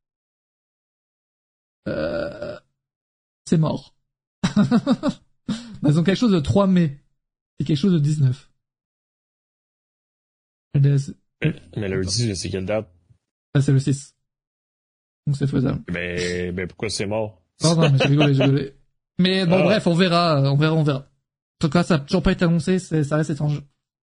C'est mort. Ils ont quelque chose de 3 mai. Et quelque chose de 19. Mais lundi, c'est quelle date? C'est le 6. Donc c'est faisable. Mais pourquoi c'est mort? Non, mais j'ai rigolé. Mais bon, bref, on verra. En tout cas, ça n'a toujours pas été annoncé, ça reste étrange.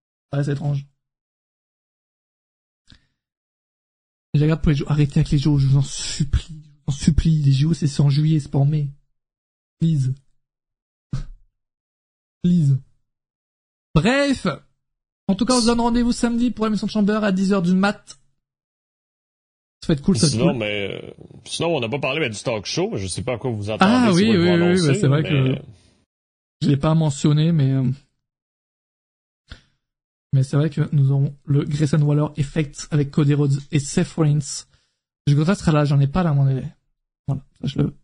Je regarde pour les JO. Arrêtez avec les JO, je vous en supplie. Les JO, c'est en juillet, c'est pas en mai. Please. Bref. En tout cas, on se donne rendez-vous samedi pour l'émission de Chamber à 10h du mat. Ça va être cool, ça. Sinon, on n'a pas parlé du talk show. Je sais pas à quoi vous attendez. Ah oui, c'est vrai que je l'ai pas mentionné, mais c'est vrai que nous aurons le Grayson Waller Effect avec Cody Rhodes et Seth Rollins. Je crois que ça sera là, j'en ai pas là, à mon avis. Voilà, sache-le.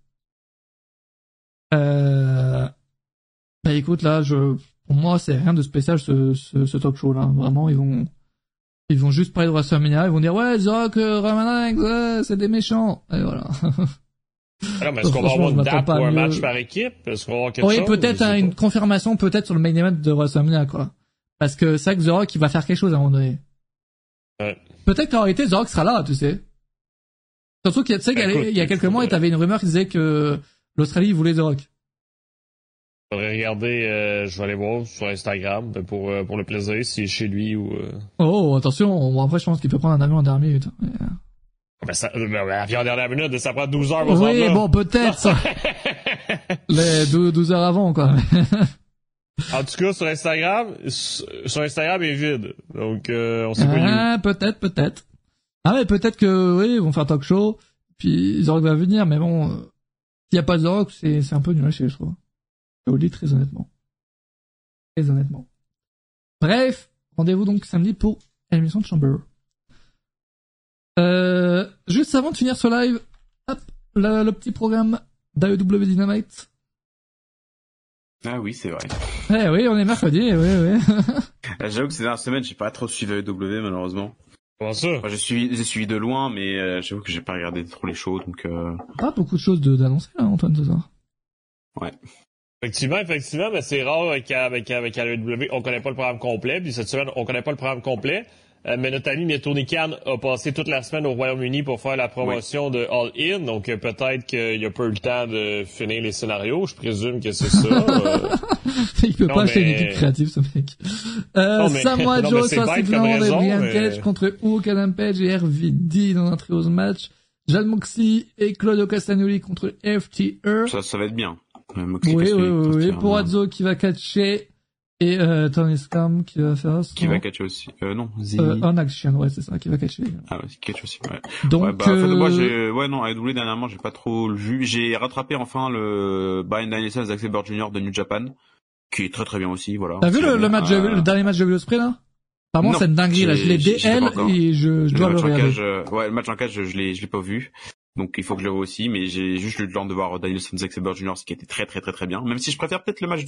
Bah écoute, là, pour moi, c'est rien de spécial ce talk show là. Vraiment, ils vont juste parler de WrestleMania, ils vont dire ouais, The Rock, Roman Reigns, c'est des méchants. Et voilà. Alors, mais est-ce qu'on va avoir une date pour un match par équipe? Est-ce qu'on va avoir quelque chose? Oui, peut-être une confirmation, peut-être sur le main event de WrestleMania, quoi. Parce que c'est vrai que The Rock, il va faire quelque chose à un moment donné. Ouais. Peut-être qu'en réalité, The Rock sera là, tu sais. Surtout qu'il y a quelques mois, il y avait une rumeur qui disait que l'Australie voulait The Rock. Faudrait regarder, je vais aller voir sur Instagram pour le plaisir, si c'est chez lui ou... Oh, attention, après je pense qu'il peut prendre un avion en dernière minute. Avion en dernière minute, ça prend 12 heures. Oui, bon, peut-être ça. Les 12 heures avant, quoi. En tout cas, sur Instagram, il est vide. Donc, on sait pas. Peut-être. Ah, mais peut-être que, oui, ils vont faire talk show, puis The Rock va venir, mais bon, s'il n'y a pas de The Rock, c'est un peu nul à chier, je trouve. Je vous le dis très honnêtement. Bref, rendez-vous donc samedi pour l'émission de Chamber. Juste avant de finir ce live, hop, le petit programme d'AEW Dynamite. Ah oui, c'est vrai. Eh oui, on est mercredi, oui. J'avoue que ces dernières semaines, j'ai pas trop suivi AEW, malheureusement. Comment ça? Enfin, j'ai suivi de loin, mais j'avoue que j'ai pas regardé trop les shows, donc... Pas beaucoup de choses d'annoncer, là, Antoine, ce soir. Ouais. Effectivement, mais c'est rare avec AEW, on connaît pas le programme complet, puis cette semaine, on connaît pas le programme complet. Mais notre ami Tony Khan a passé toute la semaine au Royaume-Uni pour faire la promotion de All In, donc peut-être qu'il a pas eu le temps de finir les scénarios, je présume que c'est ça. Il peut pas acheter une équipe créative, ce mec. Samoa Joe, Sassi Blanc et Brian Cage contre Hook, Adam Page et RVD dans un trios match. John Moxley et Claudio Castagnoli contre FTR. Ça va être bien. Oui. Pour Adzo qui va catcher. Et Tony Scam qui va faire ça. Qui va catcher aussi. Non, en action, ouais, c'est ça, qui va catcher. Ah ouais, qui catch aussi, ouais. Donc, ouais, en fait, moi, AEW dernièrement, j'ai pas trop vu. J'ai rattrapé enfin le Bryan Danielson et Xavier Jr. de New Japan, qui est très très bien aussi, voilà. T'as vu le match, le dernier match de Ospreay, là? Apparemment, c'est une dinguerie, là. Je l'ai DL et je dois le regarder. Ouais, le match en cage, je l'ai pas vu. Donc il faut que je le vois aussi, mais j'ai juste eu le temps de voir Danielson Zack Sabre Jr. ce qui était très très très très bien. Même si je préfère peut-être le match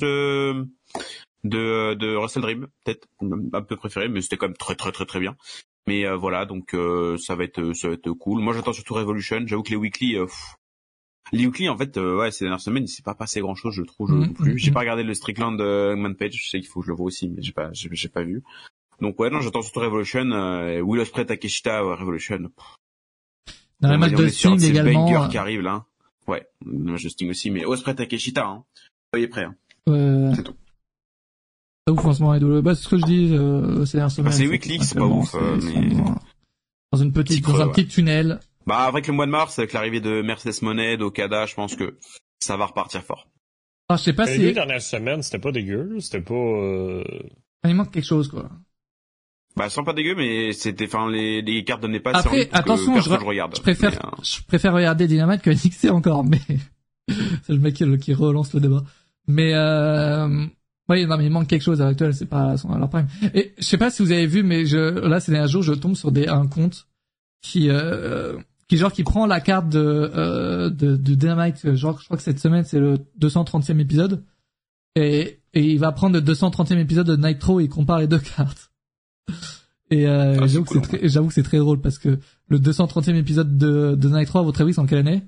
de Wrestle Dream, peut-être un peu préféré, mais c'était quand même très très très très bien. Mais voilà, donc ça va être cool. Moi j'attends surtout Revolution. J'avoue que les weekly en fait ces dernières semaines il s'est pas passé grand chose, je trouve non plus. J'ai pas regardé le Strickland Man Page, je sais qu'il faut que je le vois aussi, mais j'ai pas vu. Donc ouais, non, j'attends surtout Revolution. Will Ospreay Takeshita Revolution. Dans le match de Sting également. C'est Banger qui arrive là. Ouais, le match de Sting aussi, mais Ospreay Takeshita, hein. Soyez prêts. Hein. C'est tout. Pas ouf en ce moment, c'est ce que je dis, c'est un semaine. C'est weekly, c'est pas ouf, mais... Dans un petit tunnel. Bah, avec le mois de mars, avec l'arrivée de Mercedes Moné, d'Okada, je pense que ça va repartir fort. Ah, je sais pas si... Les deux dernières semaines, c'était pas dégueu, c'était pas, Il manque quelque chose, quoi. Bah, sans pas dégueu, mais c'était, enfin, les cartes donnaient pas après, attention, je regarde. Je préfère regarder Dynamite que NXT encore, mais c'est le mec qui relance le débat. Mais, oui, non, mais il manque quelque chose à l'actuel, c'est pas à leur prime. Et je sais pas si vous avez vu, mais là, ces derniers jours, je tombe sur un compte qui prend la carte de Dynamite, genre, je crois que cette semaine, c'est le 230e épisode. Et il va prendre le 230e épisode de Nitro et il compare les deux cartes. Et j'avoue que c'est très drôle parce que le 230e épisode de Nitro, à votre avis, c'est en quelle année?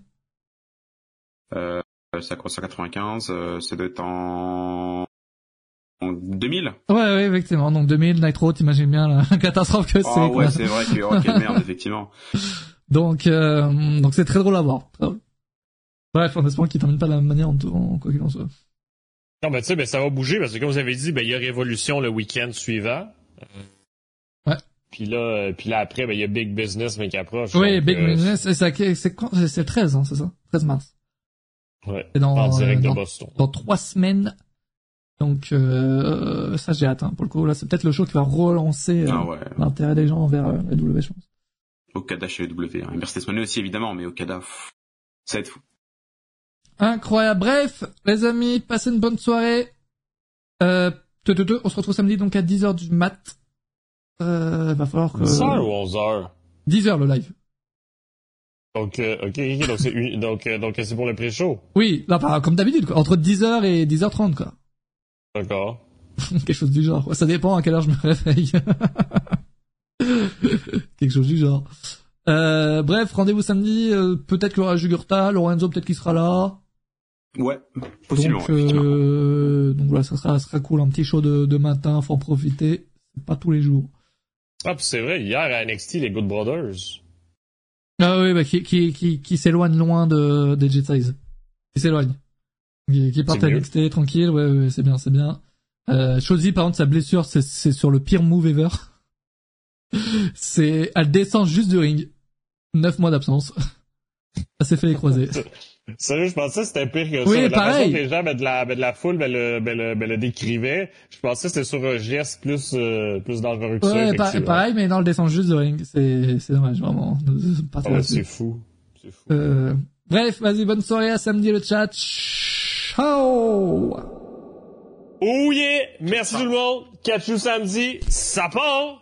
Ça commence en 95, ça doit être en 2000. Ouais, effectivement. Donc 2000, Nitro, t'imagines bien la catastrophe que c'est. Ah ouais, c'est vrai que quelle merde, effectivement. Donc c'est très drôle à voir. Bref, en espérant qu'il termine pas de la même manière en quoi qu'il en soit. Non, ben tu sais, ça va bouger parce que comme vous avez dit, il y a Révolution le week-end suivant. Ouais. Puis là après, il y a Big Business mais qui approche. Oui, donc, Big Business, c'est quand? C'est le 13, hein, c'est ça? 13 mars. Ouais. En direct de Boston. Dans 3 semaines. Donc ça j'ai hâte, hein, pour le coup. Là, c'est peut-être le show qui va relancer l'intérêt des gens envers la W, je pense. Okada chez W. Mercedes Moné aussi, évidemment, mais Okada, ça va être fou. Incroyable. Bref, les amis, passez une bonne soirée. On se retrouve samedi donc à 10h du mat. Va falloir que... 10h ou 11h? 10h le live. Donc, donc c'est pour le pré-show? Oui, là, comme d'habitude, quoi. Entre 10h et 10h30, quoi. D'accord. Quelque chose du genre. Ça dépend à quelle heure je me réveille. Quelque chose du genre. Bref, rendez-vous samedi. Peut-être qu'il y aura Jugurta, Lorenzo peut-être qu'il sera là. Ouais, possiblement. Donc voilà, ça sera cool, un petit show de matin, faut en profiter. C'est pas tous les jours. Ah, puis c'est vrai, hier à NXT, les Good Brothers. Ah oui, bah qui s'éloigne loin des Jet Size. Qui s'éloigne. Qui part à NXT tranquille, ouais, c'est bien. Shotzi, par contre, sa blessure, c'est sur le pire move ever. Elle descend juste du ring. 9 mois d'absence. Ça s'est fait les croisés. Sérieux, je pensais que c'était pire que ça. Oui, la pareil. façon que les gens de la foule le décrivaient, je pensais que c'était sur un geste plus dangereux que ça. Ouais, pareil, mais non, le descend juste du ring. C'est dommage, vraiment. C'est fou. Bref, vas-y, bonne soirée, à samedi le chat. Ciao! Oh yeah! Merci tout le monde. Catch you samedi. Ça part!